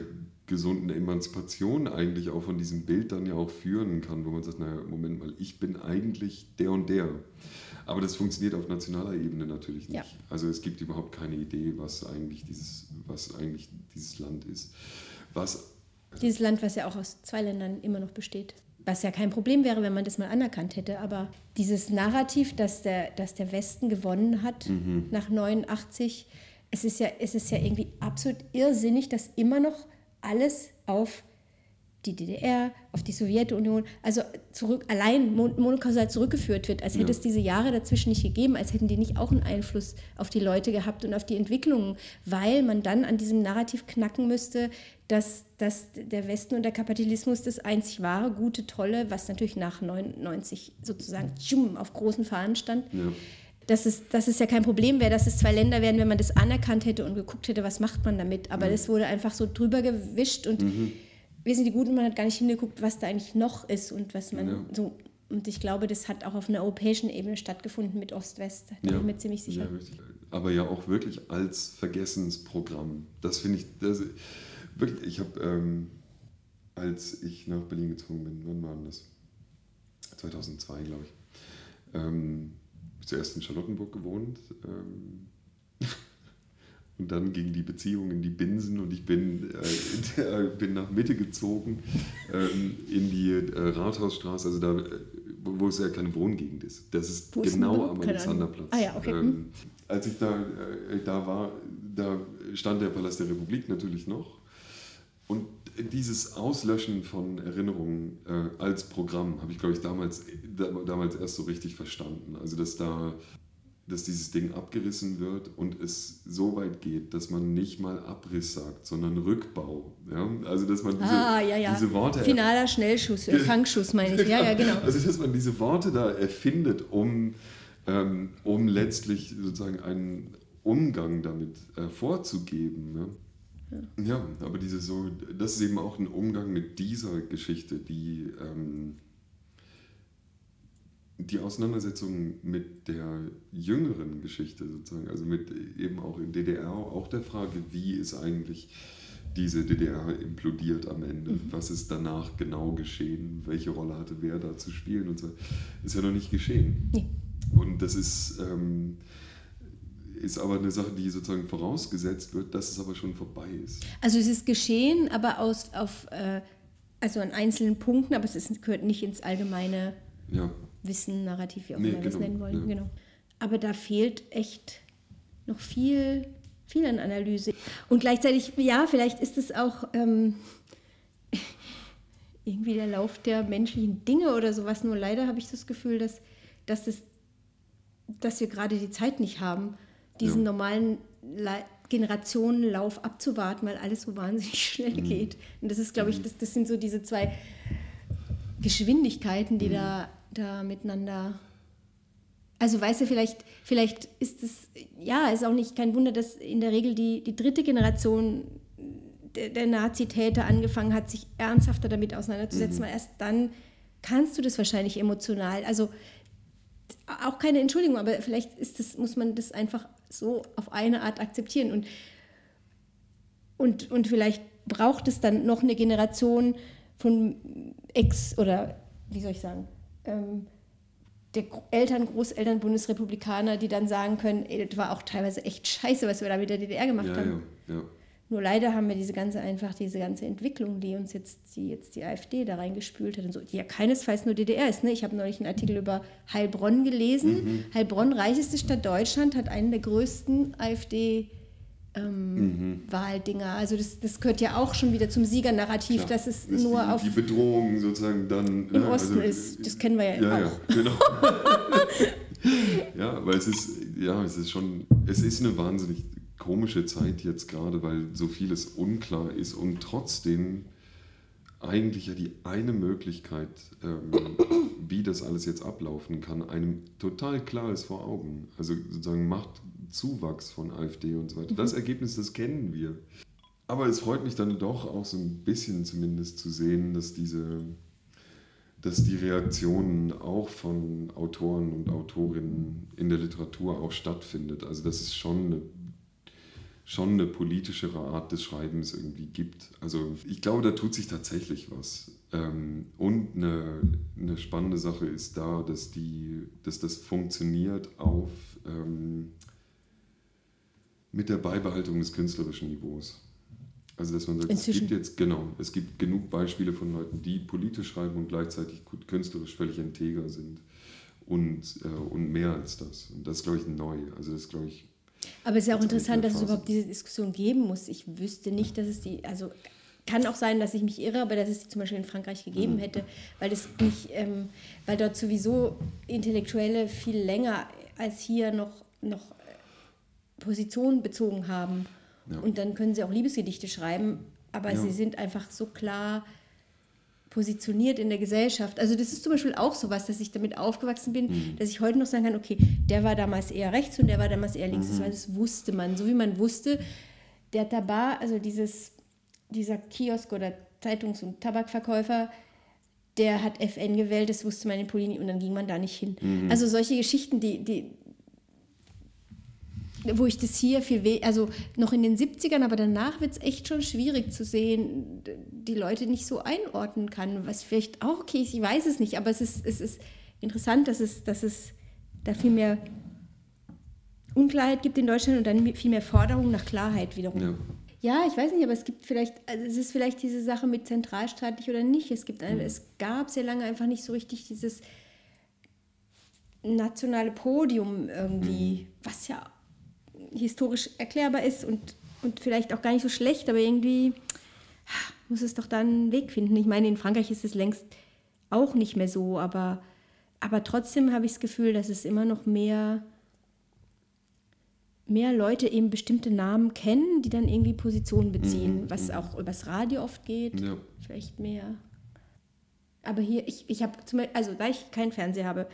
gesunden Emanzipation eigentlich auch von diesem Bild dann ja auch führen kann, wo man sagt, naja, Moment mal, ich bin eigentlich der und der. Aber das funktioniert auf nationaler Ebene natürlich nicht. Ja. Also es gibt überhaupt keine Idee, was eigentlich dieses, was eigentlich dieses Land ist. Was, dieses Land, was ja auch aus zwei Ländern immer noch besteht. Was ja kein Problem wäre, wenn man das mal anerkannt hätte. Aber dieses Narrativ, dass der, dass der Westen gewonnen hat mhm. nach neunundachtzig, es ist ja, es ist ja irgendwie absolut irrsinnig, dass immer noch alles auf die D D R, auf die Sowjetunion, also zurück, allein monokausal zurückgeführt wird, als hätte ja. es diese Jahre dazwischen nicht gegeben, als hätten die nicht auch einen Einfluss auf die Leute gehabt und auf die Entwicklungen, weil man dann an diesem Narrativ knacken müsste, dass, dass der Westen und der Kapitalismus das einzig wahre, gute, tolle, was natürlich nach neunundneunzig sozusagen tschum, auf großen Fahnen stand, ja. Dass es, dass es ja kein Problem wäre, dass es zwei Länder wären, wenn man das anerkannt hätte und geguckt hätte, was macht man damit. Aber mhm. das wurde einfach so drüber gewischt und mhm. wir sind die Guten, man hat gar nicht hingeguckt, was da eigentlich noch ist und was man ja. so. Und ich glaube, das hat auch auf einer europäischen Ebene stattgefunden mit Ost-West. Da bin ich mir ziemlich sicher. Ja, aber ja auch wirklich als Vergessensprogramm. Das finde ich, das, wirklich, ich habe, ähm, als ich nach Berlin gezogen bin, wann war das? zweitausendzwei, glaube ich. Ähm, zuerst in Charlottenburg gewohnt ähm, und dann ging die Beziehung in die Binsen und ich bin, äh, der, bin nach Mitte gezogen ähm, in die äh, Rathausstraße, also da, wo, wo es ja keine Wohngegend ist. Das ist genau am Alexanderplatz. Ah, ja, okay. ähm, als ich da, äh, da war, da stand der Palast der Republik natürlich noch und dieses Auslöschen von Erinnerungen äh, als Programm habe ich, glaube ich, damals, da, damals erst so richtig verstanden. Also, dass da, dass dieses Ding abgerissen wird und es so weit geht, dass man nicht mal Abriss sagt, sondern Rückbau. Ja? Also, dass man diese, ah, ja, ja. diese Worte... Finaler Schnellschuss, äh, Fangschuss meine ich. Ja, ja, genau. Also, dass man diese Worte da erfindet, um, ähm, um letztlich sozusagen einen Umgang damit äh, vorzugeben, ne? Ja. ja, aber diese so, das ist eben auch ein Umgang mit dieser Geschichte, die, ähm, die Auseinandersetzung mit der jüngeren Geschichte sozusagen, also mit eben auch in D D R, auch der Frage, wie ist eigentlich diese D D R implodiert am Ende, mhm. was ist danach genau geschehen, welche Rolle hatte wer da zu spielen und so, ist ja noch nicht geschehen. Nee. Und das ist... Ähm, ist aber eine Sache, die sozusagen vorausgesetzt wird, dass es aber schon vorbei ist. Also es ist geschehen, aber aus, auf, äh, also an einzelnen Punkten, aber es ist, gehört nicht ins allgemeine ja. Wissen, Narrativ, wie auch immer nee, wir genau, das nennen wollen. Ja. Genau. Aber da fehlt echt noch viel, viel an Analyse. Und gleichzeitig, ja, vielleicht ist es auch ähm, irgendwie der Lauf der menschlichen Dinge oder sowas. Nur leider habe ich das Gefühl, dass, dass, es, dass wir gerade die Zeit nicht haben, diesen ja. normalen La- Generationenlauf abzuwarten, weil alles so wahnsinnig schnell mhm. geht. Und das ist, glaube ich, das, das sind so diese zwei Geschwindigkeiten, die mhm. da, da miteinander... Also weißt du, vielleicht, vielleicht ist es, ja, ist auch nicht kein Wunder, dass in der Regel die, die dritte Generation der, der Nazitäter angefangen hat, sich ernsthafter damit auseinanderzusetzen, mhm. weil erst dann kannst du das wahrscheinlich emotional, also auch keine Entschuldigung, aber vielleicht ist das, muss man das einfach so auf eine Art akzeptieren. Und, und, und vielleicht braucht es dann noch eine Generation von Ex- oder, wie soll ich sagen, ähm, der Eltern, Großeltern, Bundesrepublikaner, die dann sagen können, ey, das war auch teilweise echt scheiße, was wir da mit der D D R gemacht ja, haben. Ja, ja. Nur leider haben wir diese ganze einfach diese ganze Entwicklung, die uns jetzt die, jetzt die AfD da reingespült hat und so, die ja keinesfalls nur D D R ist. Ne? Ich habe neulich einen Artikel über Heilbronn gelesen. Mhm. Heilbronn, reicheste Stadt Deutschland, hat einen der größten AfD ähm, mhm. Wahldinger. Also das, das gehört ja auch schon wieder zum Siegernarrativ, ja, dass es nur die, auf... Die Bedrohung sozusagen dann... Im ja, Osten also, ist, das kennen wir ja, ja auch. Ja, genau. Ja, weil es ist, ja, es ist schon, es ist eine wahnsinnig komische Zeit jetzt gerade, weil so vieles unklar ist und trotzdem eigentlich ja die eine Möglichkeit, ähm, wie das alles jetzt ablaufen kann, einem total klar ist vor Augen. Also sozusagen Machtzuwachs von AfD und so weiter. Das Ergebnis, das kennen wir. Aber es freut mich dann doch auch so ein bisschen zumindest zu sehen, dass diese, dass die Reaktionen auch von Autoren und Autorinnen in der Literatur auch stattfindet. Also dass es schon eine, schon eine politischere Art des Schreibens irgendwie gibt. Also ich glaube, da tut sich tatsächlich was. Ähm, und eine, eine spannende Sache ist da, dass, die, dass das funktioniert auf, ähm, mit der Beibehaltung des künstlerischen Niveaus. Also dass man sagt, Inzwischen. es gibt jetzt, genau, es gibt genug Beispiele von Leuten, die politisch schreiben und gleichzeitig künstlerisch völlig integer sind. Und, äh, und mehr als das. Und das ist, glaube ich, neu. Also das ist, glaube ich... Aber es ist ja auch interessant, dass es überhaupt diese Diskussion geben muss. Ich wüsste nicht, dass es die... Also kann auch sein, dass ich mich irre, aber dass es die zum Beispiel in Frankreich gegeben hätte, weil, das nicht, ähm, weil dort sowieso Intellektuelle viel länger als hier noch, noch Positionen bezogen haben. Ja. Und dann können sie auch Liebesgedichte schreiben, aber ja. sie sind einfach so klar positioniert in der Gesellschaft. Also das ist zum Beispiel auch sowas, dass ich damit aufgewachsen bin, mhm. dass ich heute noch sagen kann, okay, der war damals eher rechts und der war damals eher links. Mhm. Das, das wusste man. So wie man wusste, der Tabac, also dieses, dieser Kiosk oder Zeitungs- und Tabakverkäufer, der hat F N gewählt, das wusste man in Polini und dann ging man da nicht hin. Mhm. Also solche Geschichten, die, die wo ich das hier viel, we- also noch in den siebzigern, aber danach wird es echt schon schwierig zu sehen, die Leute nicht so einordnen kann, was vielleicht auch okay ist, ich weiß es nicht, aber es ist, es ist interessant, dass es, dass es da viel mehr Unklarheit gibt in Deutschland und dann viel mehr Forderung nach Klarheit wiederum. Ja. Ja, ich weiß nicht, aber es gibt vielleicht, also es ist vielleicht diese Sache mit zentralstaatlich oder nicht. Es gibt, eine, mhm. es gab sehr lange einfach nicht so richtig dieses nationale Podium irgendwie, mhm. was ja historisch erklärbar ist und, und vielleicht auch gar nicht so schlecht, aber irgendwie muss es doch dann einen Weg finden. Ich meine, in Frankreich ist es längst auch nicht mehr so, aber, aber trotzdem habe ich das Gefühl, dass es immer noch mehr, mehr Leute eben bestimmte Namen kennen, die dann irgendwie Positionen beziehen, mhm. was auch übers Radio oft geht, ja. vielleicht mehr. Aber hier, ich, ich habe zum Beispiel, also weil ich keinen Fernseher habe,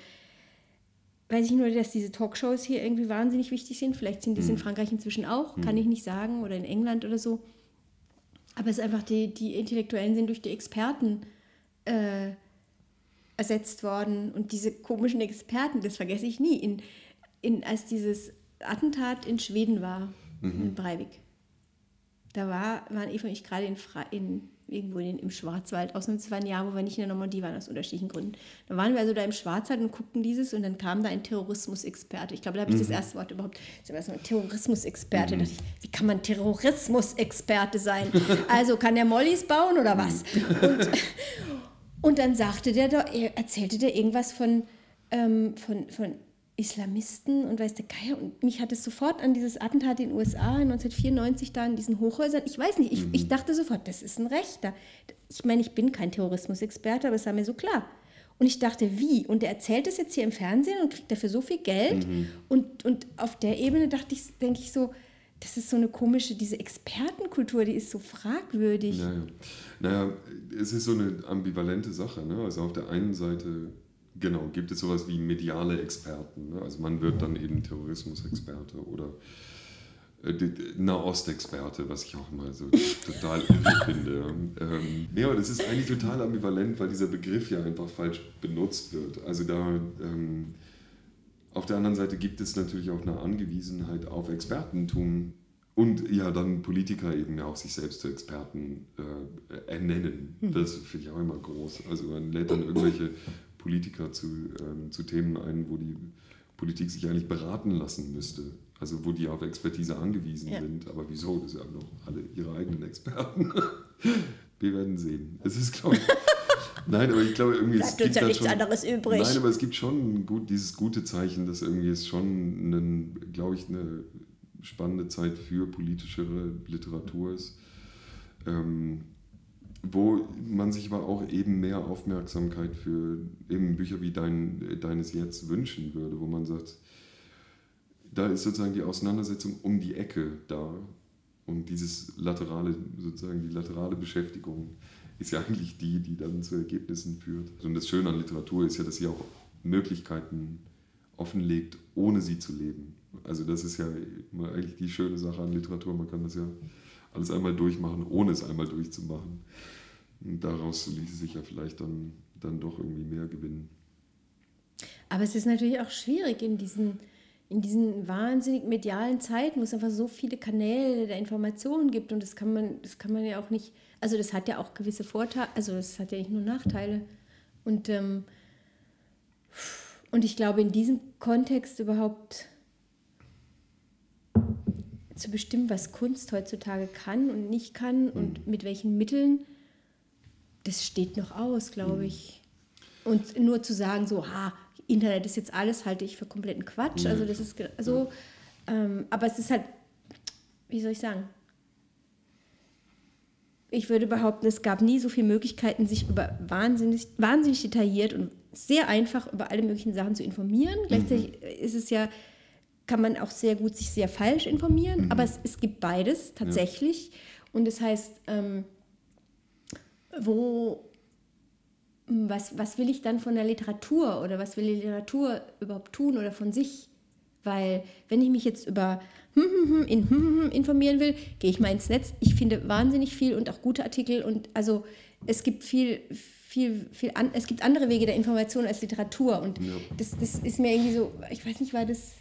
weiß ich nur, dass diese Talkshows hier irgendwie wahnsinnig wichtig sind. Vielleicht sind die mhm. in Frankreich inzwischen auch, mhm. kann ich nicht sagen, oder in England oder so. Aber es ist einfach, die, die Intellektuellen sind durch die Experten äh, ersetzt worden. Und diese komischen Experten, das vergesse ich nie, in, in, als dieses Attentat in Schweden war, mhm. in Breivik. Da war, waren Eva und ich gerade in, in, irgendwo in, im Schwarzwald, ausnahmsweise war ein Jahr, wo wir nicht in der Normandie waren, aus unterschiedlichen Gründen. Da waren wir also da im Schwarzwald und guckten dieses und dann kam da ein Terrorismusexperte. Ich glaube, da habe ich mhm. das erste Wort überhaupt, das war so ein Terrorismusexperte. Mhm. Da dachte ich, wie kann man Terrorismusexperte sein? Also kann der Mollys bauen oder was? Und, und dann sagte der, er erzählte der irgendwas von, ähm, von, von Islamisten und weiß der Geier. Und mich hat es sofort an dieses Attentat in den U S A neunzehnhundertvierundneunzig da in diesen Hochhäusern, ich weiß nicht, ich, mhm. ich dachte sofort, das ist ein Rechter. Ich meine, ich bin kein Terrorismusexperte, aber es war mir so klar. Und ich dachte, wie? Und er erzählt das jetzt hier im Fernsehen und kriegt dafür so viel Geld. Mhm. Und, und auf der Ebene dachte ich, denke ich so, das ist so eine komische, diese Expertenkultur, die ist so fragwürdig. Naja, naja es ist so eine ambivalente Sache. Ne? Also auf der einen Seite... Genau, gibt es sowas wie mediale Experten. Ne? Also man wird dann eben Terrorismusexperte oder äh, Nahostexperte, was ich auch mal so total irre finde. Ähm, ja, aber das ist eigentlich total ambivalent, weil dieser Begriff ja einfach falsch benutzt wird. Also da ähm, auf der anderen Seite gibt es natürlich auch eine Angewiesenheit auf Expertentum und ja dann Politiker eben ja auch sich selbst zu Experten äh, ernennen. Das finde ich auch immer groß. Also man lädt dann irgendwelche Politiker zu, ähm, zu Themen ein, wo die Politik sich eigentlich beraten lassen müsste. Also wo die auf Expertise angewiesen ja. sind. Aber wieso? Das haben doch alle ihre eigenen Experten. Wir werden sehen. Es ist, glaube ich... Nein, aber ich glaube irgendwie... Bleibt es uns ja nichts schon, anderes übrig. Nein, aber es gibt schon gut, dieses gute Zeichen, dass irgendwie es schon, einen, glaube ich, eine spannende Zeit für politischere Literatur ist. Ähm, wo man sich aber auch eben mehr Aufmerksamkeit für eben Bücher wie dein, Deines Jetzt wünschen würde, wo man sagt, da ist sozusagen die Auseinandersetzung um die Ecke da und dieses laterale, sozusagen die laterale Beschäftigung ist ja eigentlich die, die dann zu Ergebnissen führt. Und das Schöne an Literatur ist ja, dass sie auch Möglichkeiten offenlegt, ohne sie zu leben. Also das ist ja immer eigentlich die schöne Sache an Literatur, man kann das ja alles einmal durchmachen, ohne es einmal durchzumachen. Und daraus ließe sich ja vielleicht dann, dann doch irgendwie mehr gewinnen. Aber es ist natürlich auch schwierig in diesen, in diesen wahnsinnig medialen Zeiten, wo es einfach so viele Kanäle der Informationen gibt und das kann man, das kann man ja auch nicht, also das hat ja auch gewisse Vorteile, also das hat ja nicht nur Nachteile. Und, ähm, und ich glaube, in diesem Kontext überhaupt zu bestimmen, was Kunst heutzutage kann und nicht kann mhm. und mit welchen Mitteln, das steht noch aus, glaube ich. Und nur zu sagen, so, ha, Internet ist jetzt alles, halte ich für kompletten Quatsch. Also das ist so, ähm, aber es ist halt, wie soll ich sagen, ich würde behaupten, es gab nie so viele Möglichkeiten, sich über wahnsinnig, wahnsinnig detailliert und sehr einfach über alle möglichen Sachen zu informieren. Mhm. Gleichzeitig ist es ja, kann man auch sehr gut sich sehr falsch informieren, mhm. aber es, es gibt beides tatsächlich. Ja. Und das heißt, ähm, wo, was, was will ich dann von der Literatur oder was will die Literatur überhaupt tun oder von sich? Weil wenn ich mich jetzt über in informieren will, gehe ich mal ins Netz. Ich finde wahnsinnig viel und auch gute Artikel und also es gibt viel, viel, viel an, es gibt andere Wege der Information als Literatur und ja. das, das ist mir irgendwie so, ich weiß nicht, war das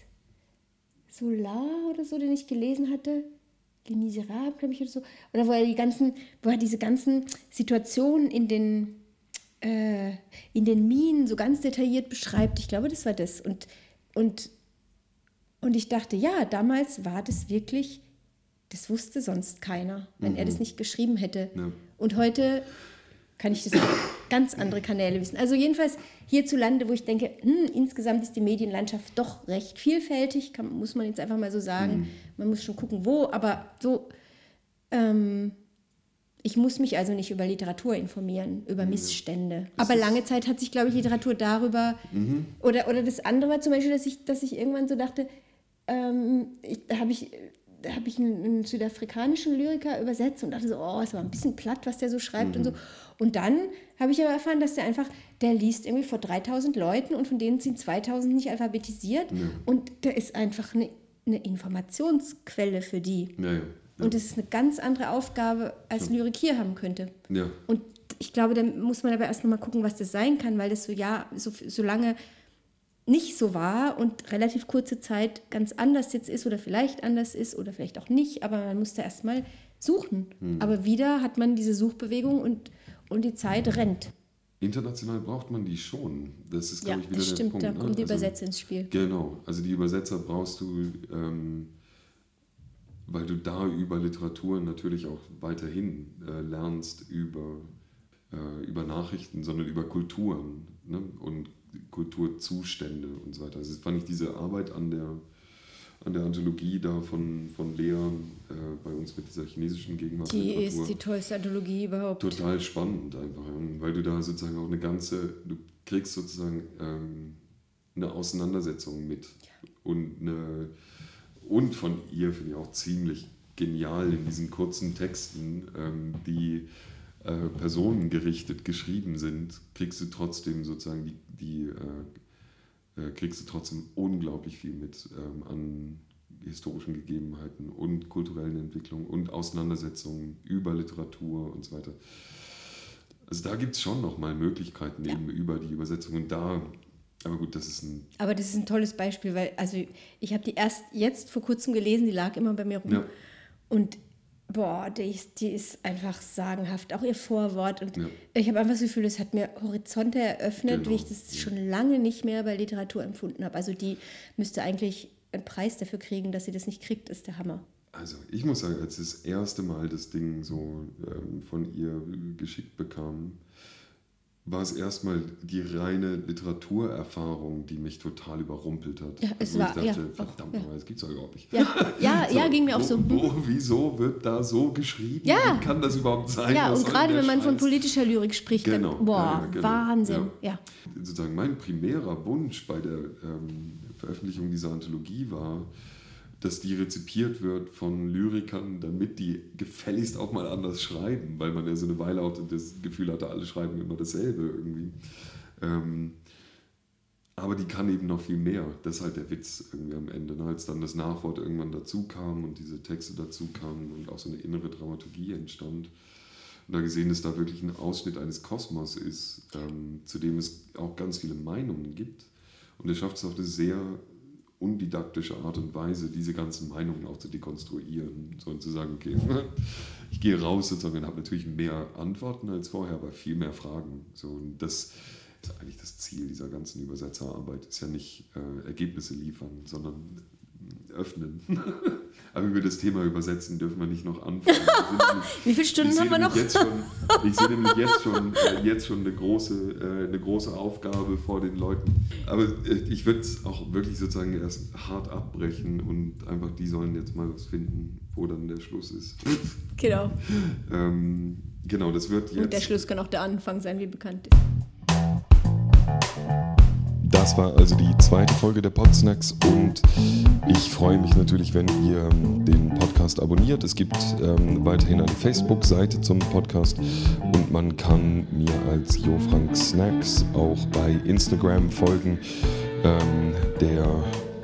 Solar oder so, den ich gelesen hatte? Les Miserables, glaube ich, oder so. Oder wo er die ganzen, wo er diese ganzen Situationen in den, äh, in den Minen so ganz detailliert beschreibt. Ich glaube, das war das. Und, und, und ich dachte, ja, damals war das wirklich, das wusste sonst keiner, wenn mhm. er das nicht geschrieben hätte. Ja. Und heute kann ich das auf ganz andere Kanäle wissen. Also jedenfalls hierzulande, wo ich denke, hm, insgesamt ist die Medienlandschaft doch recht vielfältig, kann, muss man jetzt einfach mal so sagen. Mhm. Man muss schon gucken, wo, aber so, ähm, ich muss mich also nicht über Literatur informieren, über mhm. Missstände. Das aber lange Zeit hat sich, glaube ich, Literatur darüber, mhm. oder, oder das andere war zum Beispiel, dass ich, dass ich irgendwann so dachte, ähm, ich, da habe ich... Da habe ich einen, einen südafrikanischen Lyriker übersetzt und dachte so, oh, es war ein bisschen platt, was der so schreibt mhm. und so. Und dann habe ich aber erfahren, dass der einfach, der liest irgendwie vor dreitausend Leuten und von denen sind zweitausend nicht alphabetisiert. Ja. Und der ist einfach eine, eine Informationsquelle für die. Ja, ja, ja. Und das ist eine ganz andere Aufgabe, als ja. Lyrik hier haben könnte. Ja. Und ich glaube, da muss man aber erst noch mal gucken, was das sein kann, weil das so, ja, so, so lange nicht so war und relativ kurze Zeit ganz anders jetzt ist oder vielleicht anders ist oder vielleicht auch nicht, aber man musste erst mal suchen. Hm. Aber wieder hat man diese Suchbewegung und, und die Zeit rennt. International braucht man die schon. Das ist, glaube ja, ich, wieder das der stimmt, Punkt. Da kommen ne? die also, Übersetzer ins Spiel. Genau, also die Übersetzer brauchst du, ähm, weil du da über Literatur natürlich auch weiterhin äh, lernst, über, äh, über Nachrichten, sondern über Kulturen, ne? Und Kulturzustände und so weiter. Also fand ich diese Arbeit an der, an der Anthologie da von, von Lea äh, bei uns mit dieser chinesischen Gegenwartsliteratur. Die ist die tollste Anthologie überhaupt. Total spannend einfach, weil du da sozusagen auch eine ganze, du kriegst sozusagen ähm, eine Auseinandersetzung mit ja. und, eine, und von ihr finde ich auch ziemlich genial in diesen kurzen Texten, ähm, die Äh, personengerichtet geschrieben sind, kriegst du trotzdem sozusagen die, die äh, äh, kriegst du trotzdem unglaublich viel mit ähm, an historischen Gegebenheiten und kulturellen Entwicklungen und Auseinandersetzungen über Literatur und so weiter. Also da gibt es schon nochmal Möglichkeiten ja. eben über die Übersetzung und da, aber gut, das ist ein... Aber das ist ein tolles Beispiel, weil also ich habe die erst jetzt vor kurzem gelesen, die lag immer bei mir rum ja. und boah, die ist, die ist einfach sagenhaft, auch ihr Vorwort. Und ja. ich habe einfach das Gefühl, es hat mir Horizonte eröffnet, genau. wie ich das ja. schon lange nicht mehr bei Literatur empfunden habe. Also die müsste eigentlich einen Preis dafür kriegen, dass sie das nicht kriegt, ist der Hammer. Also ich muss sagen, als ich das erste Mal das Ding so ähm, von ihr geschickt bekam, war es erstmal die reine Literaturerfahrung, die mich total überrumpelt hat. Ja, es also war, ich dachte, ja, verdammt, ja. das gibt's ja überhaupt nicht. Ja, ja, so, ja ging mir auch wo, so. Wo, wieso wird da so geschrieben? Ja. Wie kann das überhaupt sein? Ja, und gerade wenn man Scheiß? von politischer Lyrik spricht, genau, dann, boah, ja, ja, genau. Wahnsinn. Ja. Ja. Sozusagen mein primärer Wunsch bei der ähm, Veröffentlichung dieser Anthologie war, dass die rezipiert wird von Lyrikern, damit die gefälligst auch mal anders schreiben, weil man ja so eine Weile auch das Gefühl hatte, alle schreiben immer dasselbe irgendwie. Ähm, aber die kann eben noch viel mehr. Das ist halt der Witz irgendwie am Ende, ne? Als dann das Nachwort irgendwann dazu kam und diese Texte dazu kamen und auch so eine innere Dramaturgie entstand. Und da gesehen, dass da wirklich ein Ausschnitt eines Kosmos ist, ähm, zu dem es auch ganz viele Meinungen gibt. Und er schafft es auf eine sehr undidaktische Art und Weise, diese ganzen Meinungen auch zu dekonstruieren, sondern zu sagen, okay, ich gehe raus sozusagen und habe natürlich mehr Antworten als vorher, aber viel mehr Fragen. So, und das ist eigentlich das Ziel dieser ganzen Übersetzerarbeit, ist ja nicht äh, Ergebnisse liefern, sondern öffnen. Aber über das Thema Übersetzen dürfen wir nicht noch anfangen. Nämlich, wie viele Stunden haben wir noch? Jetzt schon, ich sehe nämlich jetzt schon, äh, jetzt schon eine, große, äh, eine große Aufgabe vor den Leuten. Aber äh, ich würde es auch wirklich sozusagen erst hart abbrechen und einfach die sollen jetzt mal was finden, wo dann der Schluss ist. Genau. ähm, genau, das wird jetzt... Und der Schluss kann auch der Anfang sein, wie bekannt ist. Das war also die zweite Folge der Podsnacks und ich freue mich natürlich, wenn ihr den Podcast abonniert. Es gibt ähm, weiterhin eine Facebook-Seite zum Podcast und man kann mir als Jo Frank Snacks auch bei Instagram folgen. Ähm, der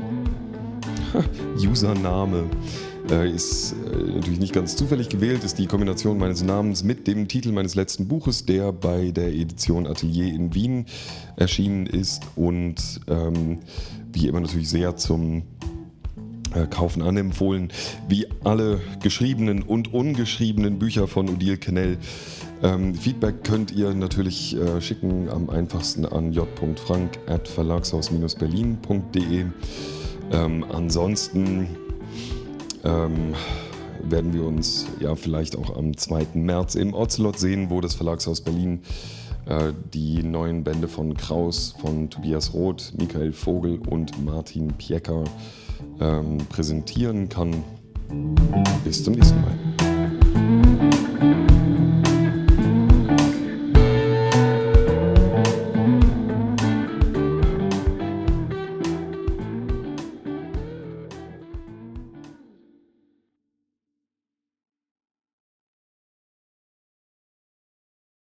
Username äh, ist äh, natürlich nicht ganz zufällig gewählt, ist die Kombination meines Namens mit dem Titel meines letzten Buches, der bei der Edition Atelier in Wien erschienen ist und ähm, wie immer natürlich sehr zum äh, Kaufen anempfohlen. Wie alle geschriebenen und ungeschriebenen Bücher von Odile Kennel. Ähm, Feedback könnt ihr natürlich äh, schicken, am einfachsten an j punkt frank at verlagshaus berlin punkt de. Ähm, ansonsten ähm, werden wir uns ja vielleicht auch am zweiten März im Ocelot sehen, wo das Verlagshaus Berlin äh, die neuen Bände von Kraus, von Tobias Roth, Michael Vogel und Martin Piecker ähm, präsentieren kann. Bis zum nächsten Mal.